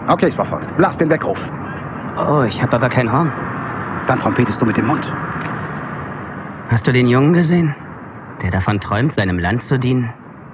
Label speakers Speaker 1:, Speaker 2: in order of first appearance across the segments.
Speaker 1: Okay, Swofford. Lass den Weckruf.
Speaker 2: Oh, ich habe aber kein Horn.
Speaker 1: Dann trompetest du mit dem Mund.
Speaker 2: Hast du den Jungen gesehen, der davon träumt, seinem Land zu dienen?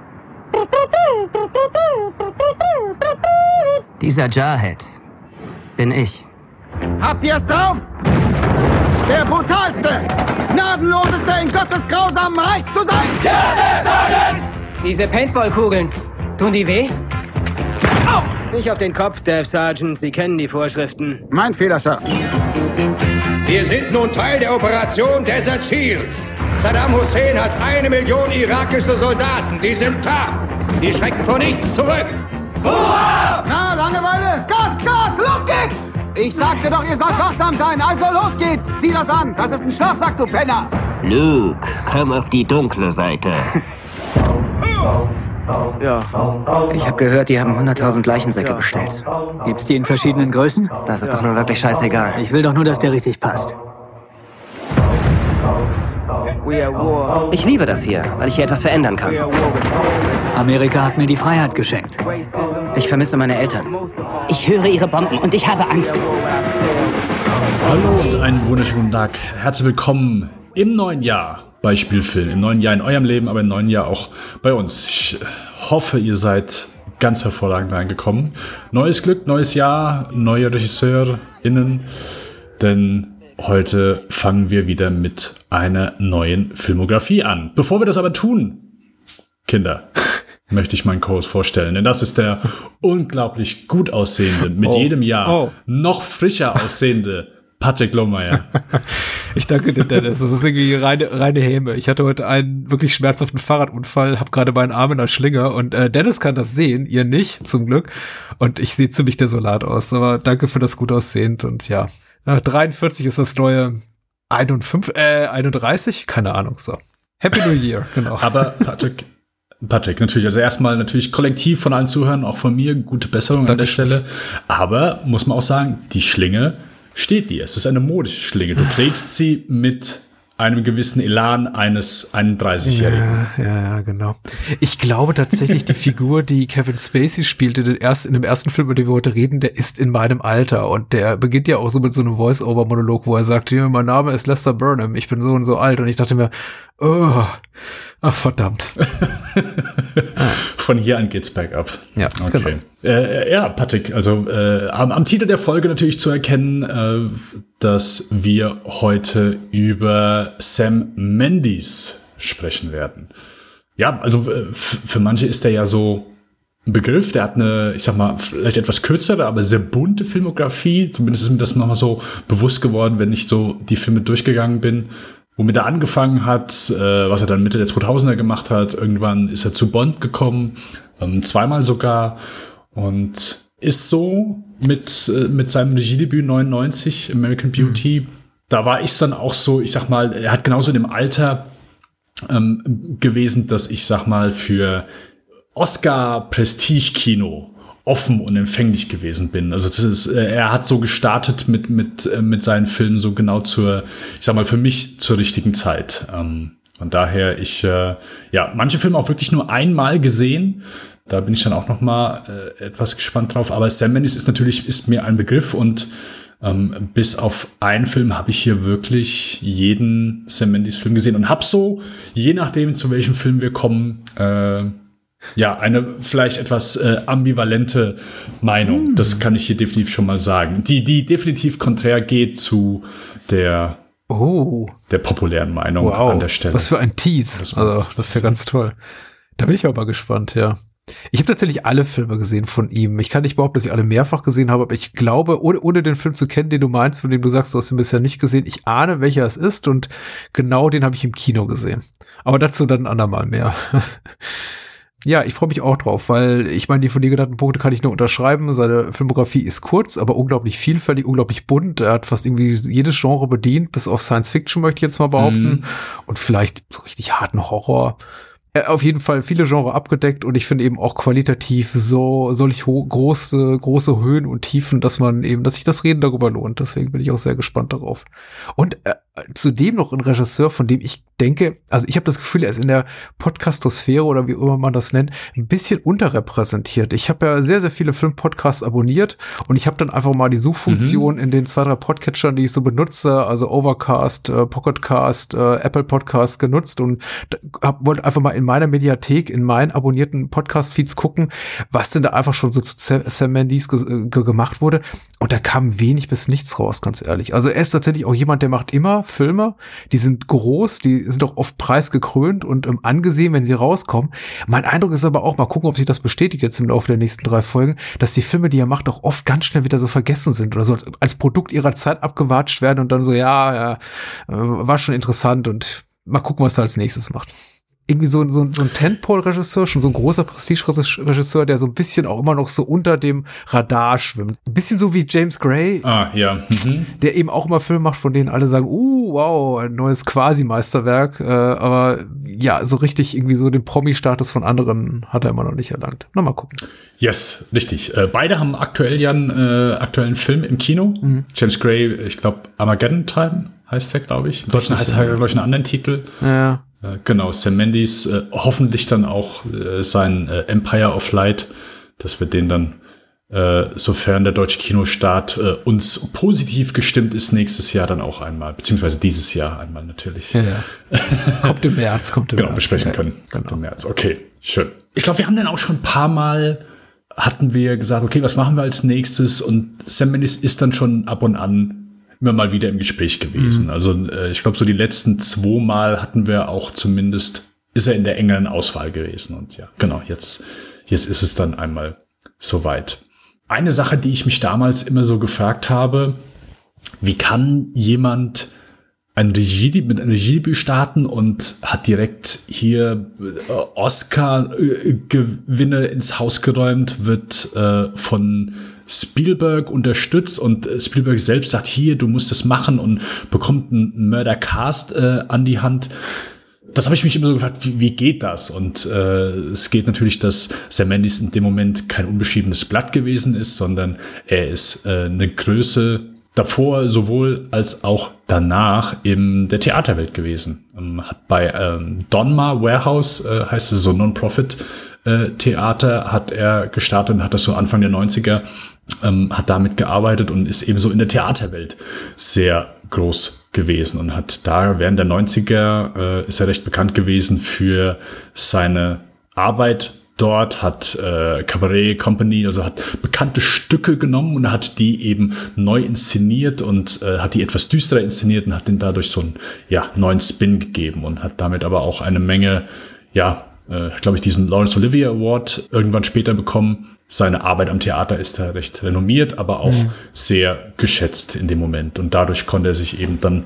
Speaker 2: Dieser Jarhead bin ich.
Speaker 1: Habt ihr es drauf? Der brutalste, gnadenloseste in Gottes grausamen Reich zu sein!
Speaker 3: Ja, der Sergeant! Diese Paintballkugeln, tun die weh?
Speaker 2: Au! Nicht auf den Kopf, Staff Sergeant. Sie kennen die Vorschriften.
Speaker 1: Mein Fehler, Sir.
Speaker 4: Wir sind nun Teil der Operation Desert Shield. Saddam Hussein hat 1 Million irakische Soldaten. Die sind tough. Die schrecken vor nichts zurück.
Speaker 1: Hurra! Na, Langeweile! Gas, Gas! Los geht's! Ich sagte doch, ihr sollt wachsam sein. Also los geht's! Zieh das an! Das ist ein Schlafsack, du Penner!
Speaker 2: Luke, komm auf die dunkle Seite.
Speaker 5: Ja. Ich habe gehört, die haben 100.000 Leichensäcke bestellt.
Speaker 6: Gibt's die in verschiedenen Größen?
Speaker 5: Das ist doch nun wirklich scheißegal.
Speaker 6: Ich will doch nur, dass der richtig passt.
Speaker 5: Ich liebe das hier, weil ich hier etwas verändern kann.
Speaker 6: Amerika hat mir die Freiheit geschenkt.
Speaker 5: Ich vermisse meine Eltern.
Speaker 2: Ich höre ihre Bomben und ich habe Angst.
Speaker 7: Hallo und einen wunderschönen guten Tag. Herzlich willkommen im neuen Jahr bei Spielfilm. Im neuen Jahr in eurem Leben, aber im neuen Jahr auch bei uns. Ich hoffe, ihr seid ganz hervorragend reingekommen. Neues Glück, neues Jahr, neue RegisseurInnen. Denn heute fangen wir wieder mit einer neuen Filmografie an. Bevor wir das aber tun, Kinder, möchte ich meinen Co-Host vorstellen. Denn das ist der unglaublich gut aussehende, mit jedem Jahr noch frischer aussehende Patrick Lohmeier.
Speaker 8: Ich danke dir, Dennis. Das ist irgendwie reine Häme. Ich hatte heute einen wirklich schmerzhaften Fahrradunfall, habe gerade meinen Arm in der Schlinge und Dennis kann das sehen, ihr nicht, zum Glück. Und ich sehe ziemlich desolat aus. Aber danke für das gut aussehend und ja. 43 ist das neue 31? Keine Ahnung, so. Happy New Year, genau.
Speaker 7: Aber Patrick, natürlich, also erstmal natürlich kollektiv von allen Zuhörern, auch von mir, gute Besserung an der Stelle. Aber muss man auch sagen, die Schlinge steht dir. Es ist eine modische Schlinge. Du trägst sie mit einem gewissen Elan eines 31-Jährigen.
Speaker 8: Ja, genau. Ich glaube tatsächlich, die Figur, die Kevin Spacey spielt in dem ersten Film, über den wir heute reden, der ist in meinem Alter. Und der beginnt ja auch so mit so einem Voice-Over-Monolog, wo er sagt, ja, mein Name ist Lester Burnham, ich bin so und so alt. Und ich dachte mir, ach verdammt.
Speaker 7: Von hier an geht's bergab.
Speaker 8: Ja,
Speaker 7: okay. Genau. Ja, Patrick, also am Titel der Folge natürlich zu erkennen, dass wir heute über Sam Mendes sprechen werden. Ja, also für manche ist der ja so ein Begriff, der hat eine, ich sag mal, vielleicht etwas kürzere, aber sehr bunte Filmografie. Zumindest ist mir das nochmal so bewusst geworden, wenn ich so die Filme durchgegangen bin. Womit er angefangen hat, was er dann Mitte der 2000er gemacht hat. Irgendwann ist er zu Bond gekommen, zweimal sogar. Und ist so mit seinem Regiedebüt 99, American Beauty, da war ich dann auch so, ich sag mal, er hat genauso in dem Alter gewesen, dass ich sag mal für Oscar-Prestige-Kino offen und empfänglich gewesen bin. Also das ist, er hat so gestartet mit seinen Filmen so genau zur, ich sag mal, für mich zur richtigen Zeit. Von daher, manche Filme auch wirklich nur einmal gesehen. Da bin ich dann auch noch mal etwas gespannt drauf. Aber Sam Mendes ist mir ein Begriff und bis auf einen Film habe ich hier wirklich jeden Sam Mendes Film gesehen und habe so, je nachdem zu welchem Film wir kommen, eine vielleicht etwas ambivalente Meinung. Das kann ich hier definitiv schon mal sagen. Die definitiv konträr geht zu der populären Meinung an der Stelle.
Speaker 8: Was für ein Tease. Also, das ist ja ganz toll. Da bin ich aber gespannt, ja. Ich habe tatsächlich alle Filme gesehen von ihm. Ich kann nicht behaupten, dass ich alle mehrfach gesehen habe, aber ich glaube, ohne den Film zu kennen, den du meinst, von dem du sagst, du hast ihn bisher nicht gesehen, ich ahne, welcher es ist und genau den habe ich im Kino gesehen. Aber dazu dann ein andermal mehr. Ja, ich freue mich auch drauf, weil ich meine, die von dir genannten Punkte kann ich nur unterschreiben. Seine Filmografie ist kurz, aber unglaublich vielfältig, unglaublich bunt. Er hat fast irgendwie jedes Genre bedient, bis auf Science Fiction, möchte ich jetzt mal behaupten. Und vielleicht so richtig harten Horror. Auf jeden Fall viele Genres abgedeckt und ich finde eben auch qualitativ so solch große Höhen und Tiefen, dass sich das Reden darüber lohnt. Deswegen bin ich auch sehr gespannt darauf. Und zudem noch ein Regisseur, von dem ich denke, also ich habe das Gefühl, er ist in der Podcastosphäre oder wie immer man das nennt, ein bisschen unterrepräsentiert. Ich habe ja sehr, sehr viele Filmpodcasts abonniert und ich habe dann einfach mal die Suchfunktion in den 2, 3 Podcatchern, die ich so benutze, also Overcast, Pocketcast, Apple Podcast genutzt und wollte einfach mal in meiner Mediathek, in meinen abonnierten Podcast-Feeds gucken, was denn da einfach schon so zu Sam Mendes gemacht wurde. Und da kam wenig bis nichts raus, ganz ehrlich. Also er ist tatsächlich auch jemand, der macht immer Filme, die sind groß, die sind auch oft preisgekrönt und angesehen, wenn sie rauskommen. Mein Eindruck ist aber auch, mal gucken, ob sich das bestätigt jetzt im Laufe der nächsten 3 Folgen, dass die Filme, die er macht, auch oft ganz schnell wieder so vergessen sind oder so als Produkt ihrer Zeit abgewatscht werden und dann so, war schon interessant und mal gucken, was er als nächstes macht. Irgendwie so ein Tentpole-Regisseur, schon so ein großer Prestige-Regisseur, der so ein bisschen auch immer noch so unter dem Radar schwimmt. Ein bisschen so wie James Gray, der eben auch immer Filme macht, von denen alle sagen, wow, ein neues Quasi-Meisterwerk. Aber ja, so richtig irgendwie so den Promi-Status von anderen hat er immer noch nicht erlangt. Na, mal gucken.
Speaker 7: Yes, richtig. Beide haben aktuell ja einen aktuellen Film im Kino. James Gray, ich glaube, Armageddon Time heißt der, glaube ich. In Deutschland heißt er, glaube ich, einen anderen Titel.
Speaker 8: Ja.
Speaker 7: Genau, Sam Mendes, hoffentlich dann auch sein Empire of Light, dass wir den dann, sofern der deutsche Kinostart uns positiv gestimmt ist, nächstes Jahr dann auch einmal, beziehungsweise dieses Jahr einmal natürlich.
Speaker 8: Ja. Kommt im März.
Speaker 7: Genau, besprechen können. Kommt im März. Okay, schön. Ich glaube, wir haben dann auch schon ein paar Mal, hatten wir gesagt, okay, was machen wir als nächstes? Und Sam Mendes ist dann schon ab und an immer mal wieder im Gespräch gewesen. Also ich glaube, so die letzten 2 Mal hatten wir auch zumindest, ist er in der engeren Auswahl gewesen. Und ja, genau, jetzt ist es dann einmal soweit. Eine Sache, die ich mich damals immer so gefragt habe, wie kann jemand mit einem Regiedebüt starten und hat direkt hier Oscar-Gewinne ins Haus geräumt, wird von Spielberg unterstützt und Spielberg selbst sagt, hier, du musst es machen und bekommt einen Mörder-Cast an die Hand. Das habe ich mich immer so gefragt, wie geht das? Und es geht natürlich, dass Sam Mendes in dem Moment kein unbeschriebenes Blatt gewesen ist, sondern er ist eine Größe davor sowohl als auch danach in der Theaterwelt gewesen. Hat bei Donmar Warehouse, heißt es so Non-Profit-Theater, hat er gestartet und hat das so Anfang der 90er, hat damit gearbeitet und ist eben so in der Theaterwelt sehr groß gewesen und hat da während der 90er ist er recht bekannt gewesen für seine Arbeit dort, hat Cabaret Company, also hat bekannte Stücke genommen und hat die eben neu inszeniert und hat die etwas düsterer inszeniert und hat denen dadurch so einen neuen Spin gegeben und hat damit aber auch eine Menge, glaube ich, diesen Laurence Olivier Award irgendwann später bekommen. Seine Arbeit am Theater ist da recht renommiert, aber auch sehr geschätzt in dem Moment. Und dadurch konnte er sich eben dann,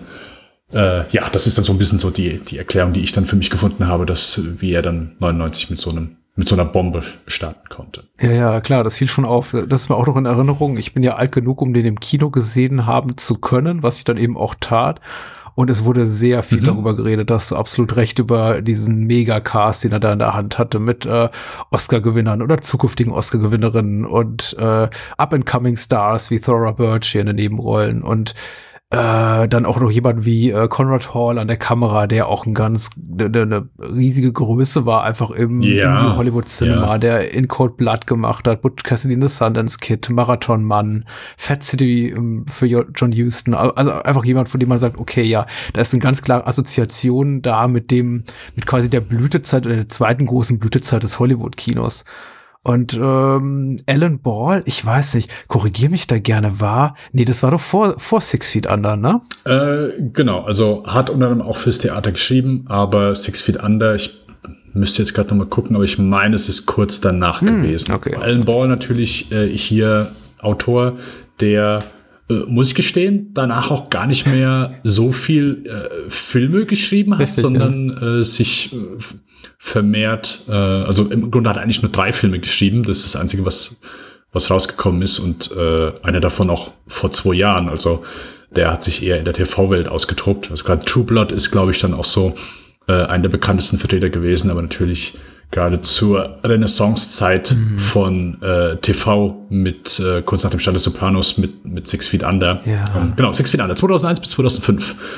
Speaker 7: das ist dann so ein bisschen so die Erklärung, die ich dann für mich gefunden habe, dass wie er dann 99 mit so einer Bombe starten konnte.
Speaker 8: Ja, klar, das fiel schon auf. Das ist mir auch noch in Erinnerung. Ich bin ja alt genug, um den im Kino gesehen haben zu können, was ich dann eben auch tat. Und es wurde sehr viel darüber geredet, dass du absolut recht über diesen Megacast, den er da in der Hand hatte, mit Oscar-Gewinnern oder zukünftigen Oscar-Gewinnerinnen und Up-and-Coming Stars wie Thora Birch hier in den Nebenrollen und dann auch noch jemand wie Conrad Hall an der Kamera, der auch eine riesige Größe war, einfach im Hollywood-Cinema, der In Cold Blood gemacht hat, Butch Cassidy and the Sundance Kid, Marathon-Mann, Fat City für John Huston, also einfach jemand, von dem man sagt, okay, ja, da ist eine ganz klare Assoziation da mit quasi der Blütezeit oder der zweiten großen Blütezeit des Hollywood-Kinos. Und Alan Ball, ich weiß nicht, korrigier mich da gerne, das war doch vor 6 Feet Under, ne?
Speaker 7: Genau, also hat unter anderem auch fürs Theater geschrieben, aber 6 Feet Under, ich müsste jetzt gerade noch mal gucken, aber ich meine, es ist kurz danach gewesen.
Speaker 8: Okay.
Speaker 7: Alan Ball natürlich hier Autor, der muss ich gestehen, danach auch gar nicht mehr so viel Filme geschrieben hat, sondern sich vermehrt, also im Grunde hat er eigentlich nur 3 Filme geschrieben. Das ist das Einzige, was rausgekommen ist und einer davon auch vor 2 Jahren. Also der hat sich eher in der TV-Welt ausgetobt. Also gerade True Blood ist, glaube ich, dann auch so einer der bekanntesten Vertreter gewesen, aber natürlich gerade zur Renaissance-Zeit von TV mit kurz nach dem Start des Sopranos mit 6 Feet Under.
Speaker 8: Ja.
Speaker 7: Genau, 6 Feet Under, 2001 bis 2005.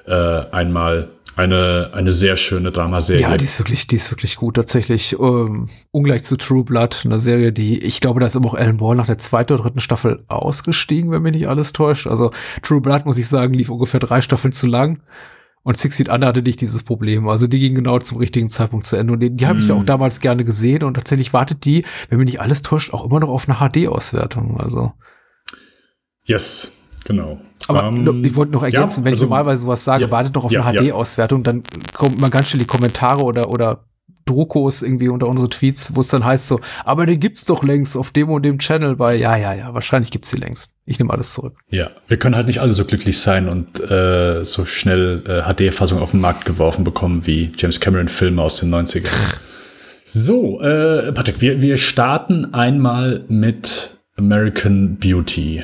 Speaker 7: einmal eine sehr schöne Dramaserie.
Speaker 8: Ja, die ist wirklich gut, tatsächlich. Ungleich zu True Blood, eine Serie, die, ich glaube, da ist aber auch Alan Ball nach der 2. oder 3. Staffel ausgestiegen, wenn mich nicht alles täuscht. Also True Blood, muss ich sagen, lief ungefähr 3 Staffeln zu lang. Und 6 Feet Under hatte nicht dieses Problem. Also die ging genau zum richtigen Zeitpunkt zu Ende. Und die habe ich auch damals gerne gesehen. Und tatsächlich wartet die, wenn mich nicht alles täuscht, auch immer noch auf eine HD-Auswertung. Also.
Speaker 7: Yes. Genau.
Speaker 8: Aber ich wollte noch ergänzen, wenn ich normalerweise sowas sage, wartet doch auf eine HD-Auswertung, dann kommen immer ganz schnell die Kommentare oder Druckos irgendwie unter unsere Tweets, wo es dann heißt so, aber den gibt's doch längst auf dem und dem Channel bei, ja, wahrscheinlich gibt's die längst. Ich nehme alles zurück.
Speaker 7: Ja, wir können halt nicht alle so glücklich sein und so schnell HD-Fassung auf den Markt geworfen bekommen wie James Cameron-Filme aus den 90ern. So, Patrick, wir starten einmal mit American Beauty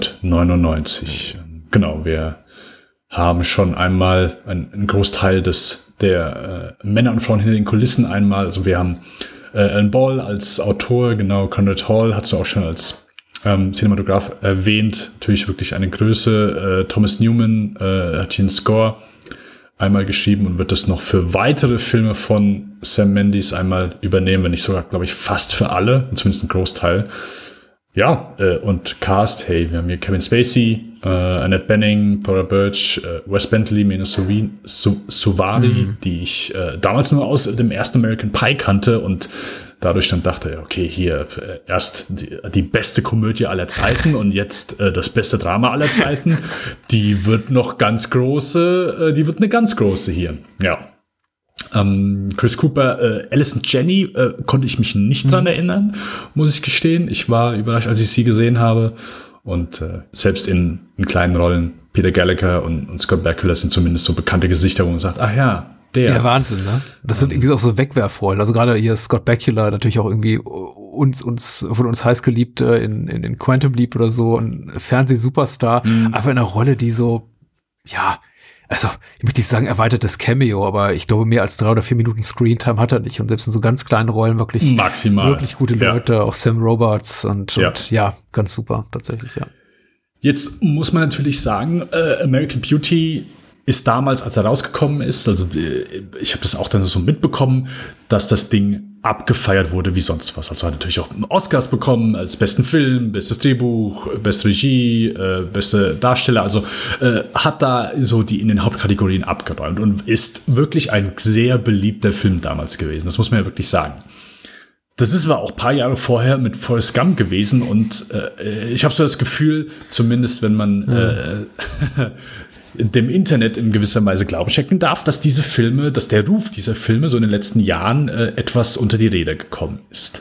Speaker 7: 1999. Genau, wir haben schon einmal einen Großteil der Männer und Frauen hinter den Kulissen einmal. Also wir haben Alan Ball als Autor, genau, Conrad Hall hast du auch schon als Cinematograph erwähnt. Natürlich wirklich eine Größe. Thomas Newman hat hier einen Score einmal geschrieben und wird das noch für weitere Filme von Sam Mendes einmal übernehmen, wenn nicht sogar, glaube ich, fast für alle, zumindest einen Großteil. Ja, und Cast, hey, wir haben hier Kevin Spacey, Annette Bening, Thora Birch, Wes Bentley, Mena Suvari, die ich damals nur aus dem ersten American Pie kannte und dadurch dann dachte, okay, hier erst die beste Komödie aller Zeiten und jetzt das beste Drama aller Zeiten. Die wird eine ganz große hier. Ja. Chris Cooper, Allison Janney konnte ich mich nicht dran erinnern, muss ich gestehen. Ich war überrascht, als ich sie gesehen habe. Und selbst in kleinen Rollen, Peter Gallagher und Scott Bakula sind zumindest so bekannte Gesichter, wo man sagt, ach ja, der Wahnsinn, ne? Das sind irgendwie auch so Wegwerfrollen. Also gerade hier Scott Bakula, natürlich auch irgendwie von uns heiß geliebt in Quantum Leap oder so, ein Fernsehsuperstar. Einfach in einer Rolle, die so, ja, also, ich möchte nicht sagen erweitertes Cameo, aber ich glaube, mehr als 3 oder 4 Minuten Screentime hat er nicht. Und selbst in so ganz kleinen Rollen wirklich maximal wirklich gute Leute, auch Sam Robards und ganz super, tatsächlich, ja. Jetzt muss man natürlich sagen, American Beauty ist damals, als er rausgekommen ist, also ich habe das auch dann so mitbekommen, dass das Ding abgefeiert wurde wie sonst was. Also hat natürlich auch Oscars bekommen als besten Film, bestes Drehbuch, beste Regie, beste Darsteller. Also hat da so die in den Hauptkategorien abgeräumt und ist wirklich ein sehr beliebter Film damals gewesen. Das muss man ja wirklich sagen. Das ist aber auch ein paar Jahre vorher mit Forrest Gump gewesen und ich habe so das Gefühl, zumindest wenn man dem Internet in gewisser Weise Glauben schenken darf, dass der Ruf dieser Filme so in den letzten Jahren etwas unter die Räder gekommen ist.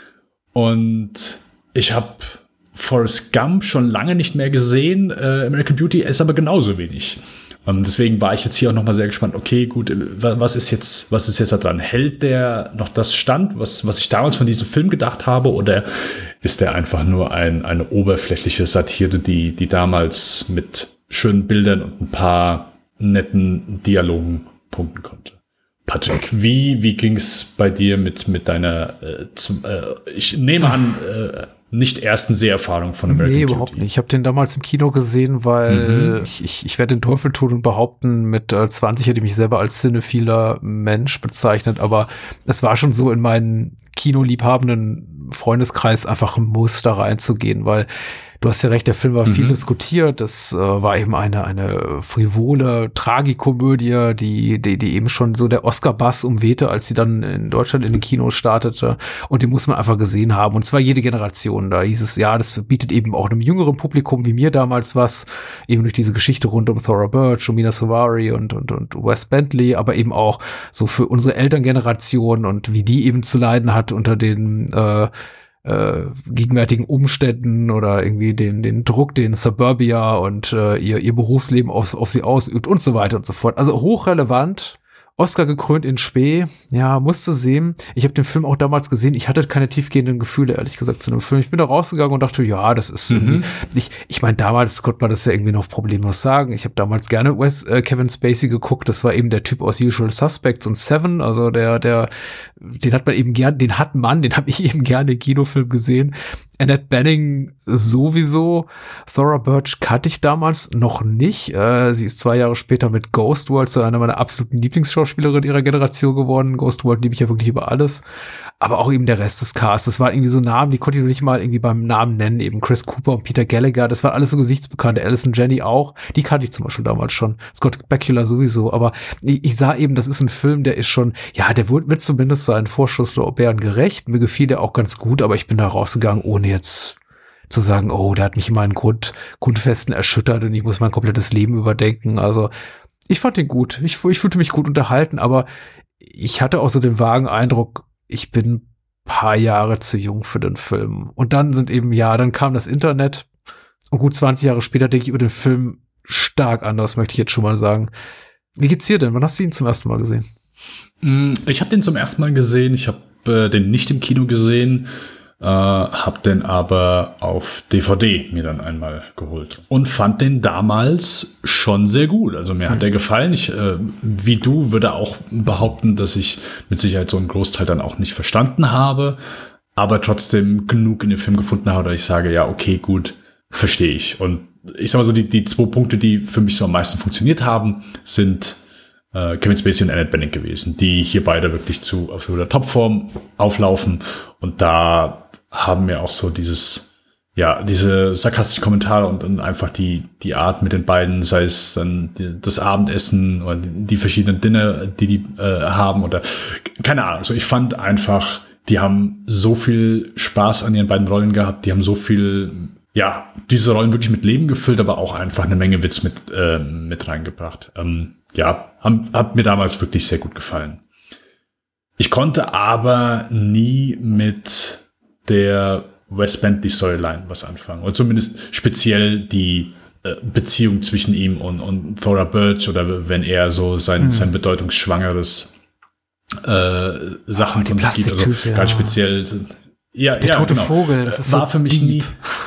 Speaker 7: Und ich habe Forrest Gump schon lange nicht mehr gesehen, American Beauty ist aber genauso wenig. Deswegen war ich jetzt hier auch nochmal sehr gespannt, okay, gut, was ist jetzt da dran? Hält der noch das Stand, was ich damals von diesem Film gedacht habe, oder ist der einfach nur eine oberflächliche Satire, die damals mit schönen Bildern und ein paar netten Dialogen punkten konnte? Patrick, wie ging's bei dir mit deiner, ich nehme an, nicht ersten Seherfahrung von American Beauty? Nee, überhaupt nicht. Ich habe den damals im Kino gesehen, weil ich werde den Teufel tun und behaupten, mit 20 hätte ich mich selber als cinephiler Mensch bezeichnet, aber es war schon so in meinen kinoliebhabenden Freundeskreis einfach ein Muss, da reinzugehen, weil du hast ja recht, der Film war viel diskutiert. Das war eben eine frivole Tragikomödie, die eben schon so der Oscar-Bass umwehte, als sie dann in Deutschland in den Kinos startete. Und den muss man einfach gesehen haben. Und zwar jede Generation. Da hieß es, ja, das bietet eben auch einem jüngeren Publikum wie mir damals was. Eben durch diese Geschichte rund um Thora Birch und Mena Suvari und Wes Bentley. Aber eben auch so für unsere Elterngeneration und wie die eben zu leiden hat unter den gegenwärtigen Umständen oder irgendwie den Druck, den Suburbia und ihr Berufsleben auf sie ausübt und so weiter und so fort. Also hochrelevant, Oscar gekrönt in Spee, ja, musste sehen. Ich habe den Film auch damals gesehen. Ich hatte keine tiefgehenden Gefühle, ehrlich gesagt, zu dem Film. Ich bin da rausgegangen und dachte, ja, das ist irgendwie, ich meine, damals konnte man das ja irgendwie noch problemlos sagen. Ich habe damals gerne Kevin Spacey geguckt. Das war eben der Typ aus Usual Suspects und Seven. Also den habe ich eben gerne im Kinofilm gesehen.
Speaker 8: Annette Bening sowieso. Thora Birch kannte ich damals noch nicht. Sie ist 2 Jahre später mit Ghost World zu einer meiner absoluten Lieblingsschauspielerinnen ihrer Generation geworden. Ghost World liebe ich ja wirklich über alles. Aber auch eben der Rest des Casts. Das waren irgendwie so Namen, die konnte ich noch nicht mal irgendwie beim Namen nennen. Eben Chris Cooper und Peter Gallagher. Das waren alles so Gesichtsbekannte. Alison Janney auch. Die kannte ich zum Beispiel damals schon. Scott Bakula sowieso. Aber ich sah eben, das ist ein Film, der ist schon, ja, der wird zumindest seinen Vorschusslorbeeren gerecht. Mir gefiel der auch ganz gut, aber ich bin da rausgegangen, ohne jetzt zu sagen, oh, der hat mich in meinen Grundfesten erschüttert und ich muss mein komplettes Leben überdenken. Also ich fand den gut. Ich fühlte mich gut unterhalten, aber ich hatte auch so den vagen Eindruck, ich bin ein paar Jahre zu jung für den Film. Und dann dann kam das Internet und gut 20 Jahre später denke ich über den Film stark anders, möchte ich jetzt schon mal sagen. Wie geht's dir denn? Wann hast du ihn zum ersten Mal gesehen?
Speaker 7: Ich habe den zum ersten Mal gesehen. Ich habe den nicht im Kino gesehen, habe den aber auf DVD mir dann einmal geholt und fand den damals schon sehr gut. Also mir hat der gefallen. Ich, wie du, würde auch behaupten, dass ich mit Sicherheit so einen Großteil dann auch nicht verstanden habe, aber trotzdem genug in dem Film gefunden habe, dass ich sage, ja, okay, gut, verstehe ich. Und ich sag mal so, die 2 Punkte, die für mich so am meisten funktioniert haben, sind Kevin Spacey und Annette Bening gewesen, die hier beide wirklich auf der Topform auflaufen. Und da haben wir auch so diese sarkastischen Kommentare und einfach die Art mit den beiden, sei es dann das Abendessen oder die verschiedenen Dinner, die haben oder keine Ahnung. Also ich fand einfach, die haben so viel Spaß an ihren beiden Rollen gehabt, die haben so viel, diese Rollen wirklich mit Leben gefüllt, aber auch einfach eine Menge Witz mit reingebracht. Hat mir damals wirklich sehr gut gefallen. Ich konnte aber nie mit der Wes Bentley Storyline was anfangen. Oder zumindest speziell die Beziehung zwischen ihm und Thora Birch oder wenn er so sein bedeutungsschwangeres Sachen von sich gibt. Also ganz speziell. Der tote Vogel, das ist war so für mich deep.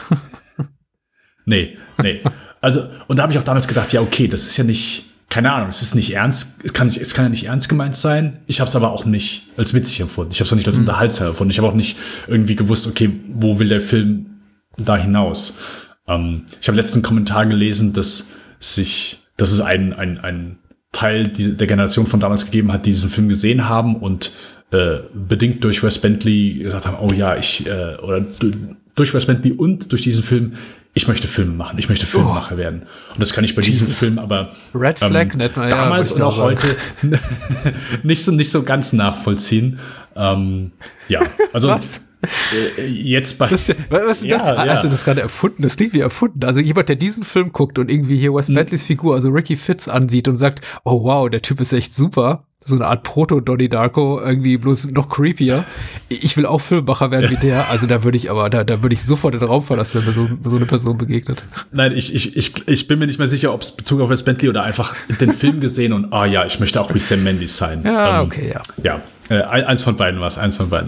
Speaker 7: Nie. Nee. Also, und da habe ich auch damals gedacht, ja, okay, das ist ja nicht, keine Ahnung, es ist nicht ernst, es kann ja nicht ernst gemeint sein. Ich habe es aber auch nicht als witzig empfunden. Ich habe es auch nicht als unterhaltsam empfunden. Ich habe auch nicht irgendwie gewusst, okay, wo will der Film da hinaus? Ich habe letzten Kommentar gelesen, dass es einen Teil der Generation von damals gegeben hat, die diesen Film gesehen haben und bedingt durch Wes Bentley gesagt haben, oh ja, oder durch Wes Bentley und durch diesen Film, ich möchte Filme machen, ich möchte Filmemacher werden. Und das kann ich bei diesem Film aber
Speaker 8: Red Flag,
Speaker 7: damals und auch heute nicht so ganz nachvollziehen. Also
Speaker 8: was?
Speaker 7: Jetzt bei...
Speaker 8: Hast du das gerade erfunden? Das klingt wie erfunden. Also jemand, der diesen Film guckt und irgendwie hier Wes Bentleys Figur, also Ricky Fitz ansieht und sagt, oh wow, der Typ ist echt super. So eine Art Proto-Donnie Darko, irgendwie bloß noch creepier. Ich will auch Filmemacher werden wie der. Also da würde ich sofort den Raum verlassen, wenn mir so eine Person begegnet.
Speaker 7: Nein, ich bin mir nicht mehr sicher, ob es Bezug auf Wes Bentley oder einfach den Film gesehen und ich möchte auch wie Sam Mendes sein.
Speaker 8: Ja, okay, ja.
Speaker 7: Ja, eins von beiden war's.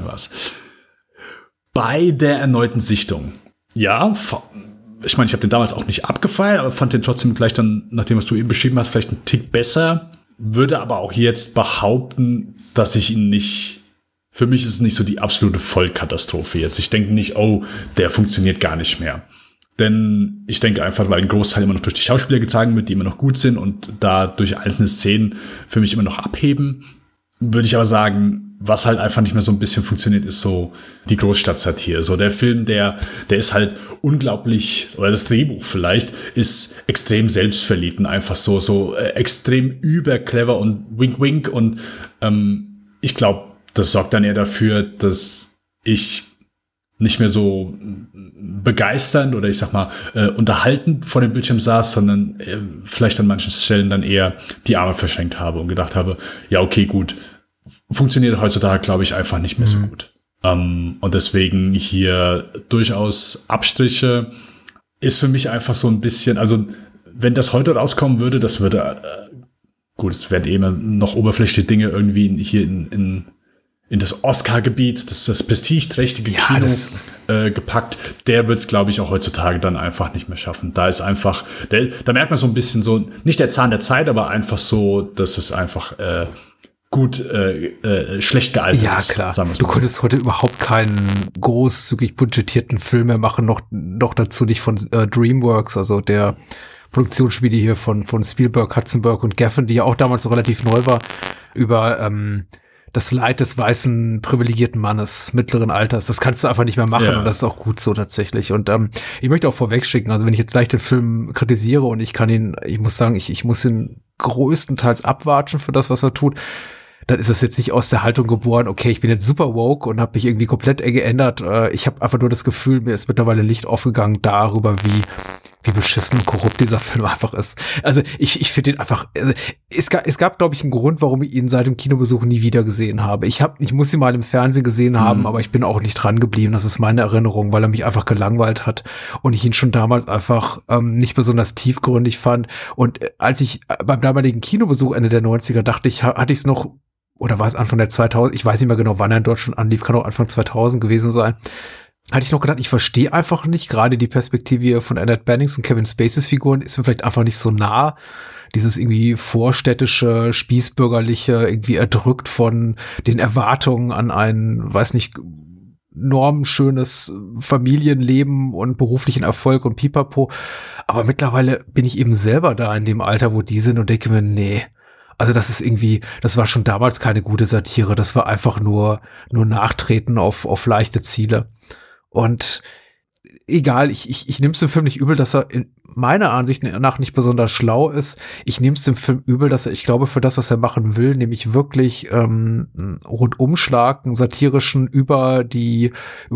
Speaker 7: Bei der erneuten Sichtung, ja, ich meine, ich habe den damals auch nicht abgefeiert, aber fand den trotzdem gleich dann, nachdem was du eben beschrieben hast, vielleicht einen Tick besser, würde aber auch jetzt behaupten, dass ich ihn nicht, für mich ist es nicht so die absolute Vollkatastrophe jetzt. Ich denke nicht, oh, der funktioniert gar nicht mehr. Denn ich denke einfach, weil ein Großteil immer noch durch die Schauspieler getragen wird, die immer noch gut sind und da durch einzelne Szenen für mich immer noch abheben, würde ich aber sagen, was halt einfach nicht mehr so ein bisschen funktioniert, ist so die Großstadt-Satire. So der Film, der ist halt unglaublich, oder das Drehbuch vielleicht, ist extrem selbstverliebt und einfach so extrem überclever und wink-wink. Und ich glaube, das sorgt dann eher dafür, dass ich nicht mehr so begeisternd oder ich sag mal unterhaltend vor dem Bildschirm saß, sondern vielleicht an manchen Stellen dann eher die Arme verschränkt habe und gedacht habe, ja, okay, gut, funktioniert heutzutage, glaube ich, einfach nicht mehr so gut. Und deswegen hier durchaus Abstriche ist für mich einfach so ein bisschen, also wenn das heute rauskommen würde, das würde, es werden eben noch oberflächliche Dinge irgendwie hier in das Oscar-Gebiet, das prestigeträchtige Kino gepackt, der wird es, glaube ich, auch heutzutage dann einfach nicht mehr schaffen. Da ist einfach, da merkt man so ein bisschen so, nicht der Zahn der Zeit, aber einfach so, dass es einfach gut, schlecht gealtert
Speaker 8: ja,
Speaker 7: ist.
Speaker 8: Klar.
Speaker 7: Sagen wir's
Speaker 8: Du
Speaker 7: mal so.
Speaker 8: könntest heute überhaupt keinen großzügig budgetierten Film mehr machen, noch dazu nicht von DreamWorks, also der Produktionsschmiede hier von Spielberg, Hudson-Berg und Geffen, die ja auch damals noch relativ neu war, über das Leid des weißen, privilegierten Mannes mittleren Alters. Das kannst du einfach nicht mehr machen und das ist auch gut so tatsächlich. Und ich möchte auch vorwegschicken, also wenn ich jetzt gleich den Film kritisiere und ich muss sagen, ich muss ihn größtenteils abwatschen für das, was er tut, dann ist es jetzt nicht aus der Haltung geboren, okay, ich bin jetzt super woke und habe mich irgendwie komplett geändert. Ich habe einfach nur das Gefühl, mir ist mittlerweile Licht aufgegangen darüber, wie beschissen und korrupt dieser Film einfach ist. Also ich finde ihn einfach, also es gab glaube ich einen Grund, warum ich ihn seit dem Kinobesuch nie wieder gesehen habe. Ich muss ihn mal im Fernsehen gesehen haben, aber ich bin auch nicht dran geblieben. Das ist meine Erinnerung, weil er mich einfach gelangweilt hat und ich ihn schon damals einfach nicht besonders tiefgründig fand. Und als ich beim damaligen Kinobesuch Ende der 90er dachte ich, hatte ich es noch, oder war es Anfang der 2000, ich weiß nicht mehr genau, wann er in Deutschland anlief, kann auch Anfang 2000 gewesen sein, hatte ich noch gedacht, ich verstehe einfach nicht, gerade die Perspektive von Annette Benings und Kevin Spaceys Figuren ist mir vielleicht einfach nicht so nah. Dieses irgendwie vorstädtische, spießbürgerliche, irgendwie erdrückt von den Erwartungen an ein, weiß nicht, normenschönes Familienleben und beruflichen Erfolg und pipapo. Aber mittlerweile bin ich eben selber da in dem Alter, wo die sind und denke mir, nee. Also das ist irgendwie, das war schon damals keine gute Satire. Das war einfach nur Nachtreten auf leichte Ziele. Und egal, ich nehme es dem Film nicht übel, dass er in meiner Ansicht nach nicht besonders schlau ist. Ich nehme es dem Film übel, dass er, ich glaube, für das, was er machen will, nämlich wirklich einen Rundumschlag, einen satirischen über die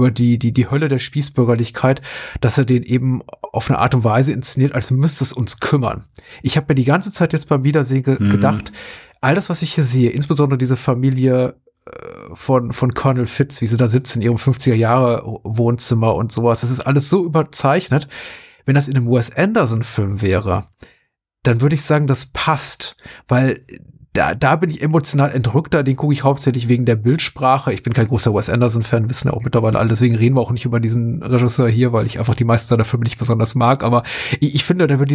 Speaker 8: Hölle der Spießbürgerlichkeit, dass er den eben auf eine Art und Weise inszeniert, als müsste es uns kümmern. Ich habe mir die ganze Zeit jetzt beim Wiedersehen gedacht, all das, was ich hier sehe, insbesondere diese Familie von Colonel Fitz, wie sie da sitzt in ihrem 50er-Jahre-Wohnzimmer und sowas. Das ist alles so überzeichnet. Wenn das in einem Wes Anderson-Film wäre, dann würde ich sagen, das passt, weil da bin ich emotional entrückter, den gucke ich hauptsächlich wegen der Bildsprache. Ich bin kein großer Wes Anderson-Fan, wissen ja auch mittlerweile alle, deswegen reden wir auch nicht über diesen Regisseur hier, weil ich einfach die meisten seiner Filme nicht besonders mag, aber ich finde, da würde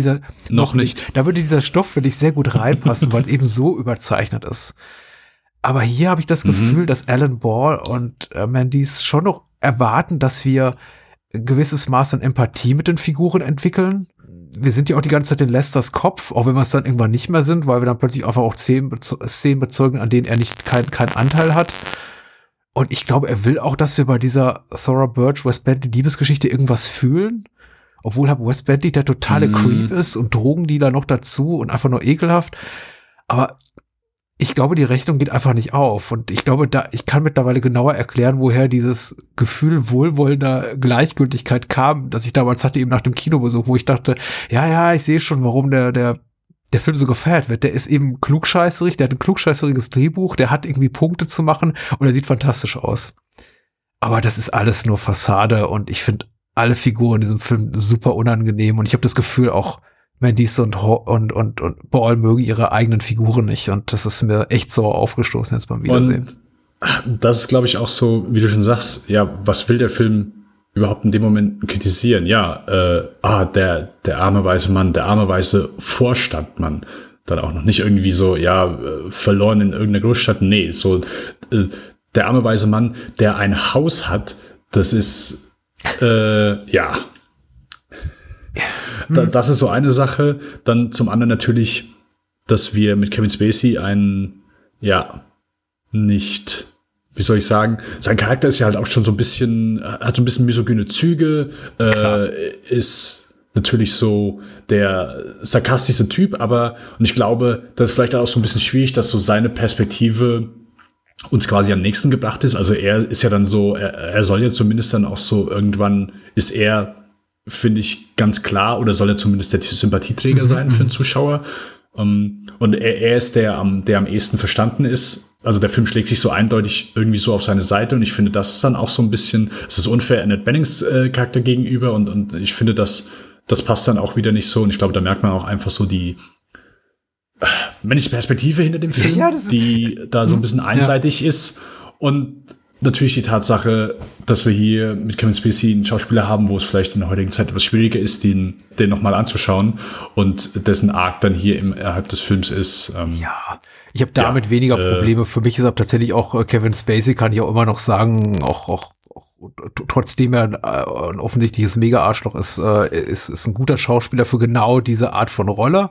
Speaker 8: dieser Stoff, finde ich, sehr gut reinpassen, weil es eben so überzeichnet ist. Aber hier habe ich das Gefühl, dass Alan Ball und Mendes schon noch erwarten, dass wir ein gewisses Maß an Empathie mit den Figuren entwickeln. Wir sind ja auch die ganze Zeit in Lesters Kopf, auch wenn wir es dann irgendwann nicht mehr sind, weil wir dann plötzlich einfach auch Szenen bezeugen, an denen er nicht keinen Anteil hat. Und ich glaube, er will auch, dass wir bei dieser Thora Birch, Wes Bentley Liebesgeschichte irgendwas fühlen. Obwohl halt Wes Bentley der totale Creep ist und Drogendealer noch dazu und einfach nur ekelhaft. Aber ich glaube, die Rechnung geht einfach nicht auf. Und ich glaube, ich kann mittlerweile genauer erklären, woher dieses Gefühl wohlwollender Gleichgültigkeit kam, das ich damals hatte, eben nach dem Kinobesuch, wo ich dachte, ja, ich sehe schon, warum der Film so gefeiert wird. Der ist eben klugscheißerig, der hat ein klugscheißeriges Drehbuch, der hat irgendwie Punkte zu machen und er sieht fantastisch aus. Aber das ist alles nur Fassade und ich finde alle Figuren in diesem Film super unangenehm und ich habe das Gefühl auch, Mendes und Ball mögen ihre eigenen Figuren nicht. Und das ist mir echt sauer aufgestoßen jetzt beim Wiedersehen.
Speaker 7: Und das ist, glaube ich, auch so, wie du schon sagst, ja, was will der Film überhaupt in dem Moment kritisieren? Ja, der arme weiße Mann, der arme weiße Vorstadtmann. Dann auch noch nicht irgendwie so, ja, verloren in irgendeiner Großstadt. Nee, so der arme weiße Mann, der ein Haus hat, das ist, ja. Das ist so eine Sache. Dann zum anderen natürlich, dass wir mit Kevin Spacey nicht, wie soll ich sagen, sein Charakter ist ja halt auch schon so ein bisschen, hat so ein bisschen misogyne Züge, ist natürlich so der sarkastische Typ, und ich glaube, das ist vielleicht auch so ein bisschen schwierig, dass so seine Perspektive uns quasi am nächsten gebracht ist. Also er ist ja dann so, er soll ja zumindest dann auch so, irgendwann ist er, finde ich, ganz klar, oder soll er zumindest der Sympathieträger sein für den Zuschauer. Und er ist der am ehesten verstanden ist. Also der Film schlägt sich so eindeutig irgendwie so auf seine Seite und ich finde, das ist dann auch so ein bisschen, es ist unfair Annette Benings Charakter gegenüber und ich finde, das passt dann auch wieder nicht so und ich glaube, da merkt man auch einfach so die männliche Perspektive hinter dem Film, die da so ein bisschen einseitig ist und natürlich die Tatsache, dass wir hier mit Kevin Spacey einen Schauspieler haben, wo es vielleicht in der heutigen Zeit etwas schwieriger ist, den nochmal anzuschauen und dessen Arc dann hier innerhalb des Films ist.
Speaker 8: Ja, ich habe damit weniger Probleme. Für mich ist aber tatsächlich auch Kevin Spacey, kann ich auch immer noch sagen, auch trotzdem er ein offensichtliches Mega-Arschloch ist ein guter Schauspieler für genau diese Art von Rolle.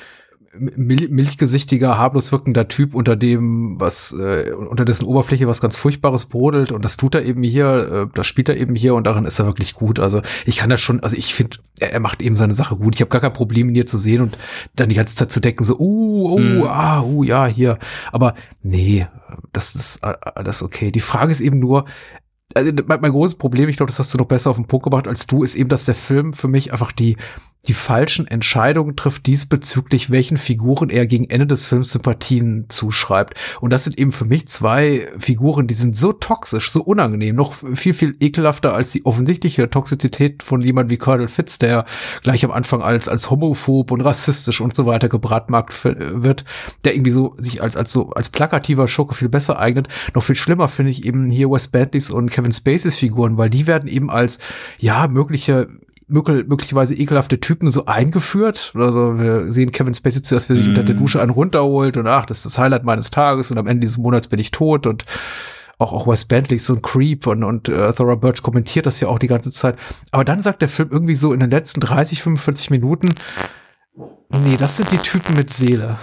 Speaker 8: Milchgesichtiger, harmlos wirkender Typ, unter dessen Oberfläche was ganz Furchtbares brodelt, und das tut er eben hier, das spielt er eben hier, und darin ist er wirklich gut. Also ich kann das schon, also ich finde, er macht eben seine Sache gut. Ich habe gar kein Problem, ihn hier zu sehen und dann die ganze Zeit zu denken, so, ja, hier. Aber nee, das ist alles okay. Die Frage ist eben nur, also mein großes Problem, ich glaube, das hast du noch besser auf den Punkt gebracht als du, ist eben, dass der Film für mich einfach die falschen Entscheidungen trifft diesbezüglich, welchen Figuren er gegen Ende des Films Sympathien zuschreibt. Und das sind eben für mich zwei Figuren, die sind so toxisch, so unangenehm, noch viel, viel ekelhafter als die offensichtliche Toxizität von jemand wie Colonel Fitz, der gleich am Anfang als homophob und rassistisch und so weiter gebrandmarkt wird, der irgendwie so sich als plakativer Schurke viel besser eignet. Noch viel schlimmer finde ich eben hier Wes Bentleys und Kevin Spaceys Figuren, weil die werden eben als, ja, möglicherweise ekelhafte Typen so eingeführt. Also wir sehen Kevin Spacey zuerst, wie er sich unter der Dusche einen runterholt und das ist das Highlight meines Tages und am Ende dieses Monats bin ich tot, und auch Wes Bentley ist so ein Creep und Thora Birch kommentiert das ja auch die ganze Zeit. Aber dann sagt der Film irgendwie so in den letzten 30, 45 Minuten, nee, das sind die Typen mit Seele.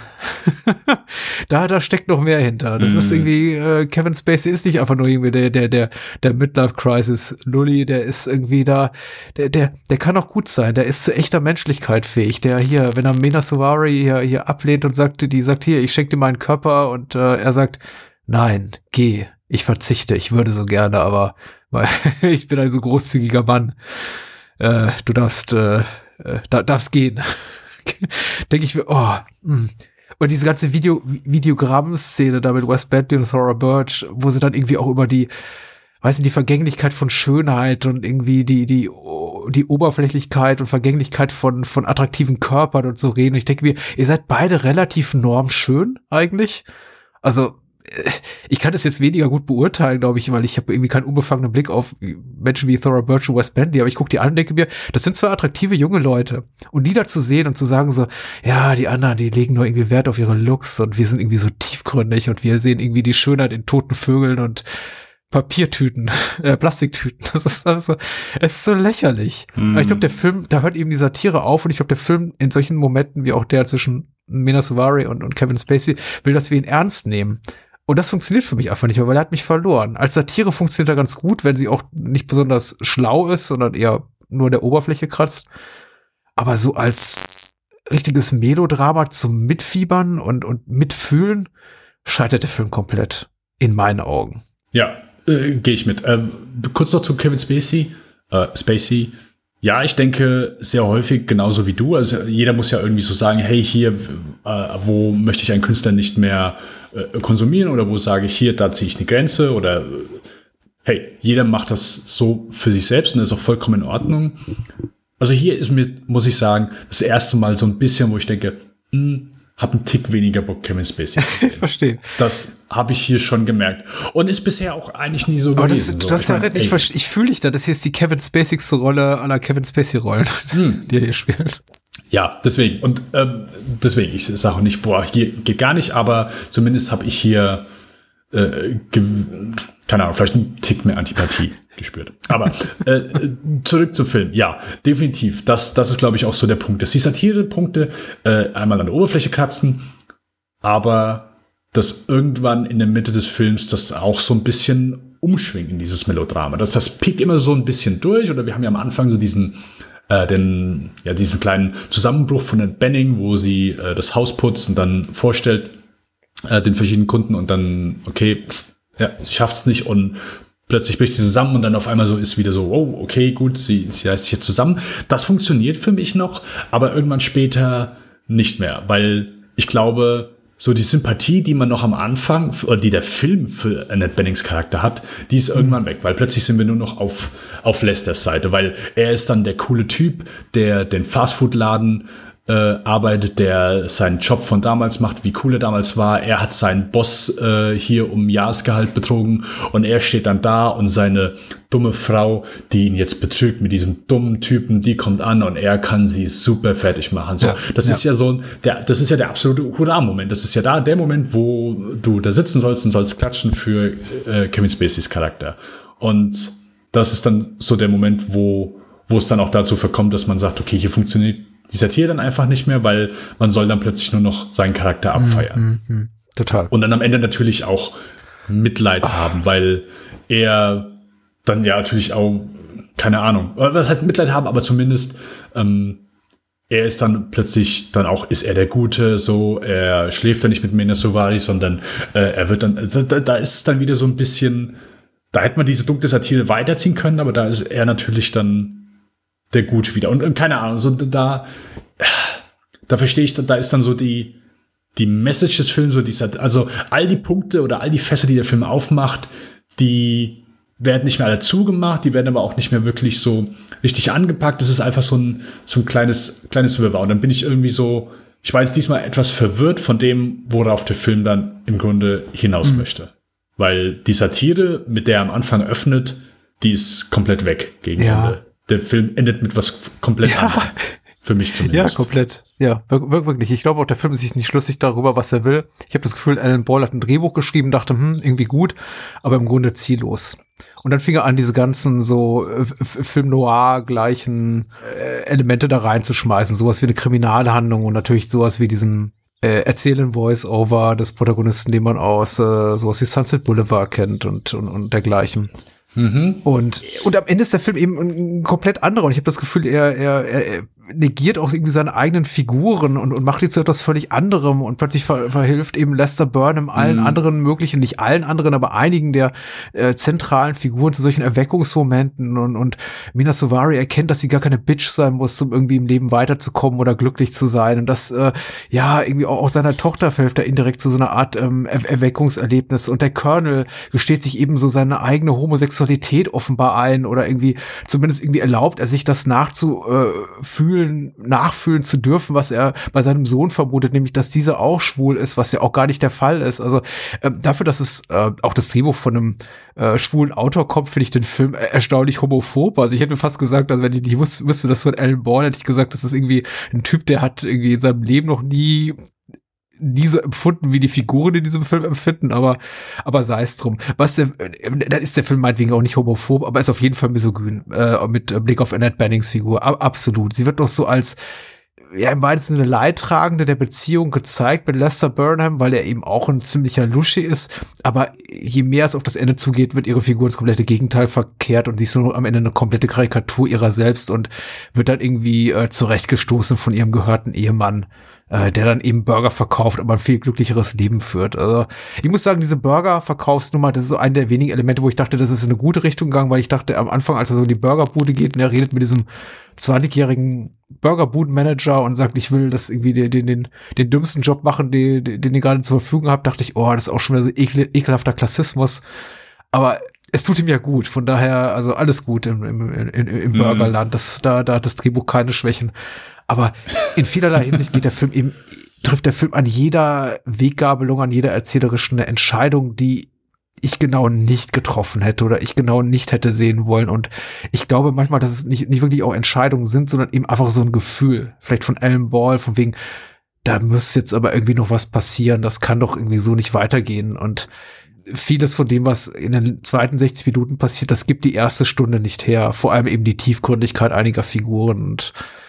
Speaker 8: Da steckt noch mehr hinter. Das ist irgendwie, Kevin Spacey ist nicht einfach nur irgendwie der Midlife-Crisis-Lulli, der ist irgendwie da, der kann auch gut sein, der ist zu echter Menschlichkeit fähig, der hier, wenn er Mena Suvari hier ablehnt und sagt, hier, ich schenke dir meinen Körper, und er sagt, nein, geh, ich verzichte, ich würde so gerne, aber ich bin ein so großzügiger Mann, du darfst gehen. Denke ich mir, Und diese ganze Videogramm-Szene da mit Wes Bentley und Thora Birch, wo sie dann irgendwie auch über die Vergänglichkeit von Schönheit und irgendwie die Oberflächlichkeit und Vergänglichkeit von attraktiven Körpern und so reden. Und ich denke mir, ihr seid beide relativ normschön eigentlich. Also ich kann das jetzt weniger gut beurteilen, glaube ich, weil ich habe irgendwie keinen unbefangenen Blick auf Menschen wie Thora Birch und Wes Bentley, aber ich gucke die an und denke mir, das sind zwei attraktive junge Leute. Und die da zu sehen und zu sagen so, ja, die anderen, die legen nur irgendwie Wert auf ihre Looks und wir sind irgendwie so tiefgründig und wir sehen irgendwie die Schönheit in toten Vögeln und Papiertüten, Plastiktüten. Das ist also, es ist so lächerlich. Aber ich glaube, der Film, da hört eben die Satire auf, und ich glaube, der Film in solchen Momenten wie auch der zwischen Mena Suvari und Kevin Spacey will, dass wir ihn ernst nehmen. Und das funktioniert für mich einfach nicht mehr, weil er hat mich verloren. Als Satire funktioniert er ganz gut, wenn sie auch nicht besonders schlau ist, sondern eher nur der Oberfläche kratzt. Aber so als richtiges Melodrama zum Mitfiebern und Mitfühlen scheitert der Film komplett. In meinen Augen.
Speaker 7: Ja, gehe ich mit. Kurz noch zu Kevin Spacey. Ja, ich denke sehr häufig genauso wie du. Also jeder muss ja irgendwie so sagen, hey, hier, wo möchte ich einen Künstler nicht mehr konsumieren, oder wo sage ich, hier, da ziehe ich eine Grenze, oder hey, jeder macht das so für sich selbst und das ist auch vollkommen in Ordnung. Also hier ist mir, muss ich sagen, das erste Mal so ein bisschen, wo ich denke, hab einen Tick weniger Bock, Kevin Spacey zu sehen.
Speaker 8: Ich verstehe.
Speaker 7: Das habe ich hier schon gemerkt. Und ist bisher auch eigentlich nie so
Speaker 8: aber
Speaker 7: gewesen.
Speaker 8: Ich fühle dich da. Das hier ist die Kevin Spacey'ste Rolle aller Kevin Spacey-Rollen, die er hier spielt.
Speaker 7: Ja, deswegen. Und deswegen, ich sage auch nicht, hier geht gar nicht, aber zumindest habe ich hier keine Ahnung, vielleicht einen Tick mehr Antipathie gespürt. Aber zurück zum Film. Ja, definitiv. Das ist, glaube ich, auch so der Punkt, dass die Satire-Punkte einmal an der Oberfläche kratzen, aber dass irgendwann in der Mitte des Films das auch so ein bisschen umschwingt in dieses Melodrama. Das pickt immer so ein bisschen durch, oder wir haben ja am Anfang so diesen kleinen Zusammenbruch von Annette Bening, wo sie das Haus putzt und dann vorstellt den verschiedenen Kunden und dann, okay, ja, sie schafft es nicht und plötzlich bricht sie zusammen und dann auf einmal so ist wieder so, oh, okay, gut, sie reißt sich jetzt zusammen. Das funktioniert für mich noch, aber irgendwann später nicht mehr, weil ich glaube, so die Sympathie, die man noch am Anfang, oder die der Film für Annette Benings Charakter hat, die ist irgendwann weg, weil plötzlich sind wir nur noch auf Lesters Seite, weil er ist dann der coole Typ, der den Fastfood-Laden arbeitet, der seinen Job von damals macht, wie cool er damals war. Er hat seinen Boss hier um Jahresgehalt betrogen und er steht dann da und seine dumme Frau, die ihn jetzt betrügt mit diesem dummen Typen, die kommt an und er kann sie super fertig machen. So, das ist ja so, das ist ja der absolute Hurra-Moment. Das ist ja da der Moment, wo du da sitzen sollst und sollst klatschen für Kevin Spaceys Charakter. Und das ist dann so der Moment, wo es dann auch dazu verkommt, dass man sagt, okay, hier funktioniert die Satire dann einfach nicht mehr, weil man soll dann plötzlich nur noch seinen Charakter abfeiern.
Speaker 8: Total.
Speaker 7: Und dann am Ende natürlich auch Mitleid haben, weil er dann ja natürlich auch, keine Ahnung, was heißt Mitleid haben, aber zumindest er ist dann plötzlich dann auch, ist er der Gute, so, er schläft dann nicht mit Mena Suvari, sondern er wird dann, da ist es dann wieder so ein bisschen, da hätte man diese dunkle Satire weiterziehen können, aber da ist er natürlich dann der Gute wieder. Und keine Ahnung, so da verstehe ich, da ist dann so die Message des Films, so also all die Punkte oder all die Fässer, die der Film aufmacht, die werden nicht mehr alle zugemacht, die werden aber auch nicht mehr wirklich so richtig angepackt. Das ist einfach so ein kleines Wirrwarr. Und dann bin ich irgendwie so, ich war jetzt diesmal etwas verwirrt von dem, worauf der Film dann im Grunde hinaus möchte. Weil die Satire, mit der er am Anfang öffnet, die ist komplett weg gegen Ende. Der Film endet mit was komplett anderem. Für mich zumindest.
Speaker 8: Ja, komplett. Ja, wirklich. Ich glaube auch, der Film ist sich nicht schlüssig darüber, was er will. Ich habe das Gefühl, Alan Ball hat ein Drehbuch geschrieben, dachte, irgendwie gut, aber im Grunde ziellos. Und dann fing er an, diese ganzen so Film-Noir-gleichen Elemente da reinzuschmeißen. Sowas wie eine Kriminalhandlung und natürlich sowas wie diesen erzählen Voice-Over des Protagonisten, den man aus sowas wie Sunset Boulevard kennt und dergleichen. Und am Ende ist der Film eben ein komplett anderer und ich habe das Gefühl, er negiert auch irgendwie seine eigenen Figuren und macht die zu etwas völlig anderem und plötzlich verhilft eben Lester Burnham allen anderen möglichen, nicht allen anderen, aber einigen der zentralen Figuren zu solchen Erweckungsmomenten und Mena Suvari erkennt, dass sie gar keine Bitch sein muss, um irgendwie im Leben weiterzukommen oder glücklich zu sein und das irgendwie auch seiner Tochter verhilft er indirekt zu so einer Art Erweckungserlebnis und der Colonel gesteht sich eben so seine eigene Homosexualität offenbar ein oder irgendwie zumindest irgendwie erlaubt er sich das nachfühlen zu dürfen, was er bei seinem Sohn vermutet, nämlich, dass dieser auch schwul ist, was ja auch gar nicht der Fall ist. Also dafür, dass es auch das Drehbuch von einem schwulen Autor kommt, finde ich den Film erstaunlich homophob. Also ich hätte fast gesagt, also wenn ich nicht wüsste, das von Alan Ball, hätte ich gesagt, das ist irgendwie ein Typ, der hat irgendwie in seinem Leben noch nie so empfunden, wie die Figuren in diesem Film empfinden, aber sei es drum. Dann ist der Film meinetwegen auch nicht homophob, aber ist auf jeden Fall misogyn, mit Blick auf Annette Benings Figur. Absolut. Sie wird doch so als, im weitesten Sinne Leidtragende der Beziehung gezeigt mit Lester Burnham, weil er eben auch ein ziemlicher Luschi ist, aber je mehr es auf das Ende zugeht, wird ihre Figur ins komplette Gegenteil verkehrt und sie ist so am Ende eine komplette Karikatur ihrer selbst und wird dann irgendwie zurechtgestoßen von ihrem gehörten Ehemann, der dann eben Burger verkauft, aber ein viel glücklicheres Leben führt. Also ich muss sagen, diese Burger-Verkaufsnummer, das ist so eine der wenigen Elemente, wo ich dachte, das ist in eine gute Richtung gegangen, weil ich dachte am Anfang, als er so in die Burgerbude geht und er redet mit diesem 20-jährigen Burgerbuden-Manager und sagt, ich will das irgendwie den dümmsten Job machen, den ihr gerade zur Verfügung habt, dachte ich, das ist auch schon wieder so ekelhafter Klassismus. Aber es tut ihm ja gut, von daher, also alles gut im Burgerland. Da hat das Drehbuch keine Schwächen. Aber in vielerlei Hinsicht trifft der Film an jeder Weggabelung, an jeder erzählerischen Entscheidung, die ich genau nicht getroffen hätte oder ich genau nicht hätte sehen wollen. Und ich glaube manchmal, dass es nicht wirklich auch Entscheidungen sind, sondern eben einfach so ein Gefühl, vielleicht von Alan Ball, von wegen, da muss jetzt aber irgendwie noch was passieren, das kann doch irgendwie so nicht weitergehen. Und vieles von dem, was in den zweiten 60 Minuten passiert, das gibt die erste Stunde nicht her. Vor allem eben die Tiefgründigkeit einiger Figuren und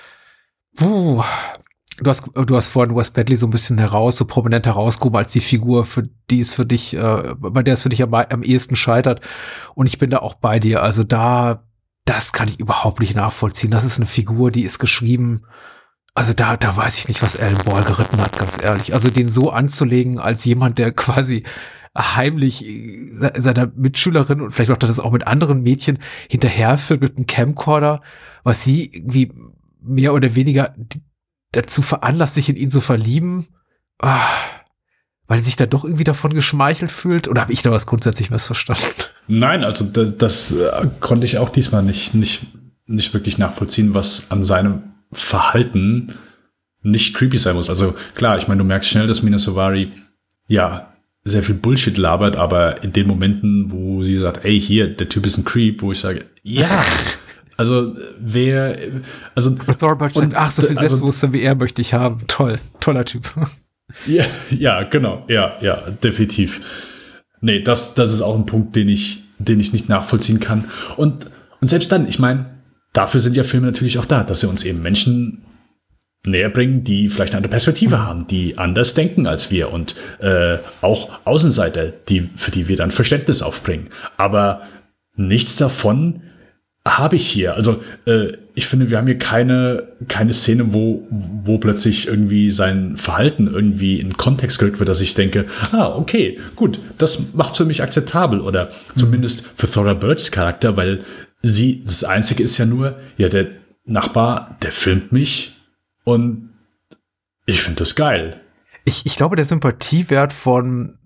Speaker 8: du hast vorhin Wes Bentley so ein bisschen so prominent herausgehoben als die Figur, bei der es für dich am ehesten scheitert. Und ich bin da auch bei dir. Also das kann ich überhaupt nicht nachvollziehen. Das ist eine Figur, die ist geschrieben. Also da weiß ich nicht, was Alan Ball geritten hat, ganz ehrlich. Also den so anzulegen als jemand, der quasi heimlich seiner Mitschülerin und vielleicht macht er das auch mit anderen Mädchen hinterherführt mit einem Camcorder, was sie irgendwie mehr oder weniger dazu veranlasst, sich in ihn zu verlieben, weil sie sich da doch irgendwie davon geschmeichelt fühlt? Oder habe ich da was grundsätzlich missverstanden?
Speaker 7: Nein, also das konnte ich auch diesmal nicht wirklich nachvollziehen, was an seinem Verhalten nicht creepy sein muss. Also klar, ich meine, du merkst schnell, dass Mena Suvari ja sehr viel Bullshit labert, aber in den Momenten, wo sie sagt, ey, hier, der Typ ist ein Creep, wo ich sage, ja, also
Speaker 8: Thora Birch sagt, ach, so viel Selbstbewusstsein wie er möchte ich haben. Toller Typ.
Speaker 7: Ja, genau, ja, definitiv. Nee, das ist auch ein Punkt, den ich nicht nachvollziehen kann. Und selbst dann, ich meine, dafür sind ja Filme natürlich auch da, dass sie uns eben Menschen näher bringen, die vielleicht eine andere Perspektive haben, die anders denken als wir und auch Außenseiter, für die wir dann Verständnis aufbringen. Aber nichts davon habe ich hier. Also ich finde, wir haben hier keine Szene, wo plötzlich irgendwie sein Verhalten irgendwie in Kontext gerückt wird, dass ich denke, okay, gut, das macht's für mich akzeptabel oder zumindest für Thora Birchs Charakter, weil das Einzige ist ja nur, ja, der Nachbar, der filmt mich und ich finde das geil.
Speaker 8: Ich glaube, der Sympathiewert von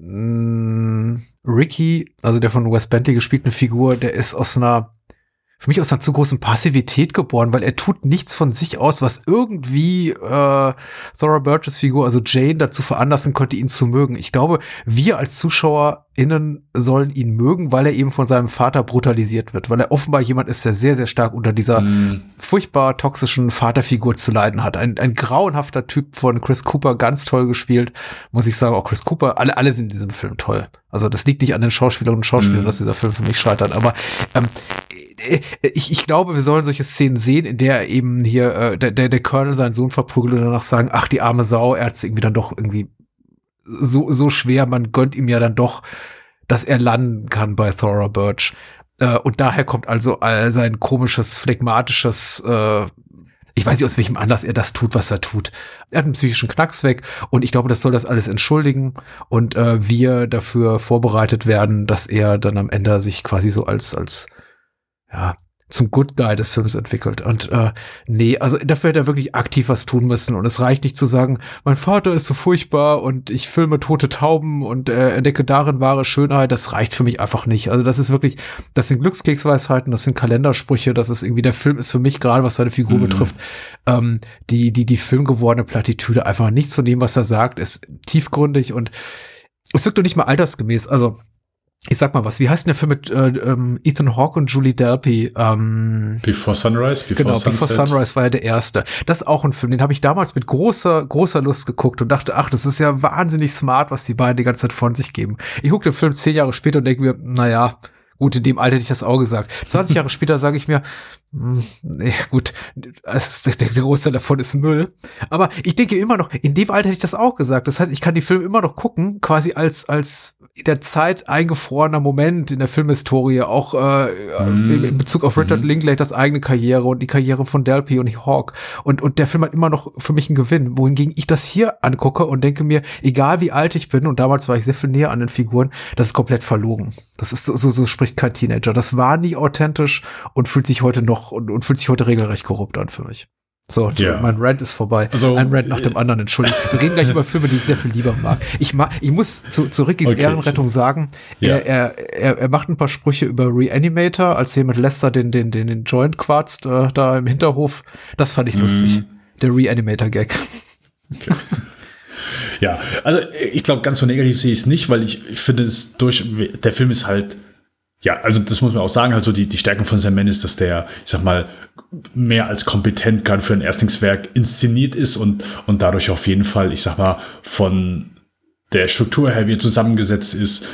Speaker 8: Ricky, also der von Wes Bentley gespielten Figur, der ist für mich aus einer zu großen Passivität geboren, weil er tut nichts von sich aus, was irgendwie Thora Birches Figur, also Jane, dazu veranlassen könnte, ihn zu mögen. Ich glaube, wir als ZuschauerInnen sollen ihn mögen, weil er eben von seinem Vater brutalisiert wird, weil er offenbar jemand ist, der sehr, sehr stark unter dieser furchtbar toxischen Vaterfigur zu leiden hat. Ein grauenhafter Typ von Chris Cooper, ganz toll gespielt, muss ich sagen. Auch Chris Cooper, alle sind in diesem Film toll. Also das liegt nicht an den Schauspielerinnen und Schauspielern, dass dieser Film für mich scheitert, aber ich glaube, wir sollen solche Szenen sehen, in der eben hier der Colonel seinen Sohn verprügelt und danach sagen, ach, die arme Sau, er hat es irgendwie dann doch irgendwie so schwer, man gönnt ihm ja dann doch, dass er landen kann bei Thora Birch. Und daher kommt also sein komisches, phlegmatisches, ich weiß nicht, aus welchem Anlass er das tut, was er tut. Er hat einen psychischen Knacks weg und ich glaube, das soll das alles entschuldigen und wir dafür vorbereitet werden, dass er dann am Ende sich quasi so als zum Good Guy des Films entwickelt. Und also dafür hätte er wirklich aktiv was tun müssen. Und es reicht nicht zu sagen, mein Vater ist so furchtbar und ich filme tote Tauben und entdecke darin wahre Schönheit. Das reicht für mich einfach nicht. Also das ist wirklich, das sind Glückskeksweisheiten, das sind Kalendersprüche, das ist irgendwie, der Film ist für mich, gerade was seine Figur betrifft, die filmgewordene Plattitüde, einfach nichts von dem, was er sagt, ist tiefgründig und es wirkt doch nicht mal altersgemäß. Also ich sag mal was, wie heißt denn der Film mit Ethan Hawke und Julie Delpy?
Speaker 7: Before Sunrise?
Speaker 8: Before Sunrise war ja der erste. Das ist auch ein Film, den habe ich damals mit großer Lust geguckt und dachte, ach, das ist ja wahnsinnig smart, was die beiden die ganze Zeit von sich geben. Ich gucke den Film 10 Jahre später und denke mir, naja, gut, in dem Alter hätte ich das auch gesagt. 20 Jahre später sage ich mir, nee, gut, der Großteil davon ist Müll. Aber ich denke immer noch, in dem Alter hätte ich das auch gesagt. Das heißt, ich kann die Filme immer noch gucken, quasi als in der Zeit eingefrorener Moment in der Filmhistorie, auch in Bezug auf Richard Linklaters eigene Karriere und die Karriere von Delpy und Hawke. Und der Film hat immer noch für mich einen Gewinn, wohingegen ich das hier angucke und denke mir, egal wie alt ich bin, und damals war ich sehr viel näher an den Figuren, das ist komplett verlogen. Das ist so spricht kein Teenager. Das war nie authentisch und fühlt sich heute noch und fühlt sich heute regelrecht korrupt an für mich. So, mein Rant ist vorbei. Also, ein Rant nach dem anderen, entschuldigung. Wir reden gleich über Filme, die ich sehr viel lieber mag. Ich muss zu Rickys Ehrenrettung sagen, er macht ein paar Sprüche über Reanimator, als er mit Lester den Joint quarzt, da im Hinterhof. Das fand ich lustig. Der Reanimator-Gag.
Speaker 7: Okay. Ja, also ich glaube, ganz so negativ sehe ich es nicht, weil ich finde der Film ist halt, ja, also das muss man auch sagen, halt so die Stärke von Sam Mendes, dass der, ich sag mal, mehr als kompetent gerade für ein Erstlingswerk inszeniert ist und dadurch auf jeden Fall, ich sag mal, von der Struktur her, wie er zusammengesetzt ist,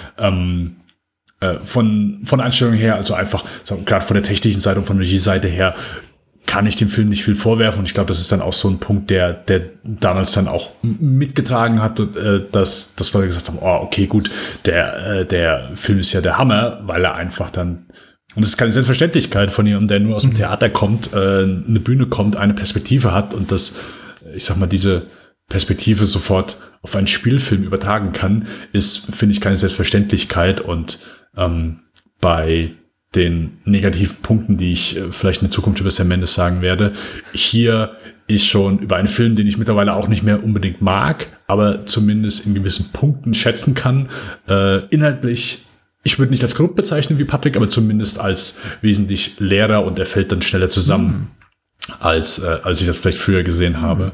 Speaker 7: von Einstellungen her, also einfach, gerade von der technischen Seite und von der Regie-Seite her, kann ich dem Film nicht viel vorwerfen und ich glaube, das ist dann auch so ein Punkt, der damals dann auch mitgetragen hat, dass Leute gesagt haben, oh, okay, gut, der Film ist ja der Hammer, weil er einfach dann, und es ist keine Selbstverständlichkeit von jemandem, der nur aus dem Theater kommt, eine Bühne kommt, eine Perspektive hat und das, ich sag mal, diese Perspektive sofort auf einen Spielfilm übertragen kann, ist, finde ich, keine Selbstverständlichkeit und bei den negativen Punkten, die ich vielleicht in der Zukunft über Sam Mendes sagen werde. Hier ist schon über einen Film, den ich mittlerweile auch nicht mehr unbedingt mag, aber zumindest in gewissen Punkten schätzen kann. Inhaltlich, ich würde nicht als korrupt bezeichnen wie Patrick, aber zumindest als wesentlich leerer und er fällt dann schneller zusammen, als ich das vielleicht früher gesehen habe.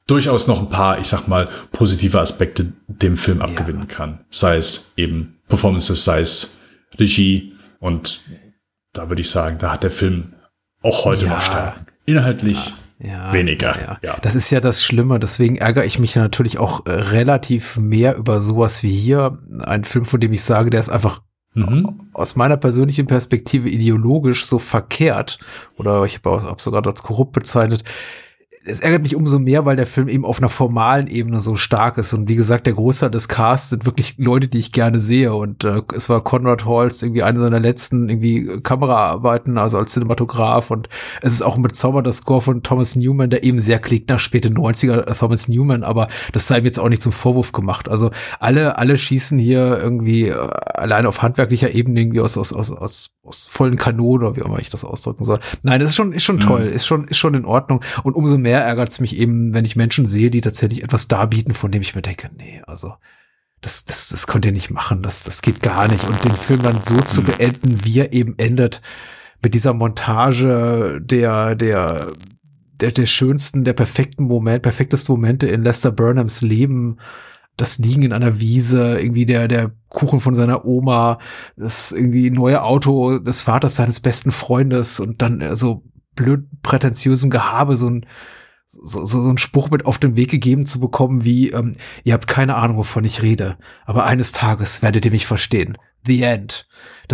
Speaker 7: durchaus noch ein paar, ich sag mal, positive Aspekte dem Film abgewinnen kann. Sei es eben Performances, sei es Regie. Und da würde ich sagen, da hat der Film auch heute noch Stärken. Inhaltlich weniger. Ja.
Speaker 8: Das ist ja das Schlimme. Deswegen ärgere ich mich natürlich auch relativ mehr über sowas wie hier. Ein Film, von dem ich sage, der ist einfach aus meiner persönlichen Perspektive ideologisch so verkehrt. Oder ich habe sogar als korrupt bezeichnet. Es ärgert mich umso mehr, weil der Film eben auf einer formalen Ebene so stark ist. Und wie gesagt, der Großteil des Casts sind wirklich Leute, die ich gerne sehe. Und es war Conrad Halls irgendwie eine seiner letzten irgendwie Kameraarbeiten, also als Cinematograph. Und es ist auch ein bezaubernder Score von Thomas Newman, der eben sehr klingt nach späte 90er Thomas Newman. Aber das sei ihm jetzt auch nicht zum Vorwurf gemacht. Also alle schießen hier irgendwie allein auf handwerklicher Ebene irgendwie aus vollen Kanonen oder wie auch immer ich das ausdrücken soll. Nein, das ist schon toll, ist schon in Ordnung. Und umso mehr ärgert es mich eben, wenn ich Menschen sehe, die tatsächlich etwas darbieten, von dem ich mir denke, nee, also das könnt ihr nicht machen, das geht gar nicht. Und den Film dann so zu beenden, wie er eben endet, mit dieser Montage der schönsten, perfektesten Momente in Lester Burnhams Leben, das Liegen in einer Wiese, irgendwie der Kuchen von seiner Oma, das irgendwie neue Auto des Vaters seines besten Freundes und dann so blöd prätentiösem Gehabe so ein Spruch mit auf den Weg gegeben zu bekommen wie, ihr habt keine Ahnung, wovon ich rede, aber eines Tages werdet ihr mich verstehen. The End.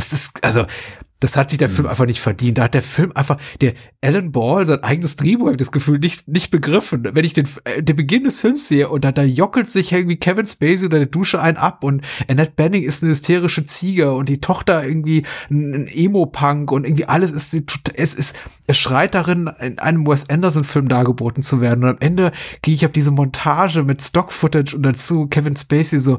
Speaker 8: Das hat sich der Film einfach nicht verdient. Da hat der Film einfach, der Alan Ball, sein eigenes Drehbuch, habe ich das Gefühl, nicht begriffen. Wenn ich den Beginn des Films sehe und da jockelt sich irgendwie Kevin Spacey unter der Dusche ab und Annette Bening ist eine hysterische Ziege und die Tochter irgendwie ein Emo-Punk und irgendwie alles es schreit darin, in einem Wes Anderson-Film dargeboten zu werden. Und am Ende gehe ich auf diese Montage mit Stock-Footage und dazu Kevin Spacey so,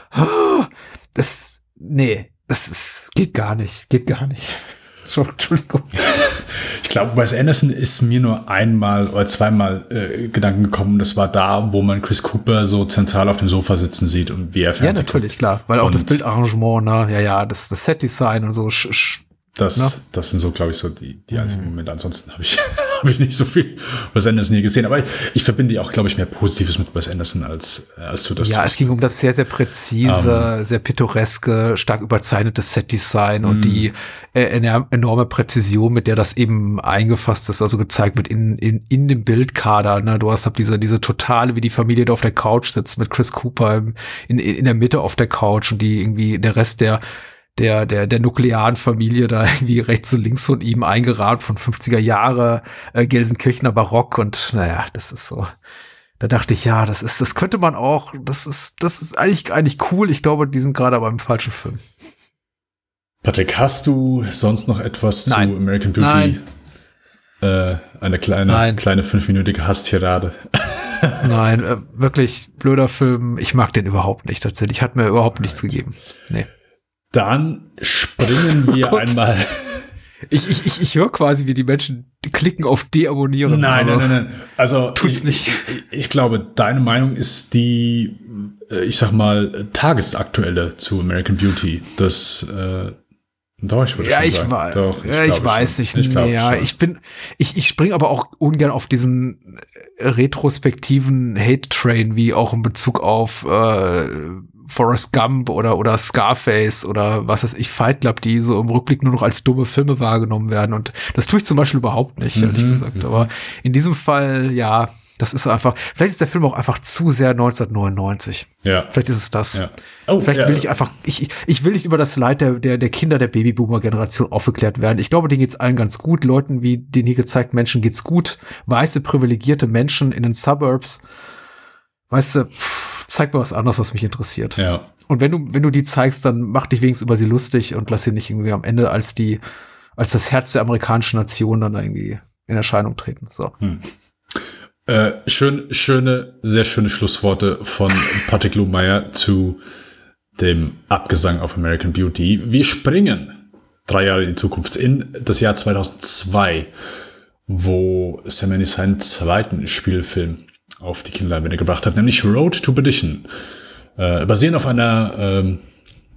Speaker 8: geht gar nicht. Entschuldigung.
Speaker 7: Ich glaube, Wes Anderson ist mir nur einmal oder zweimal Gedanken gekommen. Das war da, wo man Chris Cooper so zentral auf dem Sofa sitzen sieht und wie er Fernsehen
Speaker 8: Ja, natürlich, klar. Weil auch das Bildarrangement, das Setdesign und so.
Speaker 7: Das sind so, glaube ich, so die einzigen Momente. Ansonsten habe ich nicht so viel Wes Anderson hier gesehen. Aber ich verbinde auch, glaube ich, mehr Positives mit Wes Anderson als du das.
Speaker 8: Ja, es ging um das sehr, sehr präzise, sehr pittoreske, stark überzeichnete Setdesign und die enorme Präzision, mit der das eben eingefasst ist, also gezeigt wird in dem Bildkader. Ne? Du hast diese totale, wie die Familie da auf der Couch sitzt mit Chris Cooper in der Mitte auf der Couch und die irgendwie der Rest der nuklearen Familie da irgendwie rechts und links von ihm eingerahmt von 50er Jahre Gelsenkirchener Barock und naja, das ist so. Da dachte ich, ja, das könnte man auch, das ist eigentlich cool. Ich glaube, die sind gerade aber im falschen Film.
Speaker 7: Patrick, hast du sonst noch etwas zu American Beauty?
Speaker 8: Nein.
Speaker 7: Eine kleine 5-minütige Hasstirade.
Speaker 8: Nein, wirklich blöder Film. Ich mag den überhaupt nicht tatsächlich. Hat mir überhaupt nichts gegeben. Nee.
Speaker 7: Dann springen wir einmal.
Speaker 8: Ich höre quasi, wie die Menschen klicken auf Deabonnieren.
Speaker 7: Nein. Also
Speaker 8: tut's nicht.
Speaker 7: Ich glaube, deine Meinung ist die, ich sag mal, tagesaktuelle zu American Beauty. Das doch, ich würde schon sagen. Doch,
Speaker 8: ich weiß nicht. Ich springe aber auch ungern auf diesen retrospektiven Hate-Train, wie auch in Bezug auf Forrest Gump oder Scarface oder was weiß ich, Fight Club, die so im Rückblick nur noch als dumme Filme wahrgenommen werden. Und das tue ich zum Beispiel überhaupt nicht, ehrlich gesagt. Aber in diesem Fall, ja, das ist einfach, vielleicht ist der Film auch einfach zu sehr 1999.
Speaker 7: Ja.
Speaker 8: Vielleicht ist es das.
Speaker 7: Ja.
Speaker 8: Vielleicht will ich einfach, ich will nicht über das Leid der Kinder der Babyboomer-Generation aufgeklärt werden. Ich glaube, denen geht's allen ganz gut. Leuten wie den hier gezeigten Menschen geht's gut. Weiße, privilegierte Menschen in den Suburbs. Weißt du, zeig mir was anderes, was mich interessiert.
Speaker 7: Ja.
Speaker 8: Und wenn du die zeigst, dann mach dich wenigstens über sie lustig und lass sie nicht irgendwie am Ende als das Herz der amerikanischen Nation dann irgendwie in Erscheinung treten. So.
Speaker 7: Sehr schöne Schlussworte von Patrick Lohmeier zu dem Abgesang auf American Beauty. Wir springen 3 Jahre in die Zukunft, in das Jahr 2002, wo Sam Mendes seinen zweiten Spielfilm auf die Kinoleinwände gebracht hat, nämlich Road to Perdition. Basierend auf einer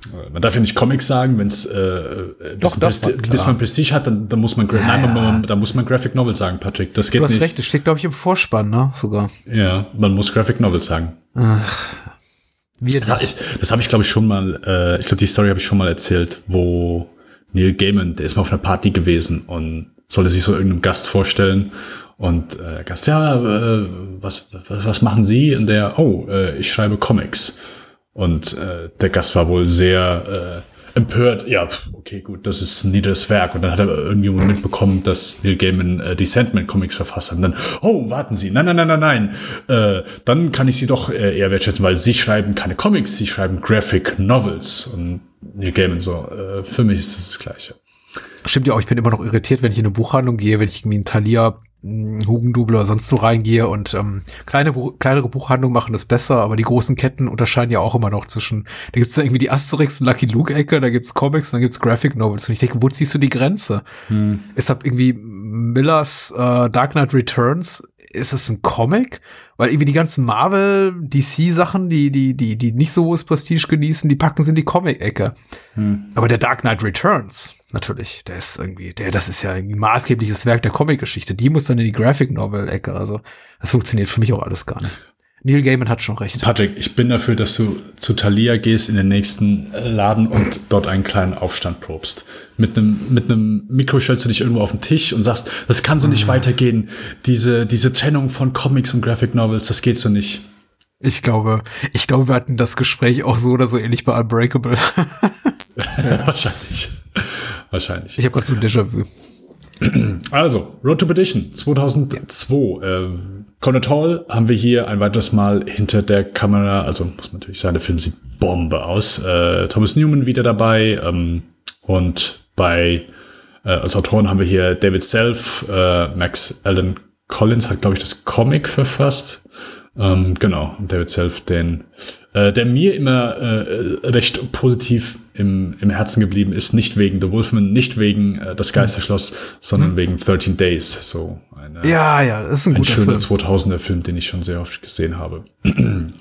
Speaker 7: Man darf ja nicht Comics sagen, wenn es bis man Prestige hat, dann muss man da muss man Graphic Novel sagen, Patrick. Das geht nicht.
Speaker 8: Du hast recht, das steht, glaube ich, im Vorspann, ne? Sogar.
Speaker 7: Ja, man muss Graphic Novel sagen.
Speaker 8: Ach,
Speaker 7: das habe ich, glaube ich, schon mal, ich glaube, die Story habe ich schon mal erzählt, wo Neil Gaiman, der ist mal auf einer Party gewesen und sollte sich so irgendeinem Gast vorstellen. Und der Gast, was machen Sie? Und der, ich schreibe Comics. Und der Gast war wohl sehr empört. Ja, okay, gut, das ist ein niederes Werk. Und dann hat er irgendwie mitbekommen, dass Neil Gaiman die Sandman-Comics verfasst hat. Und dann, warten Sie, nein. Dann kann ich Sie doch eher wertschätzen, weil Sie schreiben keine Comics, Sie schreiben Graphic Novels. Und Neil Gaiman so, für mich ist das Gleiche.
Speaker 8: Stimmt ja auch, ich bin immer noch irritiert, wenn ich in eine Buchhandlung gehe, wenn ich irgendwie in Thalia, Hugendubel oder sonst so reingehe und kleinere Buchhandlungen machen das besser, aber die großen Ketten unterscheiden ja auch immer noch zwischen, da gibt's da irgendwie die Asterix und Lucky Luke-Ecke, da gibt's Comics und dann gibt's Graphic Novels und ich denke, wo ziehst du die Grenze? Ist das irgendwie Millers Dark Knight Returns, ist es ein Comic? Weil irgendwie die ganzen Marvel, DC-Sachen, die nicht so hohes Prestige genießen, die packen sie in die Comic-Ecke. Aber der Dark Knight Returns, natürlich, das ist ja ein maßgebliches Werk der Comic-Geschichte. Die muss dann in die Graphic-Novel-Ecke. Also, das funktioniert für mich auch alles gar nicht. Neil Gaiman hat schon recht.
Speaker 7: Patrick, ich bin dafür, dass du zu Thalia gehst in den nächsten Laden und dort einen kleinen Aufstand probst. Mit einem Mikro stellst du dich irgendwo auf den Tisch und sagst, das kann so nicht weitergehen. Diese Trennung von Comics und Graphic Novels, das geht so nicht.
Speaker 8: Ich glaube, wir hatten das Gespräch auch so oder so ähnlich bei Unbreakable.
Speaker 7: Wahrscheinlich.
Speaker 8: Ich habe gerade so ein Déjà-vu.
Speaker 7: Also, Road to Perdition 2002. Conrad Hall haben wir hier ein weiteres Mal hinter der Kamera. Also muss man natürlich sagen, der Film sieht Bombe aus. Thomas Newman wieder dabei. Und als Autoren haben wir hier David Self. Max Allan Collins hat, glaube ich, das Comic verfasst. Genau, David Self, der mir immer recht positiv im Herzen geblieben ist, nicht wegen The Wolfman, nicht wegen Das Geisterschloss, sondern wegen 13 Days. So
Speaker 8: das ist ein
Speaker 7: schöner
Speaker 8: Film.
Speaker 7: 2000er-Film, den ich schon sehr oft gesehen habe. In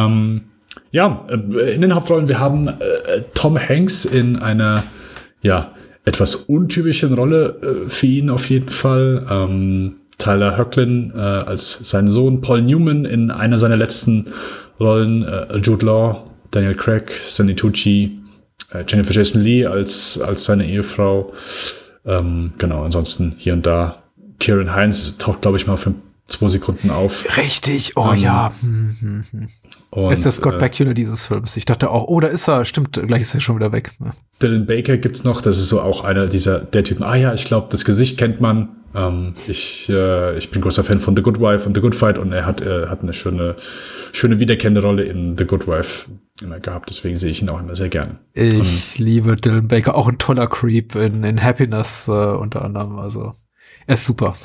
Speaker 7: den Hauptrollen, wir haben Tom Hanks in einer etwas untypischen Rolle für ihn auf jeden Fall. Tyler Hoechlin als sein Sohn, Paul Newman in einer seiner letzten Rollen, Jude Law, Daniel Craig, Stanley Tucci, Jennifer Jason Leigh als seine Ehefrau. Ansonsten hier und da Ciarán Hinds taucht, glaube ich, mal für 2 Sekunden auf.
Speaker 8: Richtig, ja. Ist der Scott Bakula dieses Films? Ich dachte auch, da ist er, stimmt, gleich ist er schon wieder weg.
Speaker 7: Dylan Baker gibt's noch, das ist so auch einer der Typen. Ich glaube, das Gesicht kennt man. Ich bin großer Fan von The Good Wife und The Good Fight und er hat eine schöne wiederkehrende Rolle in The Good Wife immer gehabt, deswegen sehe ich ihn auch immer sehr gerne.
Speaker 8: Ich liebe Dylan Baker, auch ein toller Creep in Happiness unter anderem, also er ist super.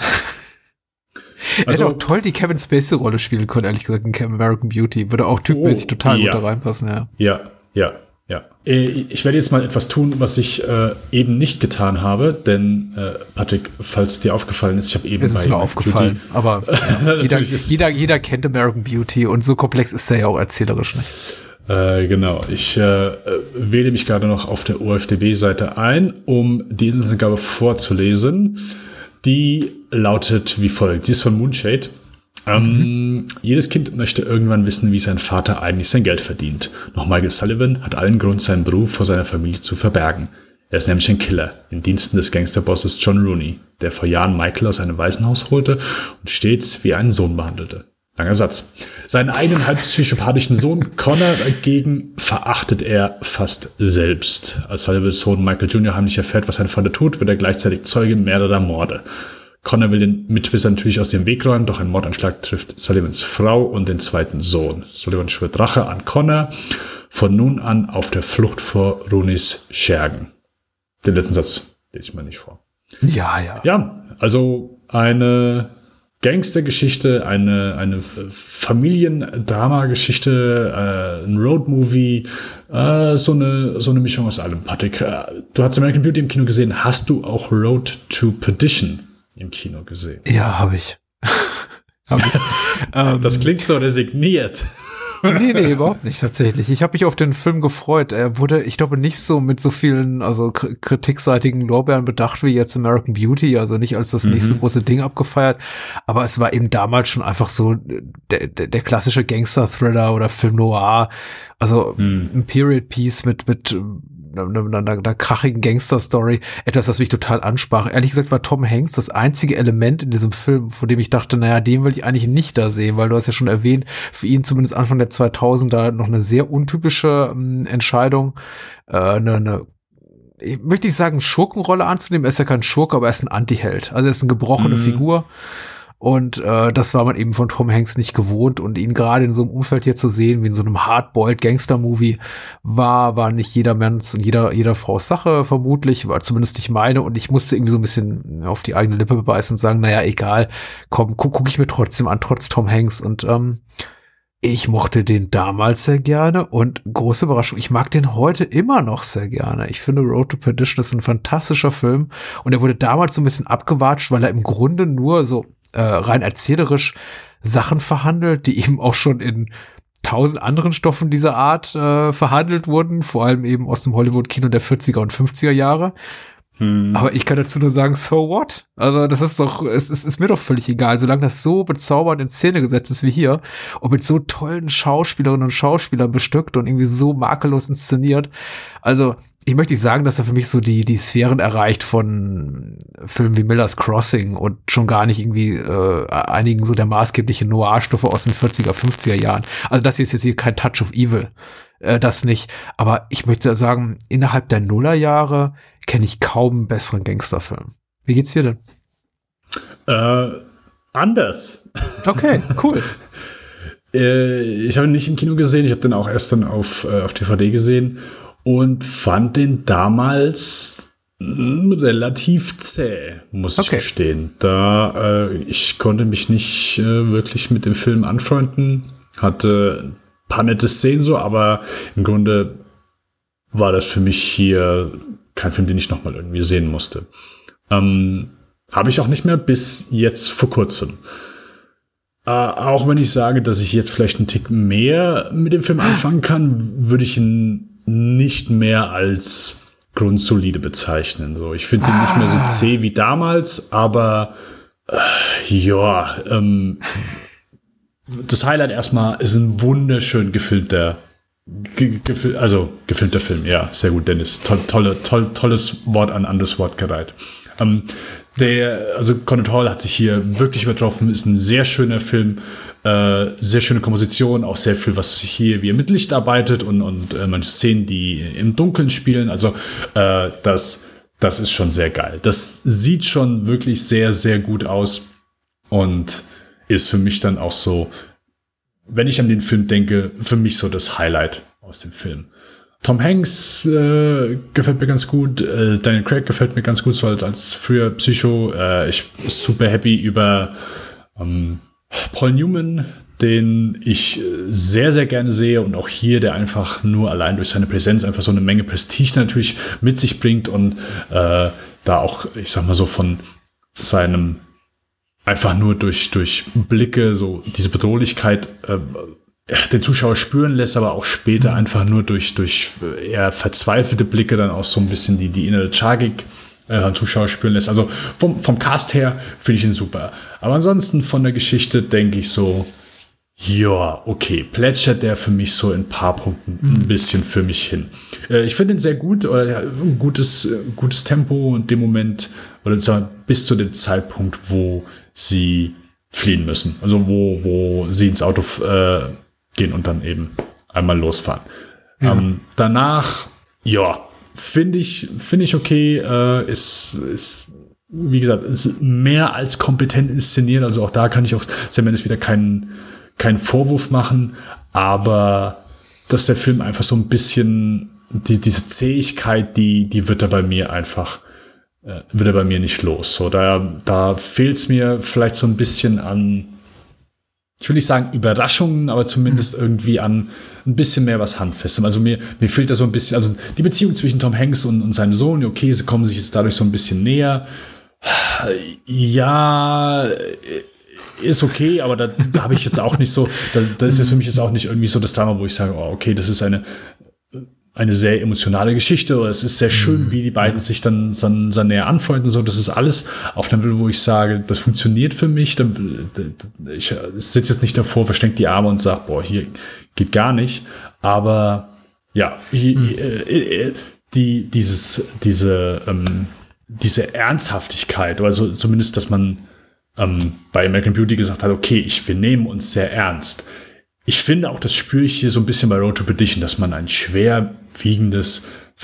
Speaker 8: Er hätte auch toll die Kevin Spacey-Rolle spielen können, ehrlich gesagt, in American Beauty. Würde auch typmäßig total gut da reinpassen,
Speaker 7: Ja. Ich werde jetzt mal etwas tun, was ich eben nicht getan habe, denn Patrick, falls es dir aufgefallen ist, ich habe eben
Speaker 8: es ist mir aufgefallen, Beauty, aber jeder kennt American Beauty und so komplex ist er ja auch erzählerisch nicht.
Speaker 7: Genau, ich wähle mich gerade noch auf der OFDB-Seite ein, um die Inhaltsangabe vorzulesen. Die lautet wie folgt. Sie ist von Moonshade. Jedes Kind möchte irgendwann wissen, wie sein Vater eigentlich sein Geld verdient. Doch Michael Sullivan hat allen Grund, seinen Beruf vor seiner Familie zu verbergen. Er ist nämlich ein Killer, in Diensten des Gangsterbosses John Rooney, der vor Jahren Michael aus einem Waisenhaus holte und stets wie einen Sohn behandelte. Langer Satz. Seinen eigenen halb psychopathischen Sohn Connor dagegen verachtet er fast selbst. Als Sullivans Sohn Michael Jr. heimlich erfährt, was sein Vater tut, wird er gleichzeitig Zeuge mehrerer Morde. Connor will den Mitwisser natürlich aus dem Weg räumen, doch ein Mordanschlag trifft Sullivans Frau und den zweiten Sohn. Sullivan schwört Rache an Connor, von nun an auf der Flucht vor Rooneys Schergen. Den letzten Satz lese ich mal nicht vor.
Speaker 8: Ja.
Speaker 7: Ja, also eine Gangstergeschichte, eine Familiendrama-Geschichte, ein Roadmovie, so eine Mischung aus allem. Patrick, du hast American Beauty im Kino gesehen. Hast du auch Road to Perdition im Kino gesehen?
Speaker 8: Ja, habe ich.
Speaker 7: Das klingt so resigniert.
Speaker 8: Nee, überhaupt nicht tatsächlich. Ich habe mich auf den Film gefreut. Er wurde, ich glaube, nicht so mit so vielen, also kritikseitigen Lorbeeren bedacht wie jetzt American Beauty, also nicht als das nächste große Ding abgefeiert. Aber es war eben damals schon einfach so der klassische Gangster-Thriller oder Film Noir. Also ein Period-Piece mit einer krachigen Gangster-Story, etwas, das mich total ansprach. Ehrlich gesagt war Tom Hanks das einzige Element in diesem Film, von dem ich dachte, naja, den will ich eigentlich nicht da sehen, weil du hast ja schon erwähnt, für ihn zumindest Anfang der 2000er noch eine sehr untypische Entscheidung, ich möchte nicht sagen, Schurkenrolle anzunehmen, er ist ja kein Schurke, aber er ist ein Antiheld, also er ist eine gebrochene Figur. Und das war man eben von Tom Hanks nicht gewohnt und ihn gerade in so einem Umfeld hier zu sehen, wie in so einem hardboiled Gangster-Movie, war nicht jedermanns und jeder Frau's Sache vermutlich, war zumindest nicht meine und ich musste irgendwie so ein bisschen auf die eigene Lippe beißen und sagen, naja, egal, komm, guck ich mir trotzdem an, trotz Tom Hanks und ich mochte den damals sehr gerne und große Überraschung, ich mag den heute immer noch sehr gerne. Ich finde Road to Perdition ist ein fantastischer Film und er wurde damals so ein bisschen abgewatscht, weil er im Grunde nur so rein erzählerisch Sachen verhandelt, die eben auch schon in 1000 anderen Stoffen dieser Art verhandelt wurden, vor allem eben aus dem Hollywood-Kino der 40er und 50er Jahre. Aber ich kann dazu nur sagen, so what? Also das ist doch, es ist mir doch völlig egal, solange das so bezaubernd in Szene gesetzt ist wie hier und mit so tollen Schauspielerinnen und Schauspielern bestückt und irgendwie so makellos inszeniert. Also ich möchte nicht sagen, dass er für mich so die Sphären erreicht von Filmen wie Miller's Crossing und schon gar nicht irgendwie einigen so der maßgeblichen Noir-Stoffe aus den 40er, 50er Jahren. Also das hier ist jetzt hier kein Touch of Evil. Das nicht. Aber ich möchte sagen, innerhalb der Nullerjahre kenne ich kaum einen besseren Gangsterfilm. Wie geht's dir denn?
Speaker 7: Anders.
Speaker 8: Okay, cool.
Speaker 7: Ich habe ihn nicht im Kino gesehen, ich habe den auch erst dann auf DVD gesehen und fand den damals relativ zäh, muss ich gestehen. Ich konnte mich nicht wirklich mit dem Film anfreunden, hatte paar nette Szenen so, aber im Grunde war das für mich hier kein Film, den ich nochmal irgendwie sehen musste. Habe ich auch nicht mehr bis jetzt vor kurzem. Auch wenn ich sage, dass ich jetzt vielleicht einen Tick mehr mit dem Film anfangen kann, würde ich ihn nicht mehr als grundsolide bezeichnen. So, ich finde ihn nicht mehr so zäh wie damals, aber das Highlight erstmal ist ein wunderschön gefilmter Film. Ja, sehr gut, Dennis. Tolles Wort an das Wort gereiht. Conan Hall hat sich hier wirklich übertroffen, ist ein sehr schöner Film, sehr schöne Komposition, auch sehr viel, was hier wie mit Licht arbeitet und manche Szenen, die im Dunkeln spielen. Also das ist schon sehr geil. Das sieht schon wirklich sehr, sehr gut aus und ist für mich dann auch so, wenn ich an den Film denke, für mich so das Highlight aus dem Film. Tom Hanks gefällt mir ganz gut, Daniel Craig gefällt mir ganz gut, so als früher Psycho. Ich bin super happy über Paul Newman, den ich sehr, sehr gerne sehe und auch hier, der einfach nur allein durch seine Präsenz einfach so eine Menge Prestige natürlich mit sich bringt und da auch, ich sag mal so, von seinem einfach nur durch Blicke, so diese Bedrohlichkeit den Zuschauer spüren lässt, aber auch später einfach nur durch eher verzweifelte Blicke dann auch so ein bisschen die innere Tragik am Zuschauer spüren lässt. Also vom Cast her finde ich ihn super. Aber ansonsten von der Geschichte denke ich so, ja, okay, plätschert der für mich so in ein paar Punkten ein bisschen für mich hin. Ich finde ihn sehr gut, oder ein gutes Tempo in dem Moment, oder bis zu dem Zeitpunkt, wo sie fliehen müssen. Also wo sie ins Auto gehen und dann eben einmal losfahren. Ja. Danach, ja, finde ich okay, ist wie gesagt, ist mehr als kompetent inszeniert. Also auch da kann ich auch Sam Mendes wieder keinen Vorwurf machen, aber dass der Film einfach so ein bisschen diese Zähigkeit, die wird er bei mir nicht los. So, da fehlt es mir vielleicht so ein bisschen an, ich will nicht sagen Überraschungen, aber zumindest irgendwie an ein bisschen mehr was Handfestem. Also mir fehlt da so ein bisschen, also die Beziehung zwischen Tom Hanks und seinem Sohn, okay, sie kommen sich jetzt dadurch so ein bisschen näher. Ja, ist okay, aber da habe ich jetzt auch nicht so, das ist für mich jetzt auch nicht irgendwie so das Drama, wo ich sage, oh, okay, das ist eine sehr emotionale Geschichte, oder es ist sehr schön, wie die beiden sich dann näher anfreunden und so. Das ist alles auf einem Level, wo ich sage, das funktioniert für mich. Ich sitze jetzt nicht davor, verschränke die Arme und sage, boah, hier geht gar nicht. Aber ja, diese Ernsthaftigkeit, also zumindest, dass man bei American Beauty gesagt hat, okay, wir nehmen uns sehr ernst. Ich finde auch, das spüre ich hier so ein bisschen bei Road to Perdition, dass man ein schwerwiegendes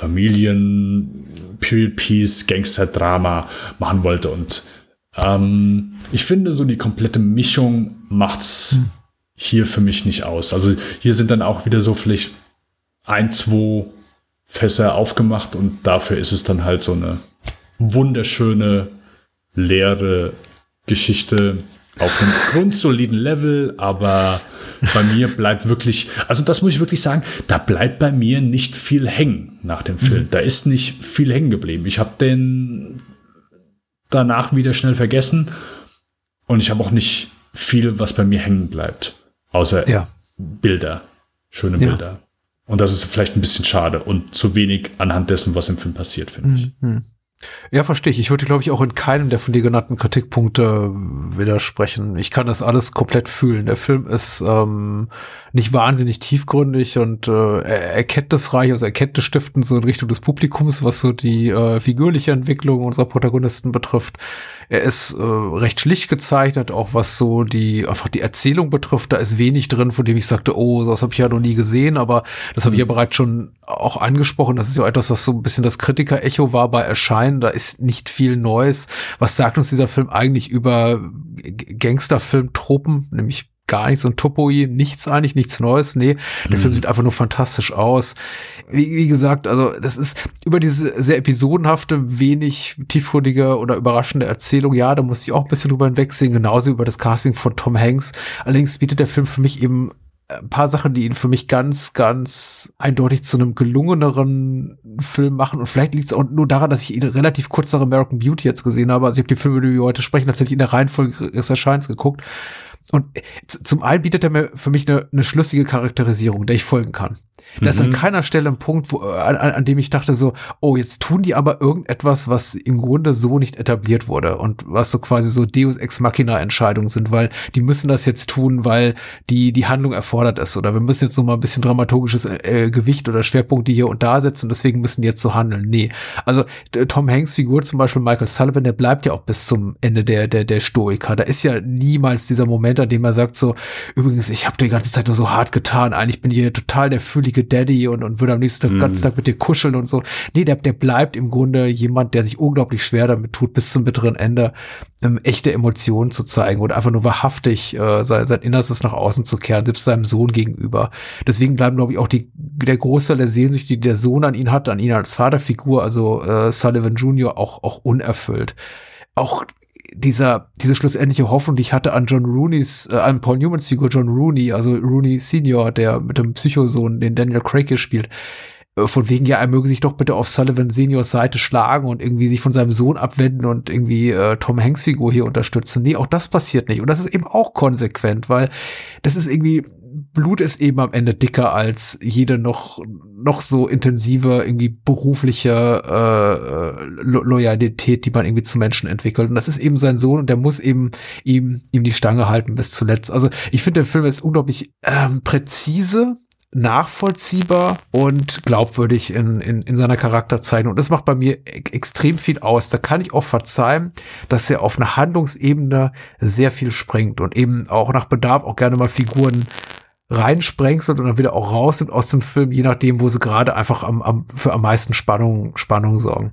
Speaker 7: Period-Piece, Gangster-Drama machen wollte. Und ich finde, so die komplette Mischung macht's hier für mich nicht aus. Also hier sind dann auch wieder so vielleicht 1-2 Fässer aufgemacht und dafür ist es dann halt so eine wunderschöne, leere Geschichte auf einem grundsoliden Level, aber bei mir bleibt wirklich, also das muss ich wirklich sagen, da bleibt bei mir nicht viel hängen nach dem Film. Da ist nicht viel hängen geblieben. Ich habe den danach wieder schnell vergessen und ich habe auch nicht viel, was bei mir hängen bleibt, außer Bilder, schöne Bilder. Und das ist vielleicht ein bisschen schade und zu wenig anhand dessen, was im Film passiert, finde ich.
Speaker 8: Ja, verstehe ich. Ich würde, glaube ich, auch in keinem der von dir genannten Kritikpunkte widersprechen. Ich kann das alles komplett fühlen. Der Film ist nicht wahnsinnig tiefgründig und erkenntnisreich, also erkenntnisstiftend so in Richtung des Publikums, was so die figürliche Entwicklung unserer Protagonisten betrifft. Er ist recht schlicht gezeichnet, auch was so einfach die Erzählung betrifft. Da ist wenig drin, von dem ich sagte, oh, das habe ich ja noch nie gesehen, aber das habe ich ja bereits schon auch angesprochen. Das ist ja auch etwas, was so ein bisschen das Kritiker-Echo war bei Erscheinen. Da ist nicht viel Neues. Was sagt uns dieser Film eigentlich über Gangsterfilm-Tropen, nämlich gar nichts, so ein Topoi, nichts Neues, nee. Der Film sieht einfach nur fantastisch aus. Wie gesagt, also das ist über diese sehr episodenhafte, wenig tiefgründige oder überraschende Erzählung, ja, da muss ich auch ein bisschen drüber hinwegsehen, genauso über das Casting von Tom Hanks. Allerdings bietet der Film für mich eben ein paar Sachen, die ihn für mich ganz, ganz eindeutig zu einem gelungeneren Film machen. Und vielleicht liegt es auch nur daran, dass ich ihn relativ kurz nach American Beauty jetzt gesehen habe. Also ich habe die Filme, über die wir heute sprechen, tatsächlich in der Reihenfolge des Erscheinens geguckt. Und zum einen bietet er mir für mich eine schlüssige Charakterisierung, der ich folgen kann. Da ist an keiner Stelle ein Punkt, an dem ich dachte so, oh, jetzt tun die aber irgendetwas, was im Grunde so nicht etabliert wurde und was so quasi so Deus Ex Machina Entscheidungen sind, weil die müssen das jetzt tun, weil die Handlung erfordert ist oder wir müssen jetzt noch mal ein bisschen dramaturgisches Gewicht oder Schwerpunkte hier und da setzen, deswegen müssen die jetzt so handeln. Nee, also Tom Hanks Figur zum Beispiel, Michael Sullivan, der bleibt ja auch bis zum Ende der Stoiker. Da ist ja niemals dieser Moment, an dem er sagt so, übrigens, ich habe die ganze Zeit nur so hart getan, eigentlich bin ich hier total der füllige Daddy und würde am liebsten den ganzen Tag mit dir kuscheln und so. Nee, der bleibt im Grunde jemand, der sich unglaublich schwer damit tut, bis zum bitteren Ende echte Emotionen zu zeigen und einfach nur wahrhaftig sein Innerstes nach außen zu kehren, selbst seinem Sohn gegenüber. Deswegen bleiben, glaube ich, auch der Großteil der Sehnsucht, die der Sohn an ihn hat, an ihn als Vaterfigur, also Sullivan Jr., auch unerfüllt. Auch diese schlussendliche Hoffnung, die ich hatte an an Paul Newmans Figur John Rooney, also Rooney Senior, der mit dem Psychosohn, den Daniel Craig hier spielt, von wegen, ja, er möge sich doch bitte auf Sullivan Seniors Seite schlagen und irgendwie sich von seinem Sohn abwenden und irgendwie Tom Hanks Figur hier unterstützen. Nee, auch das passiert nicht. Und das ist eben auch konsequent, weil das ist irgendwie, Blut ist eben am Ende dicker als jede noch so intensive irgendwie berufliche Loyalität, die man irgendwie zu Menschen entwickelt. Und das ist eben sein Sohn und der muss eben ihm die Stange halten bis zuletzt. Also ich finde, der Film ist unglaublich präzise, nachvollziehbar und glaubwürdig in seiner Charakterzeichnung. Und das macht bei mir extrem viel aus. Da kann ich auch verzeihen, dass er auf einer Handlungsebene sehr viel springt und eben auch nach Bedarf auch gerne mal Figuren reinsprengselt und dann wieder auch raus und aus dem Film, je nachdem, wo sie gerade einfach für am meisten Spannung sorgen.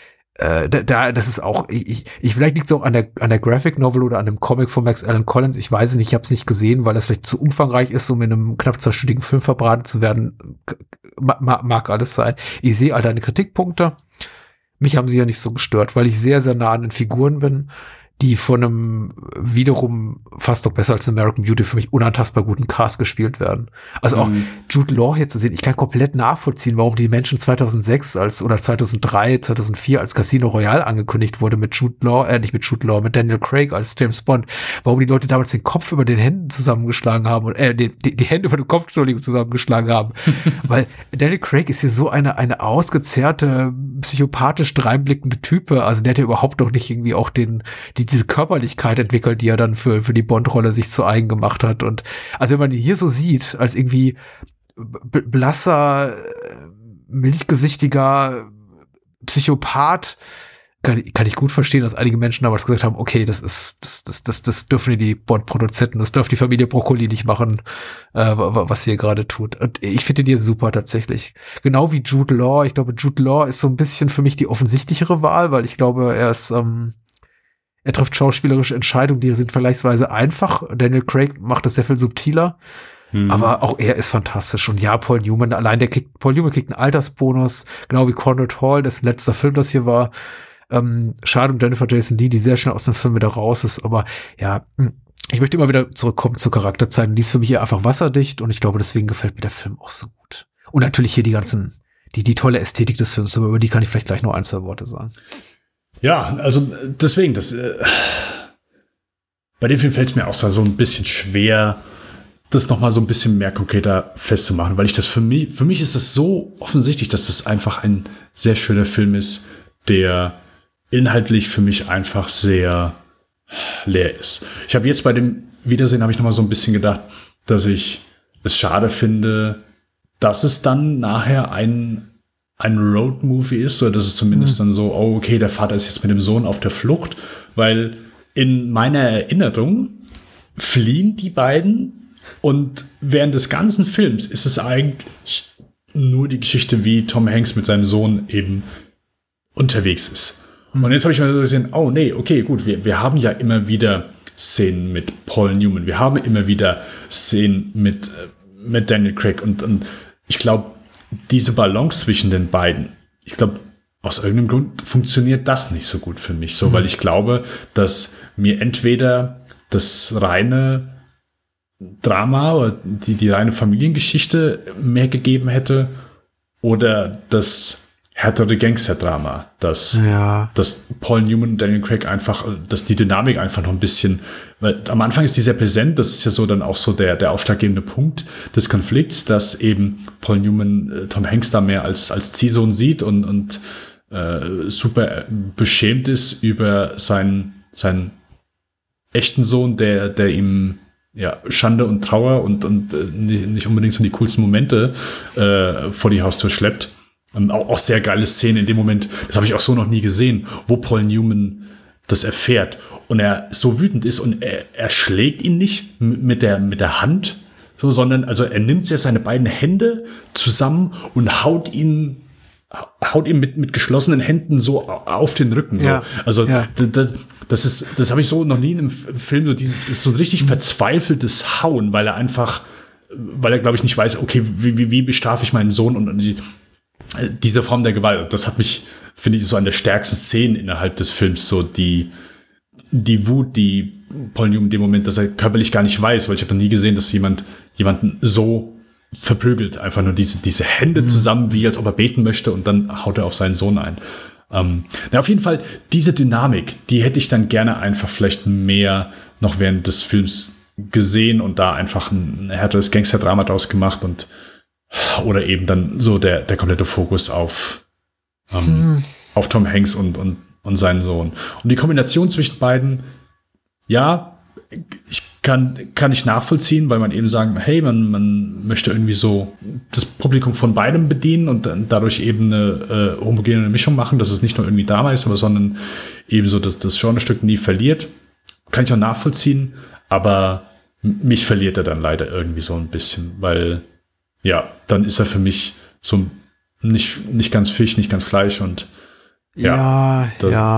Speaker 8: Das ist auch, vielleicht liegt es auch an der Graphic Novel oder an dem Comic von Max Allan Collins. Ich weiß es nicht, ich habe es nicht gesehen, weil es vielleicht zu umfangreich ist, um in einem knapp 2-stündigen Film verbraten zu werden. Mag alles sein. Ich sehe all deine Kritikpunkte. Mich haben sie ja nicht so gestört, weil ich sehr, sehr nah an den Figuren bin. die von einem wiederum fast noch besser als American Beauty für mich unantastbar guten Cast gespielt werden. Also auch Jude Law hier zu sehen, ich kann komplett nachvollziehen, warum die Menschen 2006 oder 2003, 2004 als Casino Royale angekündigt wurde mit mit Daniel Craig als James Bond, warum die Leute damals den Kopf über den Händen zusammengeschlagen haben und die Hände über den Kopf, zusammengeschlagen haben. Weil Daniel Craig ist hier so eine ausgezerrte, psychopathisch dreinblickende Type, also der hat ja überhaupt noch nicht irgendwie auch diese Körperlichkeit entwickelt, die er dann für die Bond-Rolle sich zu eigen gemacht hat. Und also wenn man ihn hier so sieht, als irgendwie blasser, milchgesichtiger Psychopath, kann ich gut verstehen, dass einige Menschen damals gesagt haben, okay, das dürfen die Bond-Produzenten, das dürfen die Familie Broccoli nicht machen, was sie hier gerade tut. Und ich finde den hier super tatsächlich. Genau wie Jude Law. Ich glaube, Jude Law ist so ein bisschen für mich die offensichtlichere Wahl, weil ich glaube, er trifft schauspielerische Entscheidungen, die sind vergleichsweise einfach. Daniel Craig macht das sehr viel subtiler. Aber auch er ist fantastisch. Und ja, Paul Newman kriegt einen Altersbonus, genau wie Conrad Hall, dessen letzter Film das hier war. Schade um Jennifer Jason Leigh, die sehr schnell aus dem Film wieder raus ist. Aber ja, ich möchte immer wieder zurückkommen zur Charakterzeichen. Die ist für mich hier einfach wasserdicht und ich glaube, deswegen gefällt mir der Film auch so gut. Und natürlich hier die tolle Ästhetik des Films, aber über die kann ich vielleicht gleich noch 1, 2 Worte sagen.
Speaker 7: Ja, also deswegen, bei dem Film fällt es mir auch so ein bisschen schwer, das noch mal so ein bisschen mehr konkreter festzumachen, weil für mich ist das so offensichtlich, dass das einfach ein sehr schöner Film ist, der inhaltlich für mich einfach sehr leer ist. Ich habe jetzt bei dem Wiedersehen noch mal so ein bisschen gedacht, dass ich es schade finde, dass es dann nachher ein Road-Movie ist, oder dass es zumindest dann so, oh, okay, der Vater ist jetzt mit dem Sohn auf der Flucht, weil in meiner Erinnerung fliehen die beiden und während des ganzen Films ist es eigentlich nur die Geschichte, wie Tom Hanks mit seinem Sohn eben unterwegs ist. Und jetzt habe ich mal so gesehen, oh nee, okay, gut, wir haben ja immer wieder Szenen mit Paul Newman, wir haben immer wieder Szenen mit Daniel Craig und ich glaube, diese Balance zwischen den beiden, ich glaube, aus irgendeinem Grund funktioniert das nicht so gut für mich, weil ich glaube, dass mir entweder das reine Drama oder die reine Familiengeschichte mehr gegeben hätte oder das härtere Gangster-Drama, dass Paul Newman und Daniel Craig einfach, dass die Dynamik einfach noch ein bisschen, weil am Anfang ist die sehr präsent, das ist ja so dann auch so der ausschlaggebende Punkt des Konflikts, dass eben Paul Newman Tom Hanks da mehr als Ziehsohn sieht und super beschämt ist über seinen echten Sohn, der ihm Schande und Trauer und nicht unbedingt so die coolsten Momente vor die Haustür schleppt. Auch sehr geile Szene in dem Moment, das habe ich auch so noch nie gesehen, wo Paul Newman das erfährt und er so wütend ist und er schlägt ihn nicht mit der Hand, sondern also er nimmt ja seine beiden Hände zusammen und haut ihn mit geschlossenen Händen so auf den Rücken. So. Ja, also das habe ich so noch nie in einem Film, das ist so ein richtig verzweifeltes Hauen, weil er, glaube ich, nicht weiß, okay, wie bestrafe ich meinen Sohn und diese Form der Gewalt, das hat mich, finde ich, so an der stärksten Szene innerhalb des Films, so die Wut, die Paul Newman in dem Moment, dass er körperlich gar nicht weiß, weil ich habe noch nie gesehen, dass jemanden so verprügelt, einfach nur diese Hände zusammen, wie als ob er beten möchte und dann haut er auf seinen Sohn ein. Auf jeden Fall, diese Dynamik, die hätte ich dann gerne einfach vielleicht mehr noch während des Films gesehen und da einfach ein härteres Gangster-Drama draus gemacht oder eben dann so der komplette Fokus auf Tom Hanks und seinen Sohn. Und die Kombination zwischen beiden, ja, kann ich nachvollziehen, weil man eben sagen, hey, man möchte irgendwie so das Publikum von beidem bedienen und dann dadurch eben eine homogene Mischung machen, dass es nicht nur irgendwie Drama ist, sondern eben so das Genrestück nie verliert. Kann ich auch nachvollziehen, aber mich verliert er dann leider irgendwie so ein bisschen, weil ja, dann ist er für mich so nicht ganz Fisch, nicht ganz Fleisch und ja.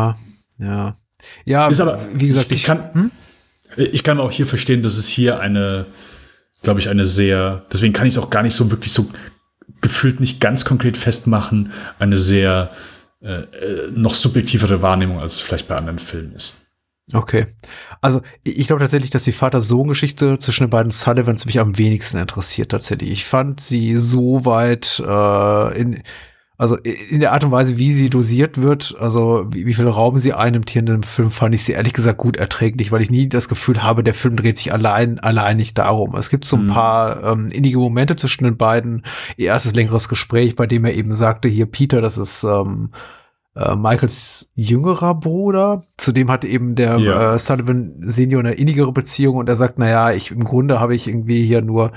Speaker 7: Ist aber, wie gesagt, ich kann auch hier verstehen, dass es hier glaube ich, eine sehr, deswegen kann ich es auch gar nicht so wirklich so gefühlt nicht ganz konkret festmachen, eine sehr noch subjektivere Wahrnehmung, als es vielleicht bei anderen Filmen ist.
Speaker 8: Okay. Also ich glaube tatsächlich, dass die Vater-Sohn-Geschichte zwischen den beiden Sullivans mich am wenigsten interessiert tatsächlich. Ich fand sie so weit in der Art und Weise, wie sie dosiert wird, also wie viel Raum sie einnimmt hier in dem Film, fand ich sie ehrlich gesagt gut erträglich, weil ich nie das Gefühl habe, der Film dreht sich allein nicht darum. Es gibt so ein paar innige Momente zwischen den beiden. Ihr erstes längeres Gespräch, bei dem er eben sagte, hier Peter, das ist Michaels jüngerer Bruder, zudem hatte eben der Sullivan Senior eine innigere Beziehung und er sagt, naja, im Grunde habe ich irgendwie hier nur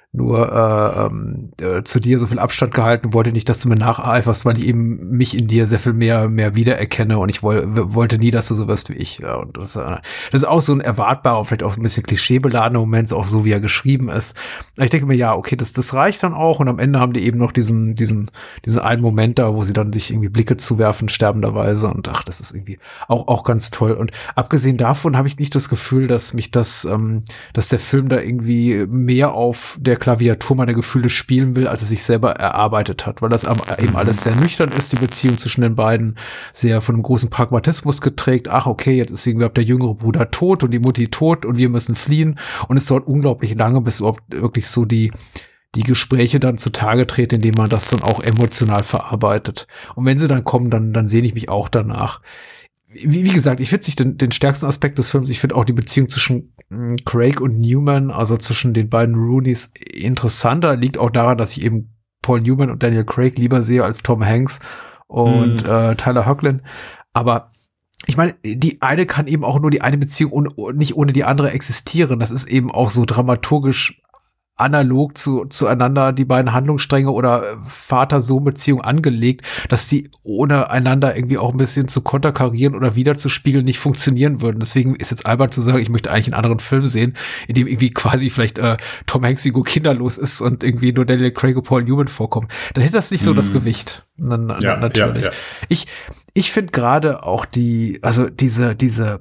Speaker 8: zu dir so viel Abstand gehalten und wollte nicht, dass du mir nacheiferst, weil ich eben mich in dir sehr viel mehr wiedererkenne und ich wollte nie, dass du so wirst wie ich. Ja, und das ist auch so ein erwartbarer, vielleicht auch ein bisschen klischeebeladener Moment, auch so wie er geschrieben ist. Ich denke mir, ja, okay, das reicht dann auch und am Ende haben die eben noch diesen einen Moment da, wo sie dann sich irgendwie Blicke zuwerfen, sterbenderweise und das ist irgendwie auch ganz toll. Und abgesehen davon habe ich nicht das Gefühl, dass dass der Film da irgendwie mehr auf der Klaviatur meiner Gefühle spielen will, als er sich selber erarbeitet hat, weil das eben alles sehr nüchtern ist, die Beziehung zwischen den beiden sehr von einem großen Pragmatismus geträgt. Ach, okay, jetzt ist irgendwie der jüngere Bruder tot und die Mutti tot und wir müssen fliehen und es dauert unglaublich lange, bis überhaupt wirklich so die Gespräche dann zutage treten, indem man das dann auch emotional verarbeitet. Und wenn sie dann kommen, dann sehne ich mich auch danach. Wie gesagt, ich finde nicht den stärksten Aspekt des Films, ich finde auch die Beziehung zwischen Craig und Newman, also zwischen den beiden Rooneys, interessanter. Liegt auch daran, dass ich eben Paul Newman und Daniel Craig lieber sehe als Tom Hanks und Tyler Hoechlin. Aber ich meine, die eine kann eben auch nur die eine Beziehung nicht ohne die andere existieren. Das ist eben auch so dramaturgisch analog zueinander die beiden Handlungsstränge oder Vater-Sohn-Beziehung angelegt, dass die ohne einander irgendwie auch ein bisschen zu konterkarieren oder wiederzuspiegeln nicht funktionieren würden. Deswegen ist jetzt albern zu sagen, ich möchte eigentlich einen anderen Film sehen, in dem irgendwie quasi vielleicht Tom Hanks irgendwo kinderlos ist und irgendwie nur Daniel Craig und Paul Newman vorkommen. Dann hätte das nicht so das Gewicht. Natürlich. Ja. Ich finde gerade auch diese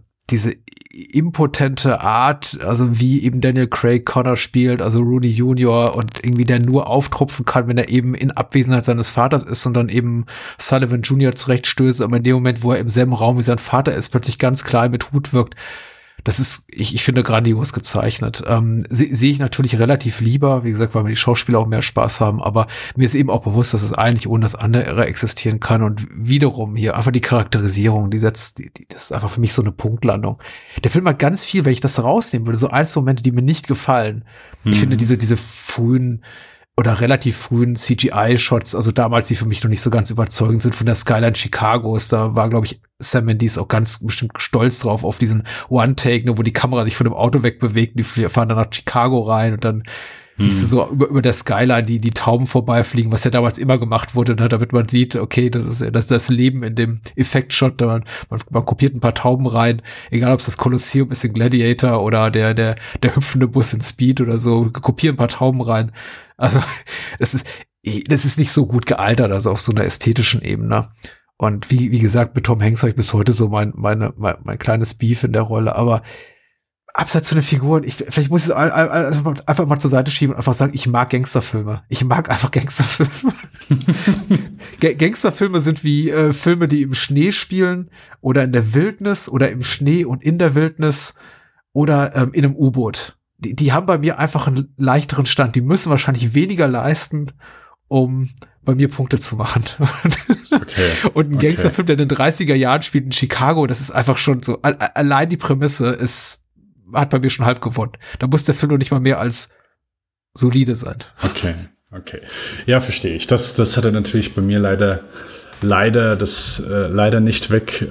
Speaker 8: impotente Art, also wie eben Daniel Craig Connor spielt, also Rooney Jr. und irgendwie der nur auftropfen kann, wenn er eben in Abwesenheit seines Vaters ist und dann eben Sullivan Jr. zurechtstößt, aber in dem Moment, wo er im selben Raum wie sein Vater ist, plötzlich ganz klein mit Hut wirkt. Das ist, ich finde, grandios gezeichnet. Sehe ich natürlich relativ lieber, wie gesagt, weil mir die Schauspieler auch mehr Spaß haben, aber mir ist eben auch bewusst, dass es eigentlich ohne das andere existieren kann und wiederum hier einfach die Charakterisierung, das ist einfach für mich so eine Punktlandung. Der Film hat ganz viel, wenn ich das rausnehmen würde, so Einzelmomente, die mir nicht gefallen. Ich finde diese frühen oder relativ frühen CGI-Shots, also damals, die für mich noch nicht so ganz überzeugend sind von der Skyline Chicagos, da war, glaube ich, Sam Mendes auch ganz bestimmt stolz drauf, auf diesen One-Take, wo die Kamera sich von dem Auto wegbewegt, die fahren dann nach Chicago rein und dann siehst du so über der Skyline die Tauben vorbeifliegen, was ja damals immer gemacht wurde, ne, damit man sieht, okay, das ist das Leben in dem Effektshot, man kopiert ein paar Tauben rein, egal ob es das Kolosseum ist in Gladiator oder der hüpfende Bus in Speed oder so, kopieren ein paar Tauben rein. Also das ist nicht so gut gealtert, also auf so einer ästhetischen Ebene. Und wie gesagt, mit Tom Hanks habe ich bis heute so mein kleines Beef in der Rolle, aber abseits von den Figuren, vielleicht muss ich es einfach mal zur Seite schieben und einfach sagen, ich mag Gangsterfilme. Ich mag einfach Gangsterfilme. Gangsterfilme sind wie Filme, die im Schnee spielen oder in der Wildnis oder im Schnee und in der Wildnis oder in einem U-Boot. Die haben bei mir einfach einen leichteren Stand. Die müssen wahrscheinlich weniger leisten, um bei mir Punkte zu machen. Okay. Und ein Gangsterfilm, der in den 30er Jahren spielt in Chicago, das ist einfach schon so, allein die Prämisse hat bei mir schon halb gewonnen. Da muss der Film noch nicht mal mehr als solide sein.
Speaker 7: Okay. Ja, verstehe ich. Das hat er natürlich bei mir leider nicht weg.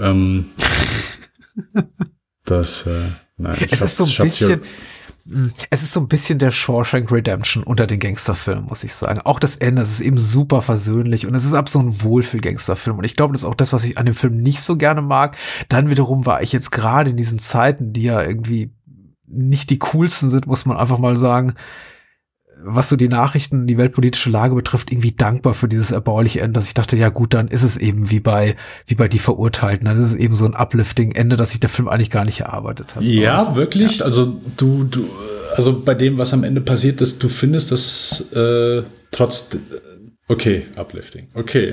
Speaker 8: Es ist so ein bisschen der Shawshank Redemption unter den Gangsterfilmen, muss ich sagen. Auch das Ende, es ist eben super versöhnlich und es ist ab so ein Wohlfühl-Gangsterfilm. Und ich glaube, das ist auch das, was ich an dem Film nicht so gerne mag. Dann wiederum war ich jetzt gerade in diesen Zeiten, die ja irgendwie nicht die coolsten sind, muss man einfach mal sagen, was so die Nachrichten, die weltpolitische Lage betrifft, irgendwie dankbar für dieses erbauliche Ende, dass ich dachte, ja gut, dann ist es eben wie bei Die Verurteilten. Dann ist es eben so ein uplifting Ende, dass sich der Film eigentlich gar nicht erarbeitet hat.
Speaker 7: Ja, wirklich? Ja. Also also bei dem, was am Ende passiert ist, du findest das uplifting. Okay.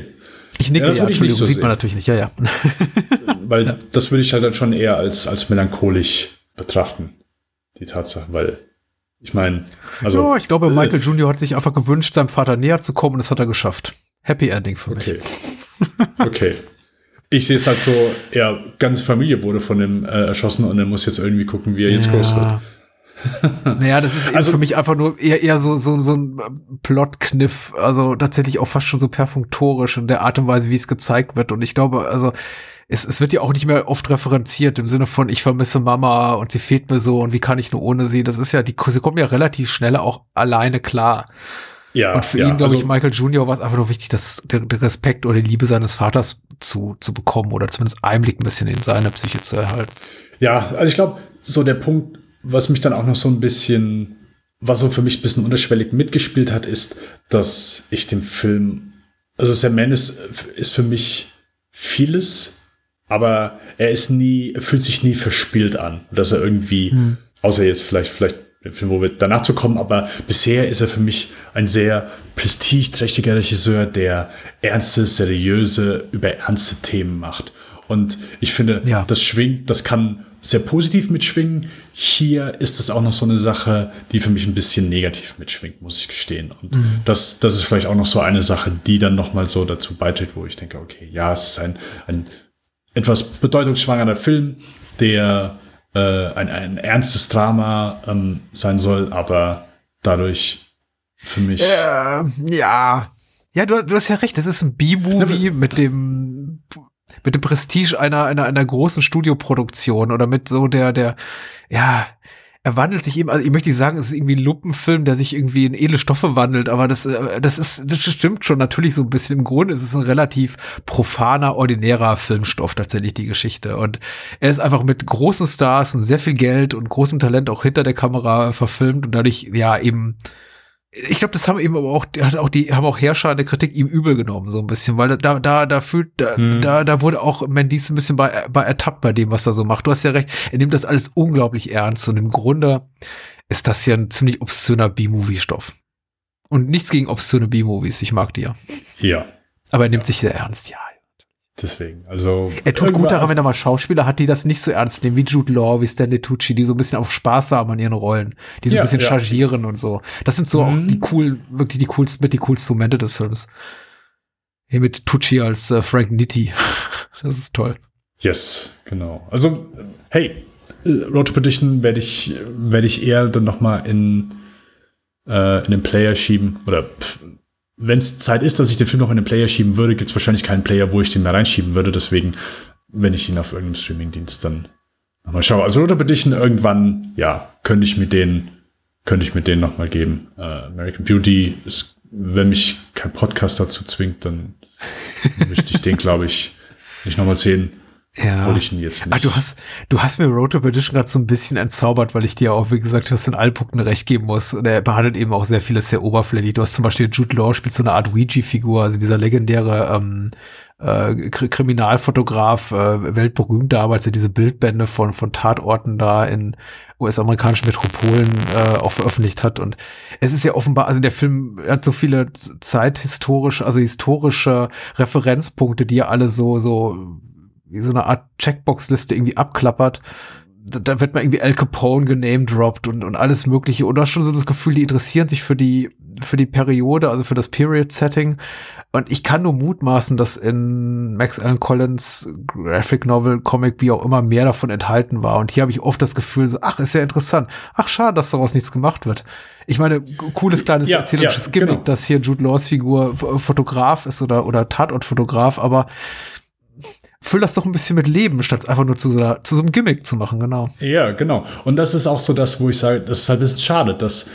Speaker 8: Ich nicke,
Speaker 7: das würde ich nicht so
Speaker 8: sieht
Speaker 7: sehen.
Speaker 8: man natürlich nicht, ja.
Speaker 7: Weil das würde ich halt dann schon eher als melancholisch betrachten, die Tatsache, weil ich meine, also.
Speaker 8: Ja, ich glaube, Michael Jr. hat sich einfach gewünscht, seinem Vater näher zu kommen und das hat er geschafft. Happy Ending für mich.
Speaker 7: Okay. Ich sehe es halt so, ganze Familie wurde von dem erschossen und er muss jetzt irgendwie gucken, wie er jetzt groß wird.
Speaker 8: Naja, das ist eben für mich einfach nur eher so ein Plotkniff, also tatsächlich auch fast schon so perfunktorisch in der Art und Weise, wie es gezeigt wird. Und ich glaube, also es wird ja auch nicht mehr oft referenziert im Sinne von, ich vermisse Mama und sie fehlt mir so und wie kann ich nur ohne sie. Das ist ja, sie kommen ja relativ schnell auch alleine klar.
Speaker 7: Ja,
Speaker 8: und für ihn, glaube ich, Michael Jr. war es einfach nur wichtig, der Respekt oder die Liebe seines Vaters zu bekommen oder zumindest Einblick ein bisschen in seine Psyche zu erhalten. Ja,
Speaker 7: also ich glaube, so der Punkt, was mich dann auch noch so ein bisschen, was so für mich ein bisschen unterschwellig mitgespielt hat, ist, dass ich dem Film, also Sam Mendes ist für mich vieles, aber er fühlt sich nie verspielt an, dass er irgendwie, außer jetzt vielleicht den Film, wo wir danach zu kommen, aber bisher ist er für mich ein sehr prestigeträchtiger Regisseur, der ernste, seriöse, über ernste Themen macht. Und ich finde, das kann sehr positiv mitschwingen. Hier ist es auch noch so eine Sache, die für mich ein bisschen negativ mitschwingt, muss ich gestehen. Und das ist vielleicht auch noch so eine Sache, die dann noch mal so dazu beiträgt, wo ich denke, okay, ja, es ist ein etwas bedeutungsschwangerer Film, der ein ernstes Drama sein soll, aber dadurch für mich...
Speaker 8: Ja, du hast ja recht, das ist ein B-Movie mit dem Prestige einer großen Studioproduktion oder mit so er wandelt sich eben, also ich möchte nicht sagen, es ist irgendwie ein Lupenfilm, der sich irgendwie in edle Stoffe wandelt, aber das stimmt schon natürlich so ein bisschen. Im Grunde ist es ein relativ profaner, ordinärer Filmstoff tatsächlich, die Geschichte. Und er ist einfach mit großen Stars und sehr viel Geld und großem Talent auch hinter der Kamera verfilmt und dadurch, eben, ich glaube, das haben eben aber auch, haben auch Herrscher in der Kritik ihm übel genommen, so ein bisschen, weil da wurde auch Mendes ein bisschen bei ertappt bei dem, was er so macht. Du hast ja recht, er nimmt das alles unglaublich ernst und im Grunde ist das ja ein ziemlich obszöner B-Movie-Stoff. Und nichts gegen obszöne B-Movies, ich mag die ja.
Speaker 7: Ja.
Speaker 8: Aber er nimmt sich sehr ernst, ja.
Speaker 7: Deswegen, also...
Speaker 8: Er tut gut daran, wenn er mal Schauspieler hat, die das nicht so ernst nehmen, wie Jude Law, wie Stanley Tucci, die so ein bisschen auf Spaß haben an ihren Rollen, die so ein bisschen chargieren und so. Das sind so auch die coolsten Momente des Films. Hier mit Tucci als Frank Nitti. Das ist toll.
Speaker 7: Yes, genau. Also, hey, Road to Perdition werde ich eher dann noch mal in den Player schieben oder wenn es Zeit ist, dass ich den Film noch in den Player schieben würde, gibt es wahrscheinlich keinen Player, wo ich den mehr reinschieben würde. Deswegen, wenn ich ihn auf irgendeinem Streamingdienst dann nochmal schaue. Also Road to Perdition irgendwann, könnte ich mir den nochmal geben. American Beauty ist, wenn mich kein Podcast dazu zwingt, dann müsste ich den, glaube ich, nicht nochmal sehen.
Speaker 8: Ja.
Speaker 7: Wollte ich ihn jetzt nicht.
Speaker 8: Du hast mir Road to Perdition gerade so ein bisschen entzaubert, weil ich dir auch, wie gesagt, in allen Punkten recht geben muss. Und er behandelt eben auch sehr vieles sehr oberflächlich. Du hast zum Beispiel Jude Law spielt so eine Art Ouija-Figur, also dieser legendäre Kriminalfotograf, weltberühmt damals, der diese Bildbände von Tatorten da in US-amerikanischen Metropolen auch veröffentlicht hat. Und es ist ja offenbar, also der Film hat so viele historische Referenzpunkte, die ja alle so wie so eine Art Checkbox-Liste irgendwie abklappert. Da wird man irgendwie Al Capone genamedroppt und alles Mögliche. Und du hast schon so das Gefühl, die interessieren sich für die Periode, also für das Period-Setting. Und ich kann nur mutmaßen, dass in Max Allan Collins Graphic Novel, Comic, wie auch immer, mehr davon enthalten war. Und hier habe ich oft das Gefühl, so, ist ja interessant. Schade, dass daraus nichts gemacht wird. Ich meine, cooles kleines erzählerisches Gimmick, genau, dass hier Jude Laws Figur Fotograf ist oder Tatortfotograf, aber füll das doch ein bisschen mit Leben, statt einfach nur zu so einem Gimmick zu machen, genau.
Speaker 7: Ja, genau. Und das ist auch so das, wo ich sage, das ist halt ein bisschen schade, dass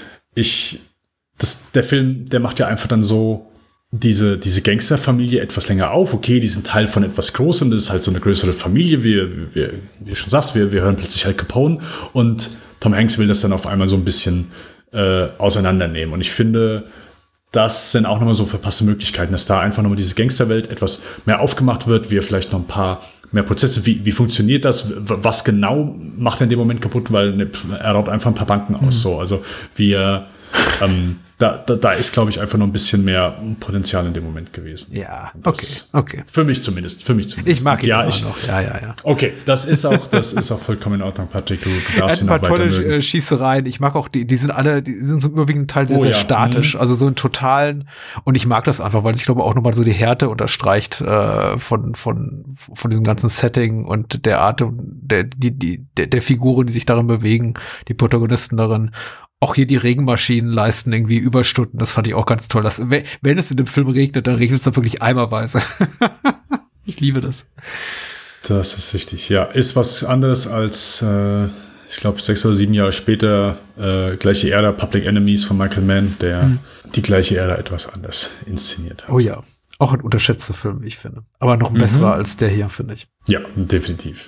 Speaker 7: der Film, der macht ja einfach dann so diese Gangsterfamilie etwas länger auf. Okay, die sind Teil von etwas Großem, das ist halt so eine größere Familie, wie du schon sagst, wir hören plötzlich Al Capone und Tom Hanks will das dann auf einmal so ein bisschen auseinandernehmen. Und ich finde, das sind auch nochmal so verpasste Möglichkeiten, dass da einfach nochmal diese Gangsterwelt etwas mehr aufgemacht wird, wir vielleicht noch ein paar mehr Prozesse, wie funktioniert das, was genau macht er in dem Moment kaputt, weil er raubt einfach ein paar Banken aus, so, also wir Da ist, glaube ich, einfach noch ein bisschen mehr Potenzial in dem Moment gewesen.
Speaker 8: Ja, okay.
Speaker 7: Für mich zumindest.
Speaker 8: Ich mag ihn
Speaker 7: ja,
Speaker 8: noch. Ja.
Speaker 7: Okay, das ist auch vollkommen in Ordnung, Patrick. Du darfst ihn
Speaker 8: ein
Speaker 7: noch
Speaker 8: paar
Speaker 7: weiter
Speaker 8: tolle
Speaker 7: mögen.
Speaker 8: Schießereien. Ich mag auch die sind so im überwiegenden Teil sehr, sehr statisch. Also so in totalen. Und ich mag das einfach, weil es, ich glaube, auch nochmal so die Härte unterstreicht von diesem ganzen Setting und der Art der Figuren, die sich darin bewegen, die Protagonisten darin. Auch hier die Regenmaschinen leisten irgendwie Überstunden. Das fand ich auch ganz toll. Wenn es in dem Film regnet, dann regnet es dann wirklich eimerweise. Ich liebe das.
Speaker 7: Das ist richtig, ja. Ist was anderes als, ich glaube, 6 oder 7 Jahre später gleiche Ära, Public Enemies von Michael Mann, der die gleiche Ära etwas anders inszeniert hat.
Speaker 8: Oh ja, auch ein unterschätzter Film, wie ich finde. Aber noch ein besserer als der hier, finde ich.
Speaker 7: Ja, definitiv.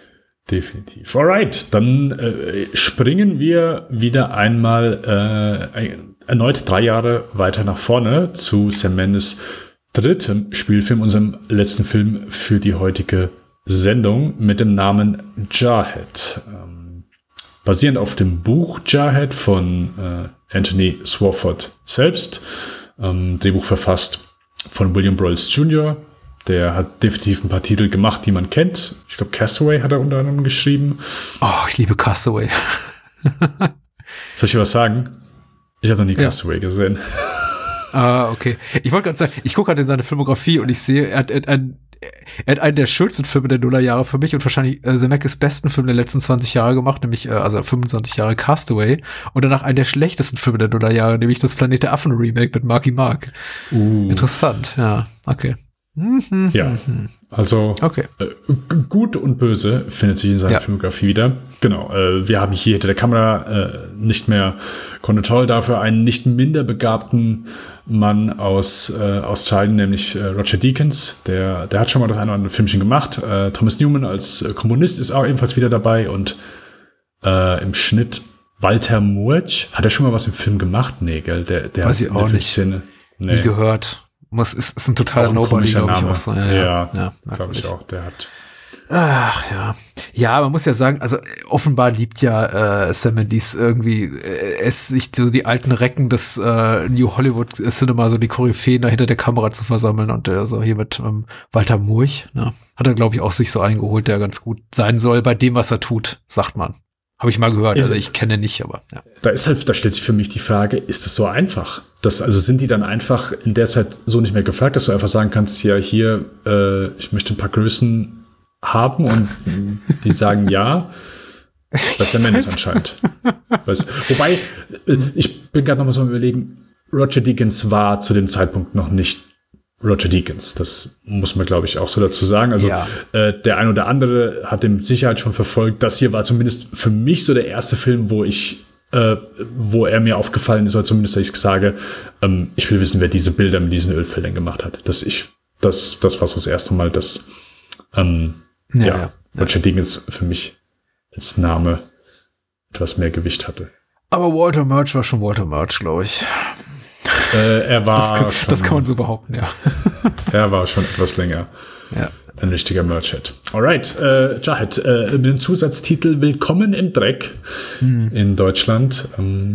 Speaker 7: Alright, dann springen wir wieder einmal erneut 3 Jahre weiter nach vorne zu Sam Mendes dritten Spielfilm, unserem letzten Film für die heutige Sendung mit dem Namen Jarhead. Basierend auf dem Buch Jarhead von Anthony Swofford selbst. Drehbuch verfasst von William Broyles Jr., der hat definitiv ein paar Titel gemacht, die man kennt. Ich glaube, Castaway hat er unter anderem geschrieben.
Speaker 8: Oh, ich liebe Castaway.
Speaker 7: Soll ich dir was sagen? Ich habe noch nie Castaway gesehen.
Speaker 8: Ah, okay. Ich wollte gerade sagen, ich gucke gerade in seine Filmografie und ich sehe, er hat einen der schönsten Filme der Nullerjahre für mich und wahrscheinlich Zemeckis besten Film der letzten 20 Jahre gemacht, nämlich also 25 Jahre Castaway und danach einen der schlechtesten Filme der Nullerjahre, nämlich das Planet der Affen Remake mit Marky Mark. Interessant, ja, okay.
Speaker 7: Ja, also Gut und Böse findet sich in seiner Filmografie wieder. Genau, wir haben hier hinter der Kamera nicht mehr Control dafür einen nicht minder begabten Mann aus Australien, nämlich Roger Deakins. Der hat schon mal das eine oder andere Filmchen gemacht. Thomas Newman als Komponist ist auch ebenfalls wieder dabei und im Schnitt Walter Murch. Hat er schon mal was im Film gemacht? Nee, gell? Der
Speaker 8: weiß ich auch nicht. Nie gehört. Ist ein totaler Nobody, glaube ich. Auch so. Ja,
Speaker 7: glaube ich auch. Der hat.
Speaker 8: Ach ja. Ja, man muss ja sagen, also offenbar liebt ja Sam Mendes irgendwie sich so die alten Recken des New Hollywood Cinema, so die Koryphäen da hinter der Kamera zu versammeln und so hier mit Walter Murch, ne? Hat er, glaube ich, auch sich so eingeholt, der ganz gut sein soll bei dem, was er tut, sagt man. Habe ich mal gehört, also ich kenne nicht, aber ja. Da
Speaker 7: stellt sich für mich die Frage, ist es so einfach? Also sind die dann einfach in der Zeit so nicht mehr gefragt, dass du einfach sagen kannst, ja, hier, ich möchte ein paar Größen haben und die sagen ja. Das ist ja Mendes anscheinend. Wobei, ich bin gerade noch mal so am Überlegen, Roger Deakins war zu dem Zeitpunkt noch nicht Roger Deakins. Das muss man, glaube ich, auch so dazu sagen. Also der ein oder andere hat den mit Sicherheit schon verfolgt. Das hier war zumindest für mich so der erste Film, wo er mir aufgefallen ist, oder zumindest, dass ich sage, ich will wissen, wer diese Bilder mit diesen Ölfeldern gemacht hat. Das war so das erste Mal, dass Roger Deakins für mich als Name etwas mehr Gewicht hatte.
Speaker 8: Aber Walter Murch war schon Walter Murch, glaube ich.
Speaker 7: Er war
Speaker 8: das kann man so behaupten, ja.
Speaker 7: Er war schon etwas länger ein richtiger Murchhead. Alright, Jarhead mit dem Zusatztitel Willkommen im Dreck in Deutschland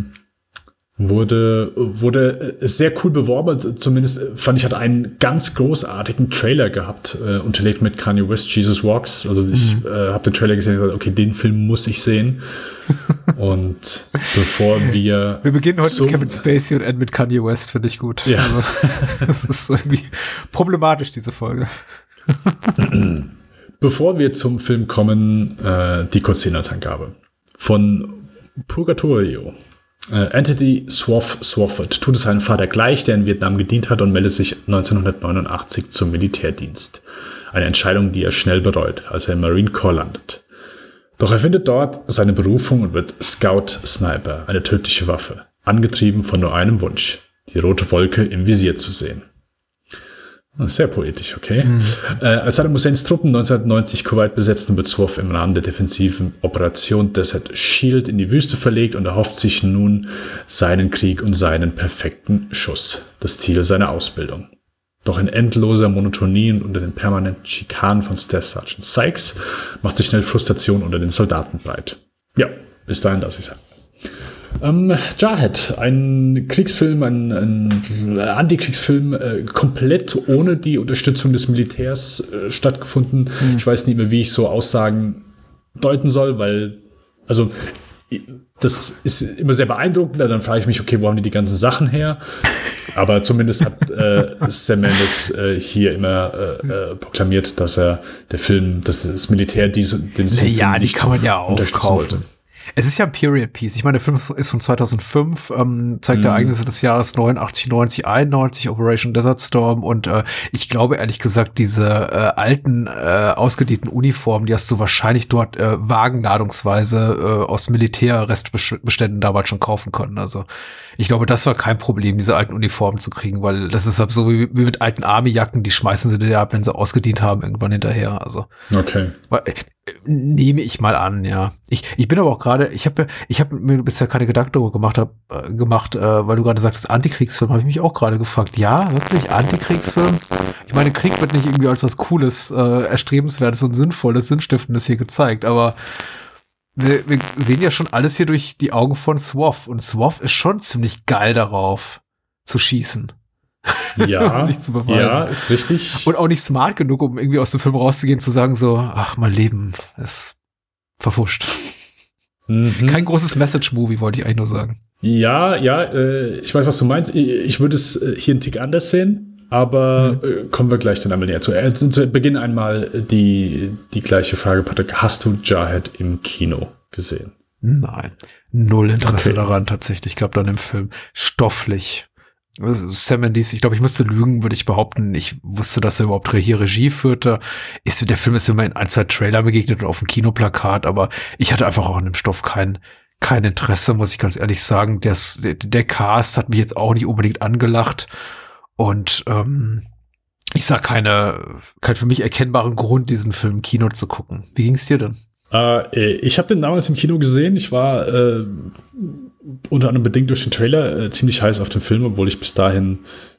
Speaker 7: wurde sehr cool beworben. Zumindest fand ich, hat einen ganz großartigen Trailer gehabt, unterlegt mit Kanye West, Jesus Walks. Also ich habe den Trailer gesehen und gesagt, okay, den Film muss ich sehen. Und bevor wir
Speaker 8: beginnen heute mit Kevin Spacey und enden mit Kanye West, finde ich gut.
Speaker 7: Ja.
Speaker 8: Also, das ist irgendwie problematisch, diese Folge.
Speaker 7: Bevor wir zum Film kommen, die kurze Inhaltsangabe. Von Purgatorio. Anthony Swofford tut es seinem Vater gleich, der in Vietnam gedient hat und meldet sich 1989 zum Militärdienst. Eine Entscheidung, die er schnell bereut, als er im Marine Corps landet. Doch er findet dort seine Berufung und wird Scout-Sniper, eine tödliche Waffe, angetrieben von nur einem Wunsch, die rote Wolke im Visier zu sehen. Sehr poetisch, okay. Als Saddam Husseins Truppen 1990 Kuwait besetzten, wird Swoff im Rahmen der defensiven Operation Desert Shield in die Wüste verlegt und erhofft sich nun seinen Krieg und seinen perfekten Schuss, das Ziel seiner Ausbildung. Doch in endloser Monotonie und unter den permanenten Schikanen von Staff Sergeant Sykes macht sich schnell Frustration unter den Soldaten breit. Ja, bis dahin lasse ich sagen. Jarhead, ein Kriegsfilm, ein Antikriegsfilm, komplett ohne die Unterstützung des Militärs stattgefunden. Ich weiß nicht mehr, wie ich so Aussagen deuten soll, weil, also das ist immer sehr beeindruckend. Dann frage ich mich, okay, wo haben die ganzen Sachen her? Aber zumindest hat Sam Mendes hier immer proklamiert, dass das Militär den
Speaker 8: ja, die kann man ja aufkaufen.
Speaker 7: Sollte.
Speaker 8: Es ist ja ein Period Piece. Ich meine, der Film ist von 2005, zeigt Ereignisse des Jahres 89, 90, 91, Operation Desert Storm und ich glaube ehrlich gesagt, diese alten, ausgedienten Uniformen, die hast du wahrscheinlich dort wagenladungsweise aus Militärrestbeständen damals schon kaufen können. Also ich glaube, das war kein Problem, diese alten Uniformen zu kriegen, weil das ist halt so wie mit alten Army-Jacken, die schmeißen sie dir ab, wenn sie ausgedient haben, irgendwann hinterher. Also
Speaker 7: okay.
Speaker 8: Nehme ich mal an, ja. Ich bin aber auch gerade, ich habe mir bisher keine Gedanken darüber gemacht, weil du gerade sagtest, Antikriegsfilm, habe ich mich auch gerade gefragt. Ja, wirklich, Antikriegsfilm? Ich meine, Krieg wird nicht irgendwie als was Cooles, Erstrebenswertes und Sinnvolles, Sinnstiftendes hier gezeigt, aber wir sehen ja schon alles hier durch die Augen von Swaff und Swaff ist schon ziemlich geil darauf, zu schießen.
Speaker 7: Ja,
Speaker 8: um sich zu beweisen.
Speaker 7: Ja, ist richtig.
Speaker 8: Und auch nicht smart genug, um irgendwie aus dem Film rauszugehen, zu sagen so, ach, mein Leben ist verpfuscht. Kein großes Message-Movie, wollte ich eigentlich nur sagen.
Speaker 7: Ja, ich weiß, was du meinst. Ich würde es hier einen Tick anders sehen, aber kommen wir gleich dann einmal näher zu. Zu Beginn einmal die gleiche Frage, Patrick. Hast du Jarhead im Kino gesehen?
Speaker 8: Nein. Null Interesse daran tatsächlich. Ich glaube, dann im Film stofflich. Sam Mendes, ich glaube, ich müsste lügen, würde ich behaupten. Ich wusste, dass er überhaupt hier Regie führte. Der Film ist immer in 1, 2 Trailer begegnet und auf dem Kinoplakat, aber ich hatte einfach auch an dem Stoff kein Interesse, muss ich ganz ehrlich sagen. Der Cast hat mich jetzt auch nicht unbedingt angelacht und ich sah keinen für mich erkennbaren Grund, diesen Film im Kino zu gucken. Wie ging's dir denn?
Speaker 7: Ich habe den damals im Kino gesehen. Ich war unter anderem bedingt durch den Trailer ziemlich heiß auf den Film, obwohl ich bis dahin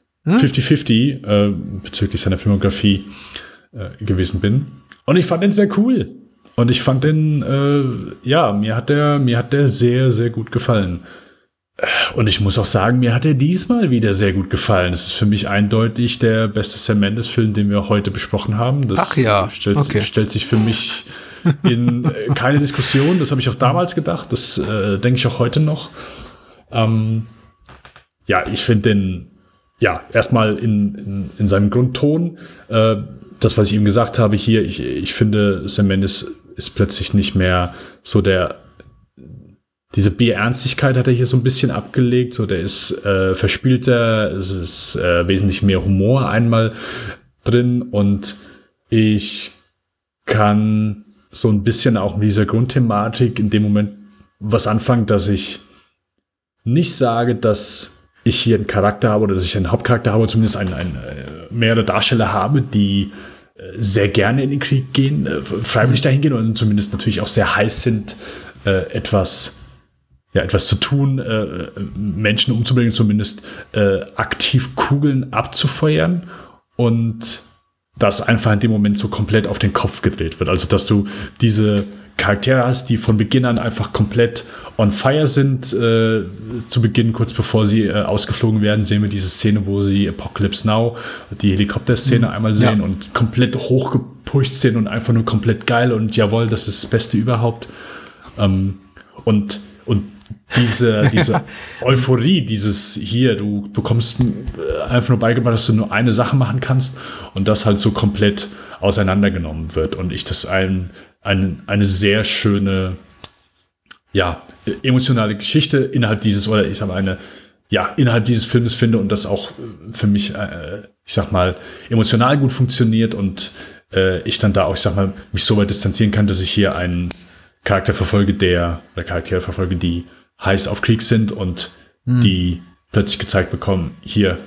Speaker 7: 50-50 bezüglich seiner Filmografie gewesen bin. Und ich fand den sehr cool. Und ich fand den, mir hat der sehr, sehr gut gefallen. Und ich muss auch sagen, mir hat er diesmal wieder sehr gut gefallen. Das ist für mich eindeutig der beste Sam Mendes-Film, den wir heute besprochen haben. Das stellt sich für mich in keine Diskussion. Das habe ich auch damals gedacht. Das denke ich auch heute noch. Ich finde den, erstmal in seinem Grundton, das, was ich ihm gesagt habe hier, ich finde, Sam Mendes ist plötzlich nicht mehr so diese Bierernstigkeit hat er hier so ein bisschen abgelegt, so der ist verspielter, es ist wesentlich mehr Humor einmal drin und ich kann so ein bisschen auch mit dieser Grundthematik in dem Moment was anfangen, dass ich nicht sage, dass ich hier einen Charakter habe oder dass ich einen Hauptcharakter habe, zumindest einen mehrere Darsteller habe, die sehr gerne in den Krieg gehen, freiwillig dahin gehen und zumindest natürlich auch sehr heiß sind, etwas zu tun, Menschen umzubringen, zumindest aktiv Kugeln abzufeuern und das einfach in dem Moment so komplett auf den Kopf gedreht wird. Also, dass du diese Charaktere hast, die von Beginn an einfach komplett on fire sind. Zu Beginn, kurz bevor sie ausgeflogen werden, sehen wir diese Szene, wo sie Apocalypse Now, die Helikopterszene einmal sehen und komplett hochgepusht sind und einfach nur komplett geil und jawohl, das ist das Beste überhaupt. Und diese Euphorie, dieses hier, du bekommst einfach nur beigebracht, dass du nur eine Sache machen kannst und das halt so komplett auseinandergenommen wird und ich das eine sehr schöne, emotionale Geschichte innerhalb dieses, oder ich sag mal innerhalb dieses Filmes finde und das auch für mich, ich sag mal, emotional gut funktioniert und ich dann da auch, ich sag mal, mich so weit distanzieren kann, dass ich hier einen Charaktere verfolge, die heiß auf Krieg sind und die plötzlich gezeigt bekommen, hier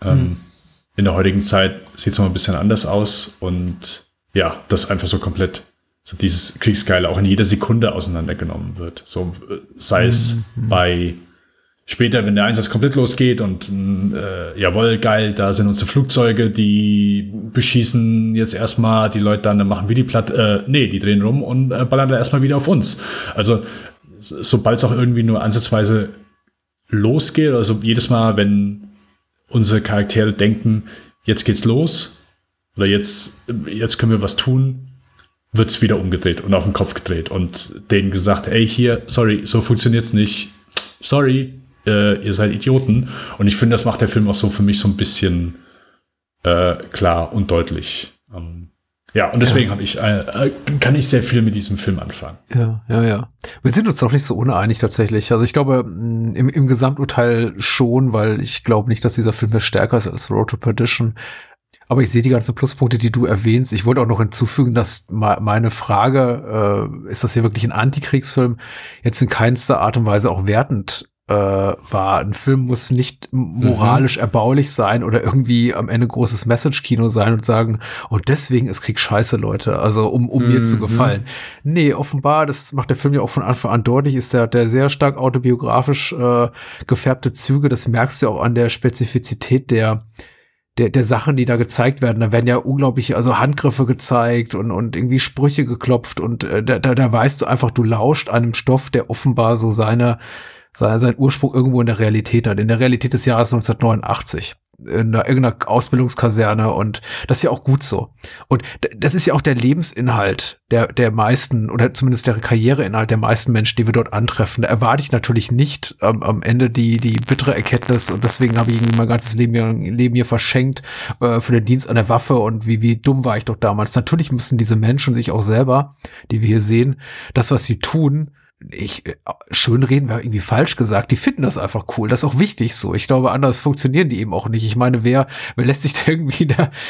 Speaker 7: in der heutigen Zeit sieht es noch ein bisschen anders aus und das einfach so komplett, so dieses Kriegsgeile auch in jeder Sekunde auseinandergenommen wird. So sei es bei später, wenn der Einsatz komplett losgeht und jawohl, geil, da sind unsere Flugzeuge, die beschießen jetzt erstmal die Leute dann machen wir die drehen rum und ballern da erstmal wieder auf uns. Also sobald es auch irgendwie nur ansatzweise losgeht, also jedes Mal, wenn unsere Charaktere denken, jetzt geht's los oder jetzt können wir was tun, wird's wieder umgedreht und auf den Kopf gedreht und denen gesagt, ey, hier, sorry, so funktioniert's nicht, sorry, ihr seid Idioten. Und ich finde, das macht der Film auch so für mich so ein bisschen klar und deutlich. Ja, und deswegen kann ich sehr viel mit diesem Film anfangen.
Speaker 8: Ja. Wir sind uns doch nicht so uneinig tatsächlich. Also ich glaube, im Gesamturteil schon, weil ich glaube nicht, dass dieser Film mehr stärker ist als Road to Perdition. Aber ich sehe die ganzen Pluspunkte, die du erwähnst. Ich wollte auch noch hinzufügen, dass meine Frage, ist das hier wirklich ein Antikriegsfilm, jetzt in keinster Art und Weise auch wertend war. Ein Film muss nicht moralisch erbaulich sein oder irgendwie am Ende großes Message-Kino sein und sagen, und deswegen ist Krieg scheiße, Leute, also um mir zu gefallen. Nee, offenbar, das macht der Film ja auch von Anfang an deutlich, ist der sehr stark autobiografisch gefärbte Züge, das merkst du auch an der Spezifizität der Sachen, die da gezeigt werden. Da werden ja unglaublich, also Handgriffe gezeigt und irgendwie Sprüche geklopft und da weißt du einfach, du lauscht einem Stoff, der offenbar so seinen Ursprung irgendwo in der Realität hat, in der Realität des Jahres 1989, in irgendeiner Ausbildungskaserne, und das ist ja auch gut so. Und das ist ja auch der Lebensinhalt der meisten, oder zumindest der Karriereinhalt der meisten Menschen, die wir dort antreffen. Da erwarte ich natürlich nicht am Ende die bittere Erkenntnis, und deswegen habe ich irgendwie mein ganzes Leben hier verschenkt für den Dienst an der Waffe, und wie dumm war ich doch damals. Natürlich müssen diese Menschen sich auch selber, die wir hier sehen, das, was sie tun, schönreden wäre irgendwie falsch gesagt, die finden das einfach cool, das ist auch wichtig so. Ich glaube, anders funktionieren die eben auch nicht. Ich meine, wer lässt sich da irgendwie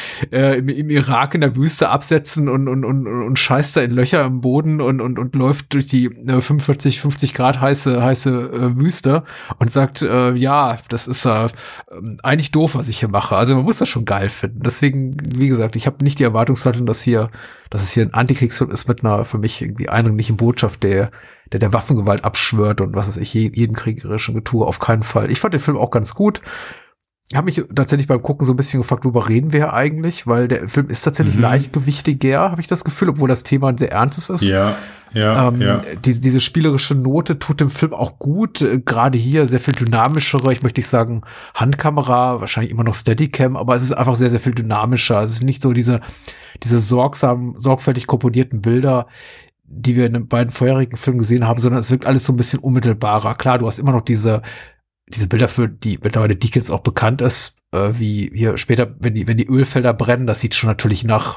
Speaker 8: im Irak in der Wüste absetzen und scheißt da in Löcher im Boden und läuft durch die 45, 50 Grad heiße Wüste und sagt, ja, das ist eigentlich doof, was ich hier mache. Also man muss das schon geil finden. Deswegen, wie gesagt, ich habe nicht die Erwartungshaltung, dass es hier ein Antikriegsfilm ist mit einer für mich irgendwie eindringlichen Botschaft, der Waffengewalt abschwört und was weiß ich, jeden kriegerischen Getue, auf keinen Fall. Ich fand den Film auch ganz gut. Ich habe mich tatsächlich beim Gucken so ein bisschen gefragt, worüber reden wir eigentlich? Weil der Film ist tatsächlich leichtgewichtiger, habe ich das Gefühl, obwohl das Thema ein sehr ernstes ist. Ja. Diese spielerische Note tut dem Film auch gut. Gerade hier sehr viel dynamischere, ich möchte nicht sagen Handkamera, wahrscheinlich immer noch Steadicam, aber es ist einfach sehr, sehr viel dynamischer. Es ist nicht so diese sorgfältig komponierten Bilder, die wir in den beiden vorherigen Filmen gesehen haben, sondern es wirkt alles so ein bisschen unmittelbarer. Klar, du hast immer noch diese Bilder, für die mittlerweile Dickens auch bekannt ist, wie hier später, wenn die Ölfelder brennen, das sieht schon natürlich nach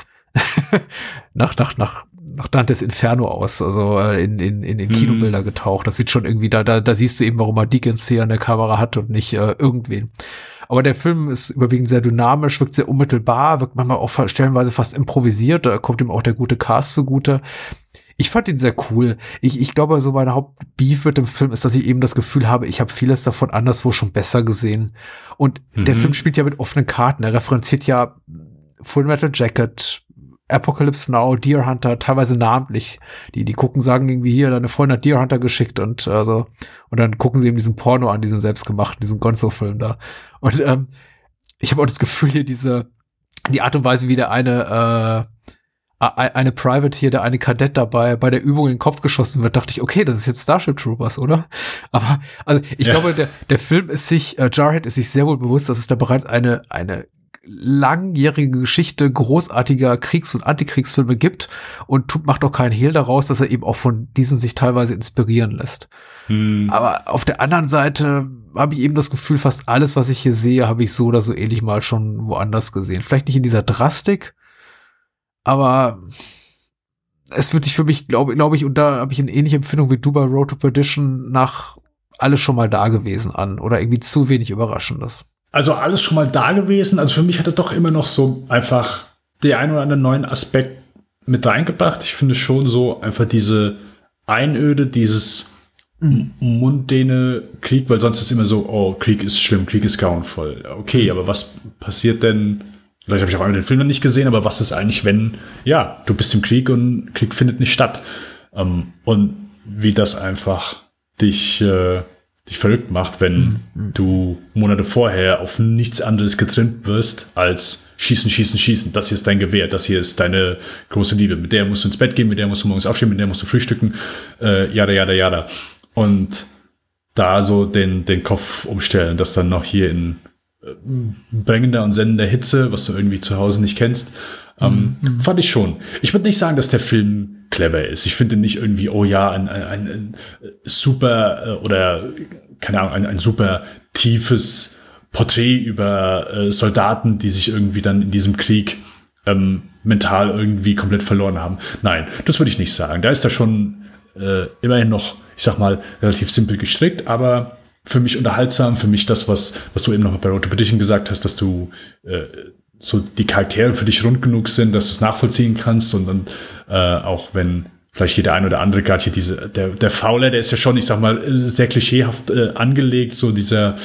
Speaker 8: Dantes Inferno aus, also in Kinobilder getaucht. Das sieht schon irgendwie, da siehst du eben, warum er Dickens hier an der Kamera hat und nicht irgendwen. Aber der Film ist überwiegend sehr dynamisch, wirkt sehr unmittelbar, wirkt manchmal auch stellenweise fast improvisiert, da kommt ihm auch der gute Cast zugute. Ich fand ihn sehr cool. Ich glaube, so meine Hauptbeef mit dem Film ist, dass ich eben das Gefühl habe, ich habe vieles davon anderswo schon besser gesehen. Und der Film spielt ja mit offenen Karten. Er referenziert ja Full Metal Jacket, Apocalypse Now, Deer Hunter, teilweise namentlich. Die gucken, sagen irgendwie hier, deine Freundin hat Deer Hunter geschickt und dann gucken sie eben diesen Porno an, diesen selbstgemachten, diesen Gonzo-Film da. Und ich habe auch das Gefühl hier, die Art und Weise, wie der eine Private hier, der eine Kadett dabei bei der Übung in den Kopf geschossen wird, dachte ich, okay, das ist jetzt Starship Troopers, oder? Aber, also, ich glaube, der Film Jarhead ist sich sehr wohl bewusst, dass es da bereits eine langjährige Geschichte großartiger Kriegs- und Antikriegsfilme gibt und macht auch keinen Hehl daraus, dass er eben auch von diesen sich teilweise inspirieren lässt. Aber auf der anderen Seite habe ich eben das Gefühl, fast alles, was ich hier sehe, habe ich so oder so ähnlich mal schon woanders gesehen. Vielleicht nicht in dieser Drastik, aber es fühlt sich für mich, glaube ich, und da habe ich eine ähnliche Empfindung wie du bei Road to Perdition, nach alles schon mal da gewesen an oder irgendwie zu wenig Überraschendes.
Speaker 7: Also alles schon mal da gewesen. Also für mich hat er doch immer noch so einfach den einen oder anderen neuen Aspekt mit reingebracht. Ich finde schon so einfach diese Einöde, dieses mundäne Krieg, weil sonst ist immer so, oh, Krieg ist schlimm, Krieg ist grauenvoll. Okay, aber was passiert denn? Vielleicht habe ich auch einmal den Film noch nicht gesehen, aber was ist eigentlich, wenn, ja, du bist im Krieg und Krieg findet nicht statt? Und wie das einfach dich verrückt macht, wenn du Monate vorher auf nichts anderes getrimmt wirst als schießen, schießen, schießen. Das hier ist dein Gewehr, das hier ist deine große Liebe. Mit der musst du ins Bett gehen, mit der musst du morgens aufstehen, mit der musst du frühstücken, jada, jada, jada. Und da so den Kopf umstellen, das dann noch hier in bringender und sendender Hitze, was du irgendwie zu Hause nicht kennst, fand ich schon. Ich würde nicht sagen, dass der Film clever ist. Ich finde nicht irgendwie, oh ja, ein super oder keine Ahnung, ein super tiefes Porträt über Soldaten, die sich irgendwie dann in diesem Krieg mental irgendwie komplett verloren haben. Nein, das würde ich nicht sagen. Da ist er schon immerhin noch, ich sag mal, relativ simpel gestrickt, aber für mich unterhaltsam, für mich das, was du eben noch bei Road to Perdition gesagt hast, dass du so die Charaktere für dich rund genug sind, dass du es nachvollziehen kannst und dann auch wenn vielleicht jeder ein oder andere, gerade hier der Fowler, der ist ja schon, ich sag mal, sehr klischeehaft angelegt, so dieser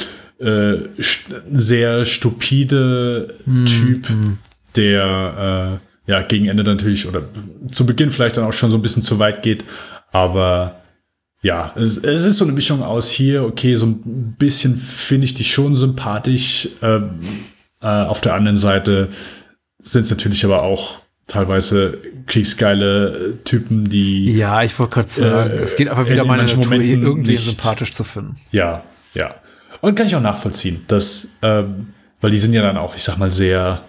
Speaker 7: sehr stupide Typ, der gegen Ende natürlich oder zu Beginn vielleicht dann auch schon so ein bisschen zu weit geht, aber ja, es ist so eine Mischung aus hier, okay, so ein bisschen finde ich dich schon sympathisch. Auf der anderen Seite sind es natürlich aber auch teilweise kriegsgeile Typen, die... Ja,
Speaker 8: ich wollte gerade sagen, es geht einfach wieder meine Natur, irgendwie sympathisch zu finden.
Speaker 7: Ja. Und kann ich auch nachvollziehen, dass, weil die sind ja dann auch, ich sag mal, sehr...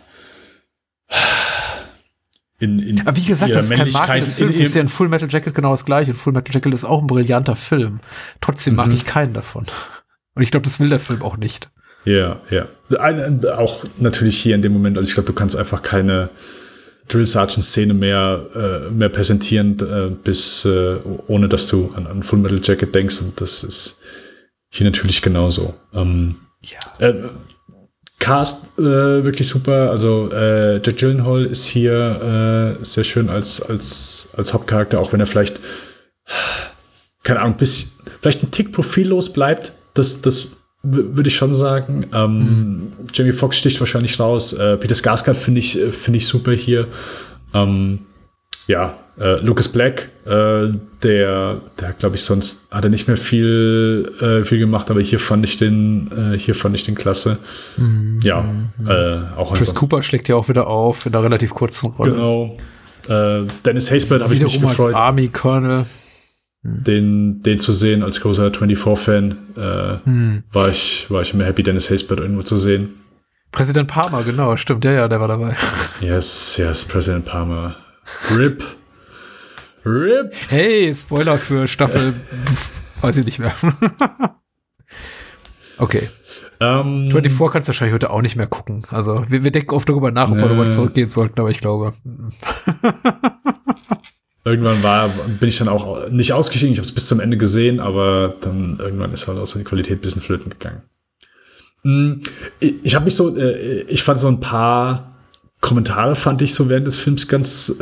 Speaker 8: Aber wie gesagt, das ist kein Makel des Films, das ist ja in Full Metal Jacket genau das Gleiche. Und Full Metal Jacket ist auch ein brillanter Film. Trotzdem mag ich keinen davon. Und ich glaube, das will der Film auch nicht.
Speaker 7: Ja. Auch natürlich hier in dem Moment, also ich glaube, du kannst einfach keine Drill Sergeant-Szene mehr präsentieren, bis ohne dass du an Full Metal Jacket denkst. Und das ist hier natürlich genauso. Cast wirklich super, also Jake Gyllenhaal ist hier sehr schön als Hauptcharakter, auch wenn er vielleicht, keine Ahnung, vielleicht ein Tick profillos bleibt, das würde ich schon sagen. Jamie Foxx sticht wahrscheinlich raus, Peter Skarsgård finde ich super hier. Lucas Black, der glaube ich, sonst hat er nicht mehr viel gemacht, aber hier fand ich den klasse. Auch
Speaker 8: Chris Cooper schlägt ja auch wieder auf in einer relativ kurzen Rolle.
Speaker 7: Genau. Dennis Haysbert habe ich mich gefreut.
Speaker 8: Als Army Colonel.
Speaker 7: Den zu sehen als großer 24-Fan, war ich immer happy, Dennis Haysbert irgendwo zu sehen.
Speaker 8: Präsident Palmer, genau, stimmt, ja, der war dabei.
Speaker 7: Yes, Präsident Palmer. RIP.
Speaker 8: Hey, Spoiler für Staffel, weiß ich nicht mehr. Okay. 24 kannst du wahrscheinlich heute auch nicht mehr gucken. Also, wir denken oft darüber nach, ob wir nochmal zurückgehen sollten, aber ich glaube.
Speaker 7: Irgendwann bin ich dann auch nicht ausgestiegen, ich habe es bis zum Ende gesehen, aber dann irgendwann ist halt auch so die Qualität ein bisschen flöten gegangen. Ich fand so ein paar Kommentare fand ich so während des Films ganz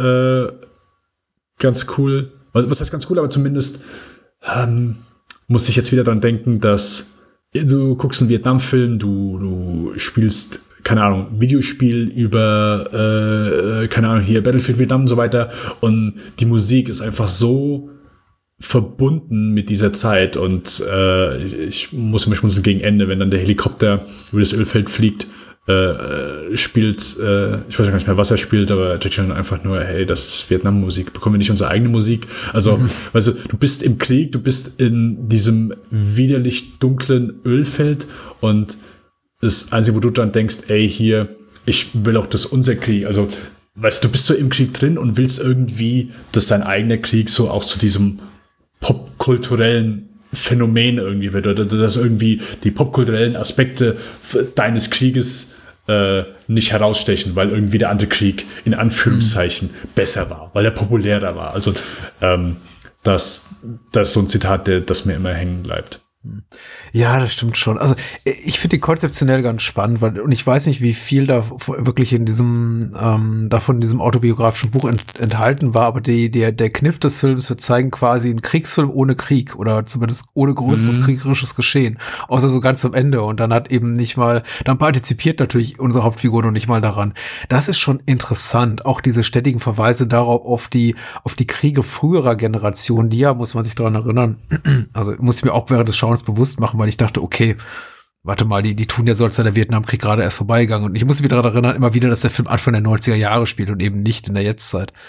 Speaker 7: cool. Was heißt ganz cool, aber zumindest musste ich jetzt wieder dran denken, dass du guckst einen Vietnam-Film, du spielst, keine Ahnung, Videospiel über, keine Ahnung, hier Battlefield Vietnam und so weiter und die Musik ist einfach so verbunden mit dieser Zeit und ich muss immer schmunzeln gegen Ende, wenn dann der Helikopter über das Ölfeld fliegt, spielt, ich weiß gar nicht mehr, was er spielt, aber Jackie einfach nur, hey, das ist Vietnam-Musik, bekommen wir nicht unsere eigene Musik? Also, weißt du, du bist im Krieg, du bist in diesem widerlich dunklen Ölfeld und das Einzige, wo du dann denkst, ey, hier, ich will auch, dass unser Krieg, also, weißt du, du bist so im Krieg drin und willst irgendwie, dass dein eigener Krieg so auch zu diesem popkulturellen Phänomen irgendwie wird, oder dass irgendwie die popkulturellen Aspekte deines Krieges nicht herausstechen, weil irgendwie der andere Krieg in Anführungszeichen besser war, weil er populärer war. Also das ist so ein Zitat, das mir immer hängen bleibt.
Speaker 8: Ja, das stimmt schon. Also ich finde die konzeptionell ganz spannend, und ich weiß nicht, wie viel da wirklich in diesem davon in diesem autobiografischen Buch enthalten war, aber der Kniff des Films wird zeigen quasi einen Kriegsfilm ohne Krieg oder zumindest ohne größeres kriegerisches Geschehen, außer so ganz am Ende, und dann dann partizipiert natürlich unsere Hauptfigur noch nicht mal daran. Das ist schon interessant, auch diese ständigen Verweise darauf auf die Kriege früherer Generationen, die ja, muss man sich daran erinnern, also muss ich mir auch während des Schauens bewusst machen, weil ich dachte, okay, warte mal, die tun ja so, als sei der Vietnamkrieg gerade erst vorbeigegangen. Und ich muss mich daran erinnern, immer wieder, dass der Film Anfang der 90er Jahre spielt und eben nicht in der Jetztzeit.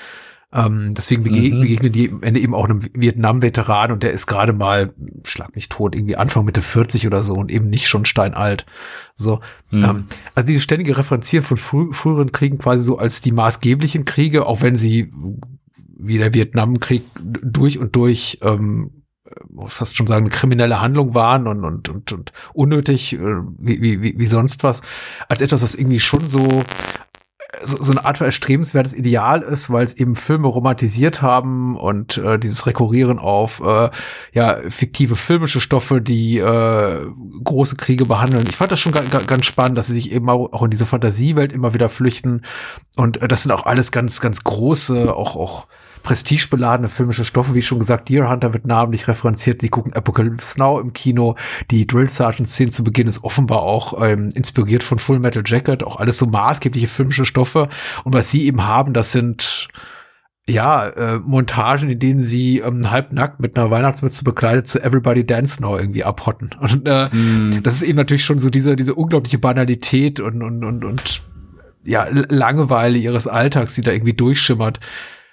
Speaker 8: Deswegen begegnen die am Ende eben auch einem Vietnam-Veteran und der ist gerade mal, schlag mich tot, irgendwie Anfang Mitte 40 oder so und eben nicht schon steinalt. So, also dieses ständige Referenzieren von früheren Kriegen quasi so als die maßgeblichen Kriege, auch wenn sie wie der Vietnamkrieg durch und durch fast schon sagen, eine kriminelle Handlung waren und unnötig wie sonst was, als etwas, was irgendwie schon so eine Art von erstrebenswertes Ideal ist, weil es eben Filme romantisiert haben und dieses Rekurrieren auf fiktive filmische Stoffe, die große Kriege behandeln. Ich fand das schon ganz spannend, dass sie sich eben auch in diese Fantasiewelt immer wieder flüchten und das sind auch alles ganz, ganz große, auch prestigebeladene filmische Stoffe, wie schon gesagt, Deer Hunter wird namentlich referenziert, sie gucken Apocalypse Now im Kino, die Drill Sergeant Szene zu Beginn ist offenbar auch inspiriert von Full Metal Jacket, auch alles so maßgebliche filmische Stoffe und was sie eben haben, das sind Montagen, in denen sie halbnackt mit einer Weihnachtsmütze bekleidet zu Everybody Dance Now irgendwie abhotten und das ist eben natürlich schon so diese unglaubliche Banalität und Langeweile ihres Alltags, die da irgendwie durchschimmert.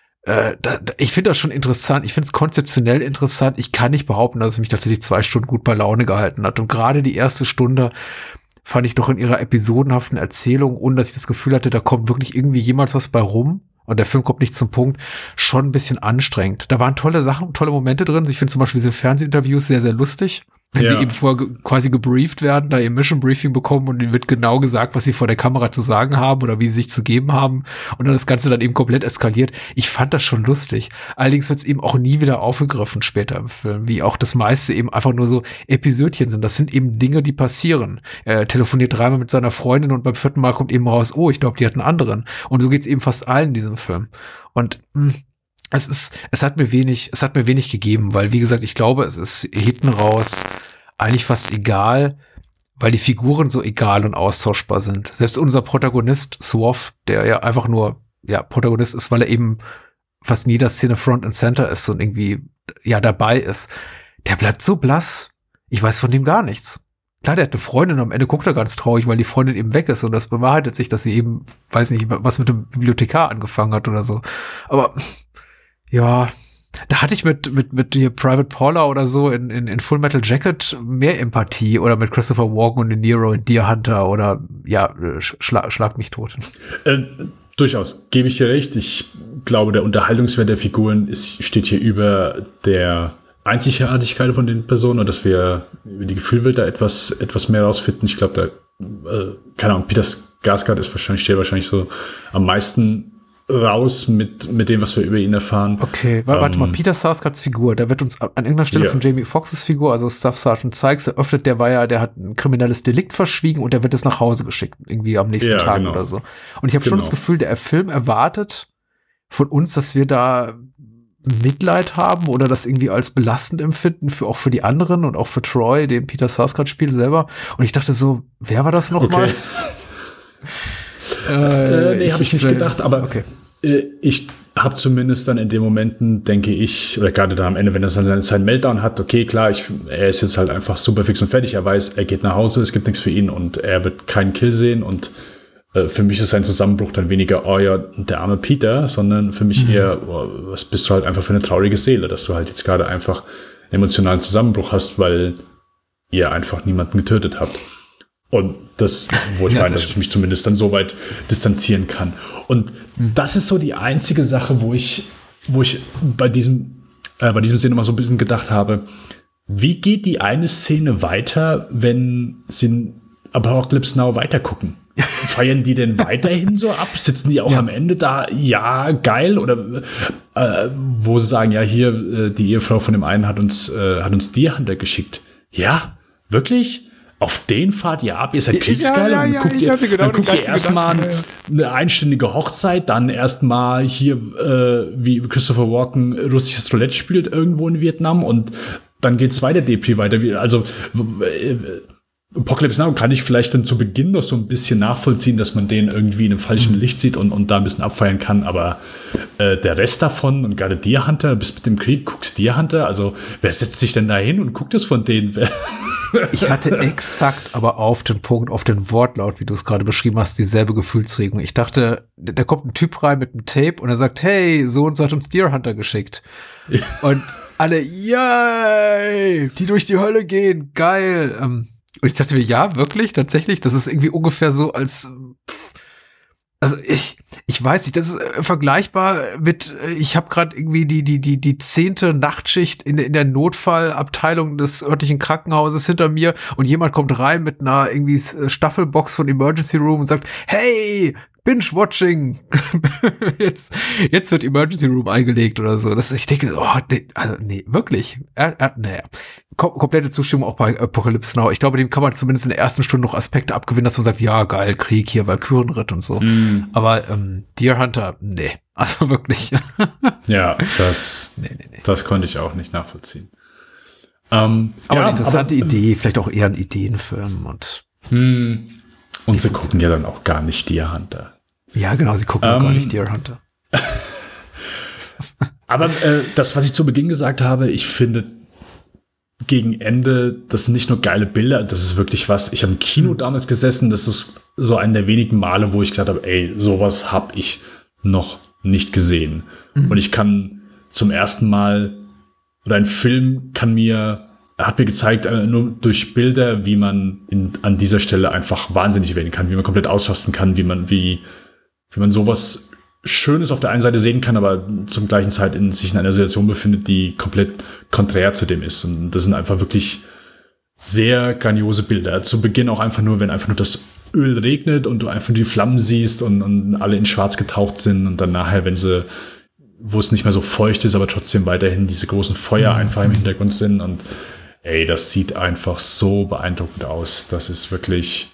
Speaker 8: Ich finde das schon interessant. Ich finde es konzeptionell interessant. Ich kann nicht behaupten, dass es mich tatsächlich 2 Stunden gut bei Laune gehalten hat. Und gerade die erste Stunde fand ich doch in ihrer episodenhaften Erzählung, ohne dass ich das Gefühl hatte, da kommt wirklich irgendwie jemals was bei rum und der Film kommt nicht zum Punkt, schon ein bisschen anstrengend. Da waren tolle Sachen, tolle Momente drin. Ich finde zum Beispiel diese Fernsehinterviews sehr, sehr lustig. Wenn sie eben vorher quasi gebrieft werden, da ihr Mission Briefing bekommen und ihnen wird genau gesagt, was sie vor der Kamera zu sagen haben oder wie sie sich zu geben haben und dann das Ganze dann eben komplett eskaliert. Ich fand das schon lustig. Allerdings wird es eben auch nie wieder aufgegriffen später im Film, wie auch das meiste eben einfach nur so Episödchen sind. Das sind eben Dinge, die passieren. Er telefoniert 3-mal mit seiner Freundin und beim 4. Mal kommt eben raus, oh, ich glaube, die hat einen anderen. Und so geht's eben fast allen in diesem Film. Und es hat mir wenig gegeben, weil, wie gesagt, ich glaube, es ist hinten raus eigentlich fast egal, weil die Figuren so egal und austauschbar sind. Selbst unser Protagonist, Swaff, der ja einfach nur, Protagonist ist, weil er eben fast in jeder Szene Front and Center ist und irgendwie, dabei ist. Der bleibt so blass. Ich weiß von dem gar nichts. Klar, der hat eine Freundin, am Ende guckt er ganz traurig, weil die Freundin eben weg ist und das bewahrheitet sich, dass sie eben, weiß nicht, was mit dem Bibliothekar angefangen hat oder so. Aber ja, da hatte ich mit hier Private Paula oder so in Full Metal Jacket mehr Empathie oder mit Christopher Walken und De Niro in Deer Hunter oder Schlag mich tot.
Speaker 7: Durchaus, gebe ich dir recht. Ich glaube, der Unterhaltungswert der Figuren steht hier über der Einzigartigkeit von den Personen und dass wir über die Gefühlwelt da etwas mehr rausfinden. Ich glaube, keine Ahnung, Peter Skarsgård steht wahrscheinlich so am meisten raus mit dem, was wir über ihn erfahren.
Speaker 8: Okay, warte mal, Peter Sarsgaards Figur, da wird uns an irgendeiner Stelle von Jamie Foxxes Figur, also Staff Sergeant Sykes, eröffnet, der hat ein kriminelles Delikt verschwiegen und der wird jetzt nach Hause geschickt, irgendwie am nächsten Tag oder so. Und ich habe schon das Gefühl, der Film erwartet von uns, dass wir da Mitleid haben oder das irgendwie als belastend empfinden, auch für die anderen und auch für Troy, den Peter Sarsgaard spielt selber. Und ich dachte so, wer war das nochmal?
Speaker 7: Nee, habe ich nicht gedacht, aber ich habe zumindest dann in den Momenten, denke ich, oder gerade da am Ende, wenn er seinen Meltdown hat, okay, klar, er ist jetzt halt einfach super fix und fertig, er weiß, er geht nach Hause, es gibt nichts für ihn und er wird keinen Kill sehen und für mich ist sein Zusammenbruch dann weniger, oh ja, der arme Peter, sondern für mich eher, oh, was bist du halt einfach für eine traurige Seele, dass du halt jetzt gerade einfach einen emotionalen Zusammenbruch hast, weil ihr einfach niemanden getötet habt. Und das, wo ich meine, dass ich mich zumindest dann so weit distanzieren kann. Und das ist so die einzige Sache, wo ich bei diesem Szene mal so ein bisschen gedacht habe, wie geht die eine Szene weiter, wenn sie Apocalypse Now weitergucken? Feiern die denn weiterhin so ab? Sitzen die auch am Ende da? Ja, geil. Oder wo sie sagen, ja, hier, die Ehefrau von dem einen hat uns Deer Hunter geschickt. Ja, wirklich? Auf den fahrt ihr ab, ihr seid kriegsgeil, dann guckt ihr erstmal eine einstündige Hochzeit, dann erstmal hier, wie Christopher Walken russisches Roulette spielt irgendwo in Vietnam und dann geht's weiter, Depri weiter. Also, Apocalypse Now kann ich vielleicht dann zu Beginn noch so ein bisschen nachvollziehen, dass man den irgendwie in einem falschen Licht sieht und da ein bisschen abfeiern kann, aber der Rest davon und gerade Deer Hunter, bist mit dem Krieg, guckst Deer Hunter, also wer setzt sich denn da hin und guckt das von denen?
Speaker 8: Ich hatte exakt aber auf den Punkt, auf den Wortlaut, wie du es gerade beschrieben hast, dieselbe Gefühlsregung. Ich dachte, da kommt ein Typ rein mit einem Tape und er sagt, hey, so und so hat uns Deer Hunter geschickt. Ja. Und alle, yay, die durch die Hölle gehen, geil. Und ich dachte mir, ja, wirklich, tatsächlich, das ist irgendwie ungefähr so als, also ich weiß nicht, das ist vergleichbar mit, ich habe gerade irgendwie die 10. Nachtschicht in der Notfallabteilung des örtlichen Krankenhauses hinter mir und jemand kommt rein mit einer irgendwie Staffelbox von Emergency Room und sagt, hey, Binge-Watching. jetzt wird Emergency Room eingelegt oder so. Ich denke, nee, wirklich. Naja. Komplette Zustimmung auch bei Apocalypse Now. Ich glaube, dem kann man zumindest in der ersten Stunde noch Aspekte abgewinnen, dass man sagt, ja, geil, Krieg hier, Valkyrenritt und so. Aber Deer Hunter, nee. Also wirklich.
Speaker 7: Ja, das konnte ich auch nicht nachvollziehen. Aber
Speaker 8: eine interessante Idee, vielleicht auch eher ein Ideenfilm. Und
Speaker 7: sie gucken ja dann auch gar nicht Deer Hunter.
Speaker 8: Ja, genau, sie gucken gar nicht Deer Hunter.
Speaker 7: Aber das, was ich zu Beginn gesagt habe, ich finde gegen Ende, das sind nicht nur geile Bilder, das ist wirklich was. Ich habe im Kino damals gesessen, das ist so einer der wenigen Male, wo ich gesagt habe, ey, sowas habe ich noch nicht gesehen. Und ich kann zum ersten Mal, oder ein Film hat mir gezeigt, nur durch Bilder, wie man an dieser Stelle einfach wahnsinnig werden kann, wie man komplett ausrasten kann, wie man sowas Schönes auf der einen Seite sehen kann, aber zum gleichen Zeit sich in einer Situation befindet, die komplett konträr zu dem ist. Und das sind einfach wirklich sehr grandiose Bilder. Zu Beginn auch einfach nur, wenn einfach nur das Öl regnet und du einfach nur die Flammen siehst und alle in Schwarz getaucht sind und dann nachher, wo es nicht mehr so feucht ist, aber trotzdem weiterhin diese großen Feuer einfach im Hintergrund sind und ey, das sieht einfach so beeindruckend aus. Das ist wirklich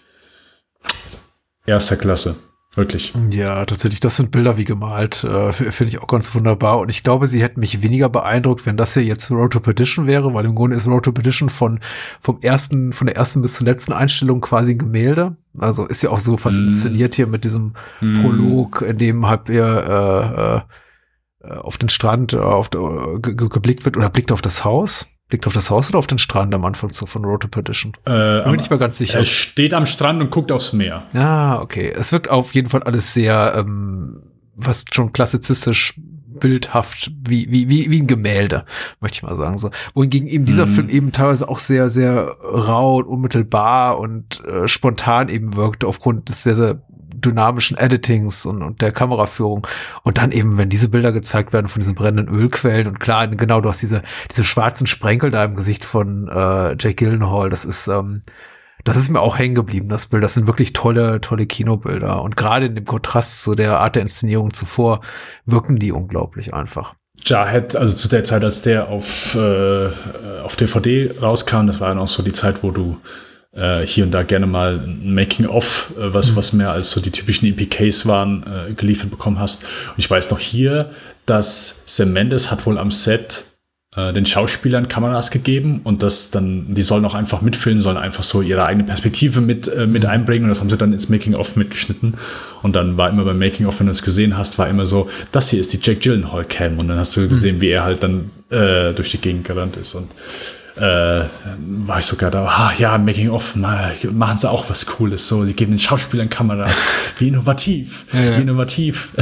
Speaker 7: erster Klasse. Wirklich.
Speaker 8: Ja, tatsächlich, das sind Bilder wie gemalt. Finde ich auch ganz wunderbar. Und ich glaube, sie hätten mich weniger beeindruckt, wenn das hier jetzt Road to Perdition wäre, weil im Grunde ist Road to Perdition von der ersten bis zur letzten Einstellung quasi ein Gemälde. Also ist ja auch so fast inszeniert hier mit diesem Prolog, in dem halt er auf den Strand geblickt wird oder blickt auf das Haus. Blickt auf das Haus oder auf den Strand am Anfang von Road to Perdition? Bin ich mir ganz sicher.
Speaker 7: Er steht am Strand und guckt aufs Meer.
Speaker 8: Ah, okay. Es wirkt auf jeden Fall alles sehr, fast schon klassizistisch bildhaft, wie ein Gemälde, möchte ich mal sagen. So. Wohingegen eben dieser Film eben teilweise auch sehr, sehr rau und unmittelbar und spontan eben wirkte, aufgrund des sehr, sehr dynamischen Editings und der Kameraführung. Und dann eben, wenn diese Bilder gezeigt werden von diesen brennenden Ölquellen und klar, genau, du hast diese schwarzen Sprenkel da im Gesicht von Jake Gyllenhaal, das ist mir auch hängen geblieben, das Bild. Das sind wirklich tolle Kinobilder. Und gerade in dem Kontrast zu der Art der Inszenierung zuvor wirken die unglaublich einfach.
Speaker 7: Jarhead, also zu der Zeit, als der auf DVD rauskam, das war dann auch so die Zeit, wo du hier und da gerne mal ein Making-of, was mehr als so die typischen EPKs waren, geliefert bekommen hast. Und ich weiß noch hier, dass Sam Mendes hat wohl am Set den Schauspielern Kameras gegeben und die sollen auch einfach mitfilmen, sollen einfach so ihre eigene Perspektive mit einbringen und das haben sie dann ins Making-of mitgeschnitten. Und dann war immer beim Making-of, wenn du es gesehen hast, war immer so, das hier ist die Jake Gyllenhaal-Cam und dann hast du gesehen, wie er halt dann durch die Gegend gerannt ist und war ich sogar da, ja, Making-of, machen sie auch was Cooles, so, die geben den Schauspielern Kameras, wie innovativ, wie innovativ.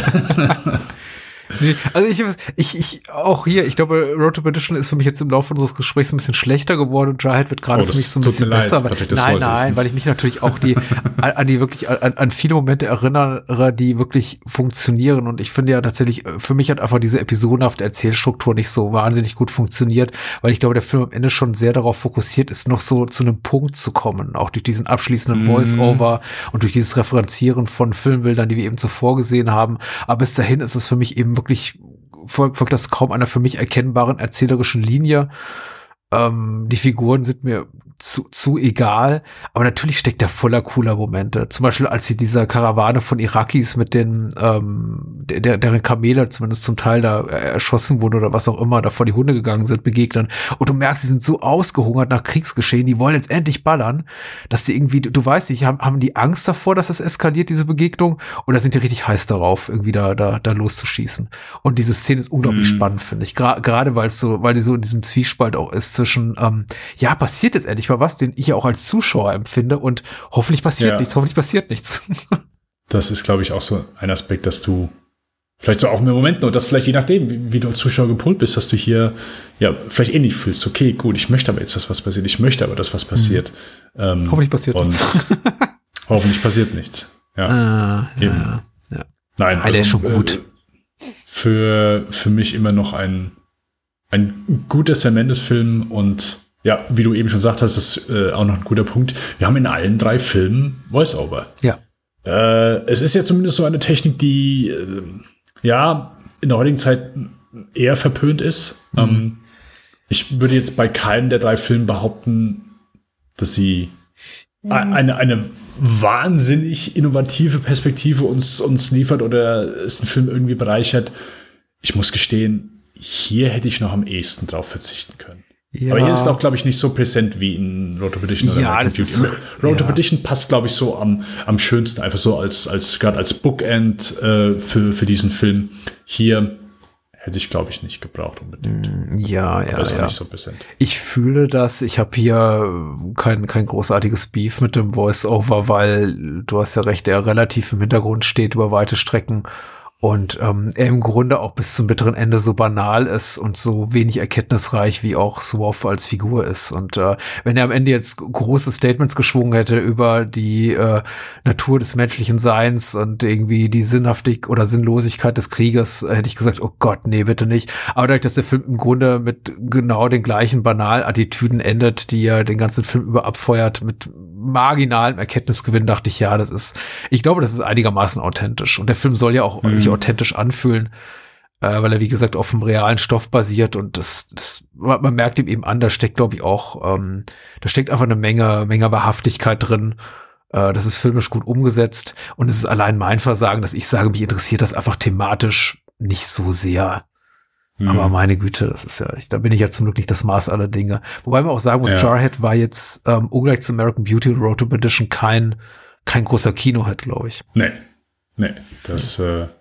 Speaker 8: Nee, also ich auch hier, ich glaube, Road to Perdition ist für mich jetzt im Laufe unseres Gesprächs ein bisschen schlechter geworden und Jarhead wird gerade für mich so ein bisschen besser. Nein, weil ich mich natürlich auch an viele Momente erinnere, die wirklich funktionieren und ich finde ja tatsächlich, für mich hat einfach diese episodenhafte Erzählstruktur nicht so wahnsinnig gut funktioniert, weil ich glaube, der Film am Ende schon sehr darauf fokussiert ist, noch so zu einem Punkt zu kommen, auch durch diesen abschließenden Voice-Over und durch dieses Referenzieren von Filmbildern, die wir eben zuvor gesehen haben, aber bis dahin ist es für mich eben wirklich folgt das kaum einer für mich erkennbaren erzählerischen Linie. Die Figuren sind mir zu egal, aber natürlich steckt da voller cooler Momente. Zum Beispiel, als sie dieser Karawane von Irakis mit den, deren Kamele zumindest zum Teil da erschossen wurden oder was auch immer, da vor die Hunde gegangen sind, begegnen. Und du merkst, sie sind so ausgehungert nach Kriegsgeschehen, die wollen jetzt endlich ballern, dass die irgendwie, du weißt nicht, haben die Angst davor, dass es eskaliert, diese Begegnung, oder sind die richtig heiß darauf, irgendwie da loszuschießen. Und diese Szene ist unglaublich spannend, finde ich. Gerade weil die so in diesem Zwiespalt auch ist zwischen, passiert jetzt endlich mal was, den ich ja auch als Zuschauer empfinde, und hoffentlich passiert nichts.
Speaker 7: Das ist, glaube ich, auch so ein Aspekt, dass du vielleicht so auch im Moment noch, dass vielleicht je nachdem, wie du als Zuschauer gepolt bist, dass du hier ja vielleicht ähnlich fühlst. Okay, gut, ich möchte aber jetzt, dass was passiert. Ich möchte aber, dass was passiert.
Speaker 8: Hoffentlich passiert nichts.
Speaker 7: Hoffentlich passiert nichts. Ja.
Speaker 8: Ja.
Speaker 7: Nein, also,
Speaker 8: der ist schon gut.
Speaker 7: Für mich immer noch ein guter Sam Mendes-Film, und ja, wie du eben schon gesagt hast, ist auch noch ein guter Punkt. Wir haben in allen 3 Filmen Voice-Over.
Speaker 8: Ja.
Speaker 7: Es ist ja zumindest so eine Technik, die in der heutigen Zeit eher verpönt ist. Ich würde jetzt bei keinem der 3 Filmen behaupten, dass sie eine wahnsinnig innovative Perspektive uns liefert oder es den Film irgendwie bereichert. Ich muss gestehen, hier hätte ich noch am ehesten drauf verzichten können. Ja. Aber hier ist es auch, glaube ich, nicht so präsent wie in Road to Perdition.
Speaker 8: Ja, das ist
Speaker 7: Road to Perdition passt, glaube ich, so am schönsten, einfach so gerade als Bookend für diesen Film. Hier hätte ich, glaube ich, nicht gebraucht unbedingt. Aber ist auch nicht so präsent.
Speaker 8: Ich fühle das. Ich habe hier kein großartiges Beef mit dem Voice-Over, weil du hast ja recht, er relativ im Hintergrund steht über weite Strecken. Und er im Grunde auch bis zum bitteren Ende so banal ist und so wenig erkenntnisreich, wie auch Swaff als Figur ist. Und wenn er am Ende jetzt große Statements geschwungen hätte über die Natur des menschlichen Seins und irgendwie die Sinnlosigkeit des Krieges, hätte ich gesagt, oh Gott, nee, bitte nicht. Aber dadurch, dass der Film im Grunde mit genau den gleichen Banalattitüden endet, die er den ganzen Film über abfeuert, mit marginalem Erkenntnisgewinn, dachte ich, ich glaube, das ist einigermaßen authentisch. Und der Film soll ja auch sich authentisch anfühlen, weil er, wie gesagt, auf dem realen Stoff basiert, und man merkt ihm eben an, da steckt, glaube ich, auch, da steckt einfach eine Menge Wahrhaftigkeit drin. Das ist filmisch gut umgesetzt, und es ist allein mein Versagen, dass ich sage, mich interessiert das einfach thematisch nicht so sehr. Aber meine Güte, das ist da bin ich ja zum Glück nicht das Maß aller Dinge. Wobei man auch sagen muss, Jarhead war jetzt ungleich zu American Beauty und Road to Perdition kein großer Kinohit, glaube ich. Nee,
Speaker 7: das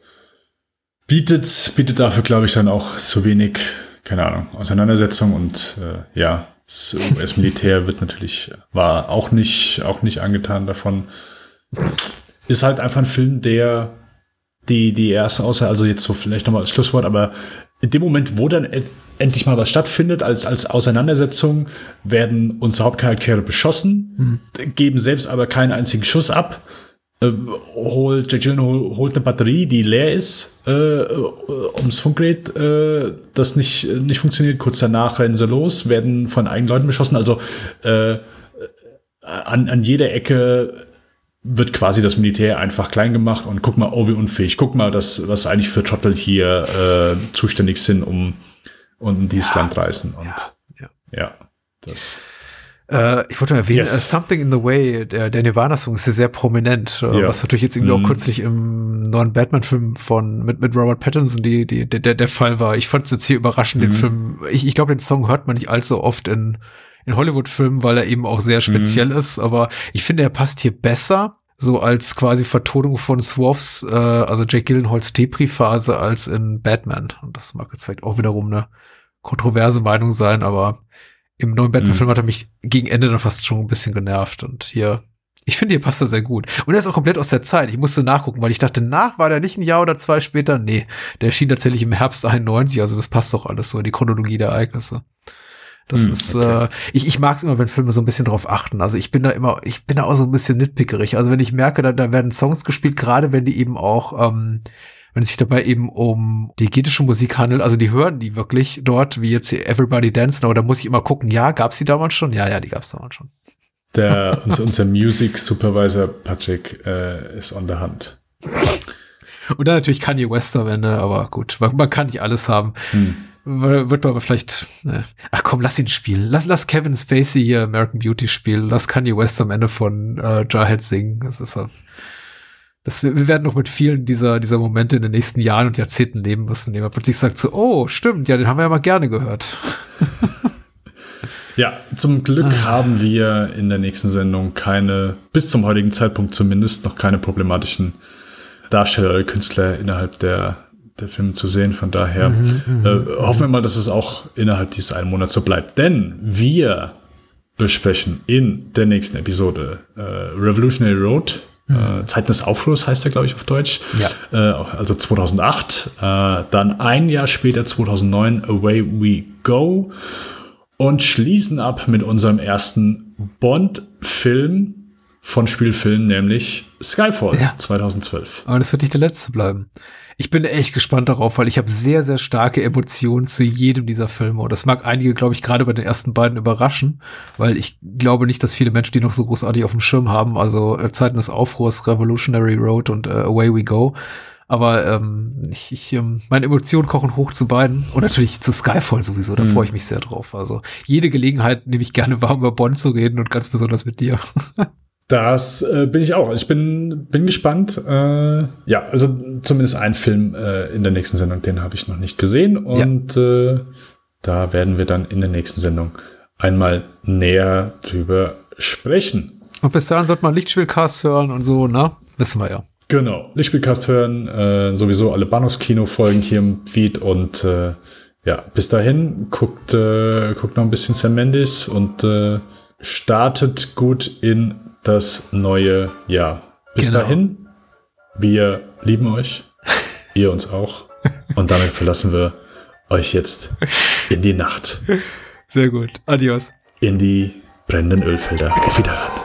Speaker 7: bietet dafür, glaube ich, dann auch so wenig, keine Ahnung, Auseinandersetzung, und das US-Militär war auch nicht angetan davon. Ist halt einfach ein Film, der die erste Aussage, also jetzt so vielleicht nochmal als Schlusswort, aber in dem Moment, wo dann endlich mal was stattfindet, als Auseinandersetzung, werden unsere Hauptcharaktere beschossen, geben selbst aber keinen einzigen Schuss ab. Jake Gyllenhaal holt eine Batterie, die leer ist, ums Funkgerät, das nicht funktioniert. Kurz danach rennen sie los, werden von eigenen Leuten beschossen. Also an jeder Ecke wird quasi das Militär einfach klein gemacht, und guck mal, oh, wie unfähig. Guck mal, was eigentlich für Trottel hier zuständig sind, um dieses Land reißen. Und das.
Speaker 8: Ich wollte mal erwähnen, Something in the Way, der Nirvana-Song ist ja sehr prominent, was natürlich jetzt irgendwie auch kürzlich im neuen Batman-Film mit Robert Pattinson der Fall war. Ich fand es jetzt hier überraschend, den Film. Ich glaube, den Song hört man nicht allzu oft in Hollywood-Filmen, weil er eben auch sehr speziell ist, aber ich finde, er passt hier besser, so als quasi Vertonung von Swaffs, also Jake Gyllenhaals Depri-Phase, als in Batman. Und das mag jetzt vielleicht auch wiederum eine kontroverse Meinung sein, aber im neuen Batman-Film hat er mich gegen Ende dann fast schon ein bisschen genervt, und hier, ich finde, hier passt er sehr gut. Und er ist auch komplett aus der Zeit. Ich musste nachgucken, weil ich dachte, war der nicht ein Jahr oder 2 später? Nee, der erschien tatsächlich im Herbst 91, also das passt doch alles so in die Chronologie der Ereignisse. Das ist, okay. Ich mag es immer, wenn Filme so ein bisschen drauf achten. Also ich bin da auch so ein bisschen nitpickerig. Also wenn ich merke, da werden Songs gespielt, gerade wenn die eben auch, wenn es sich dabei eben um diegetische Musik handelt, also die hören die wirklich dort, wie jetzt hier Everybody Dance Now, da muss ich immer gucken, gab's die damals schon? Ja, die gab's damals schon.
Speaker 7: Unser Music Supervisor Patrick ist on the hunt.
Speaker 8: Und dann natürlich Kanye West am Ende, aber gut, man kann nicht alles haben. Wird man aber vielleicht, ach komm, lass ihn spielen. Lass Kevin Spacey hier American Beauty spielen. Lass Kanye West am Ende von Jarhead singen. Wir werden noch mit vielen dieser Momente in den nächsten Jahren und Jahrzehnten leben müssen, indem man plötzlich sagt so, oh, stimmt, ja, den haben wir ja mal gerne gehört.
Speaker 7: Ja, zum Glück haben wir in der nächsten Sendung bis zum heutigen Zeitpunkt zumindest, noch keine problematischen Darsteller oder Künstler innerhalb der Filme zu sehen. Von daher hoffen wir mal, dass es auch innerhalb dieses einen Monats so bleibt. Denn wir besprechen in der nächsten Episode Revolutionary Road, Zeiten des Aufruhrs heißt er, glaube ich, auf Deutsch. Ja. Also 2008. Dann ein Jahr später, 2009, Away We Go. Und schließen ab mit unserem ersten Bond-Film von Spielfilmen, nämlich Skyfall 2012.
Speaker 8: Aber das wird nicht der letzte bleiben. Ich bin echt gespannt darauf, weil ich habe sehr, sehr starke Emotionen zu jedem dieser Filme. Und das mag einige, glaube ich, gerade bei den ersten beiden überraschen, weil ich glaube nicht, dass viele Menschen die noch so großartig auf dem Schirm haben. Also Zeiten des Aufruhrs, Revolutionary Road und Away We Go. Aber meine Emotionen kochen hoch zu beiden. Und natürlich zu Skyfall sowieso, da freue ich mich sehr drauf. Also jede Gelegenheit nehme ich gerne wahr, über Bond zu reden und ganz besonders mit dir.
Speaker 7: Das bin ich auch. Ich bin gespannt. Ja, also zumindest ein Film in der nächsten Sendung, den habe ich noch nicht gesehen. Und da werden wir dann in der nächsten Sendung einmal näher drüber sprechen.
Speaker 8: Und bis dahin sollte man Lichtspielcast hören und so, ne? Wissen wir ja.
Speaker 7: Genau, Lichtspielcast hören, sowieso alle Bahnhofskino-Folgen hier im Feed und bis dahin guckt noch ein bisschen Sam Mendes und startet gut in das neue Jahr. Bis dahin, wir lieben euch, ihr uns auch und damit verlassen wir euch jetzt in die Nacht.
Speaker 8: Sehr gut, adios.
Speaker 7: In die brennenden Ölfelder. Auf Wiederhören.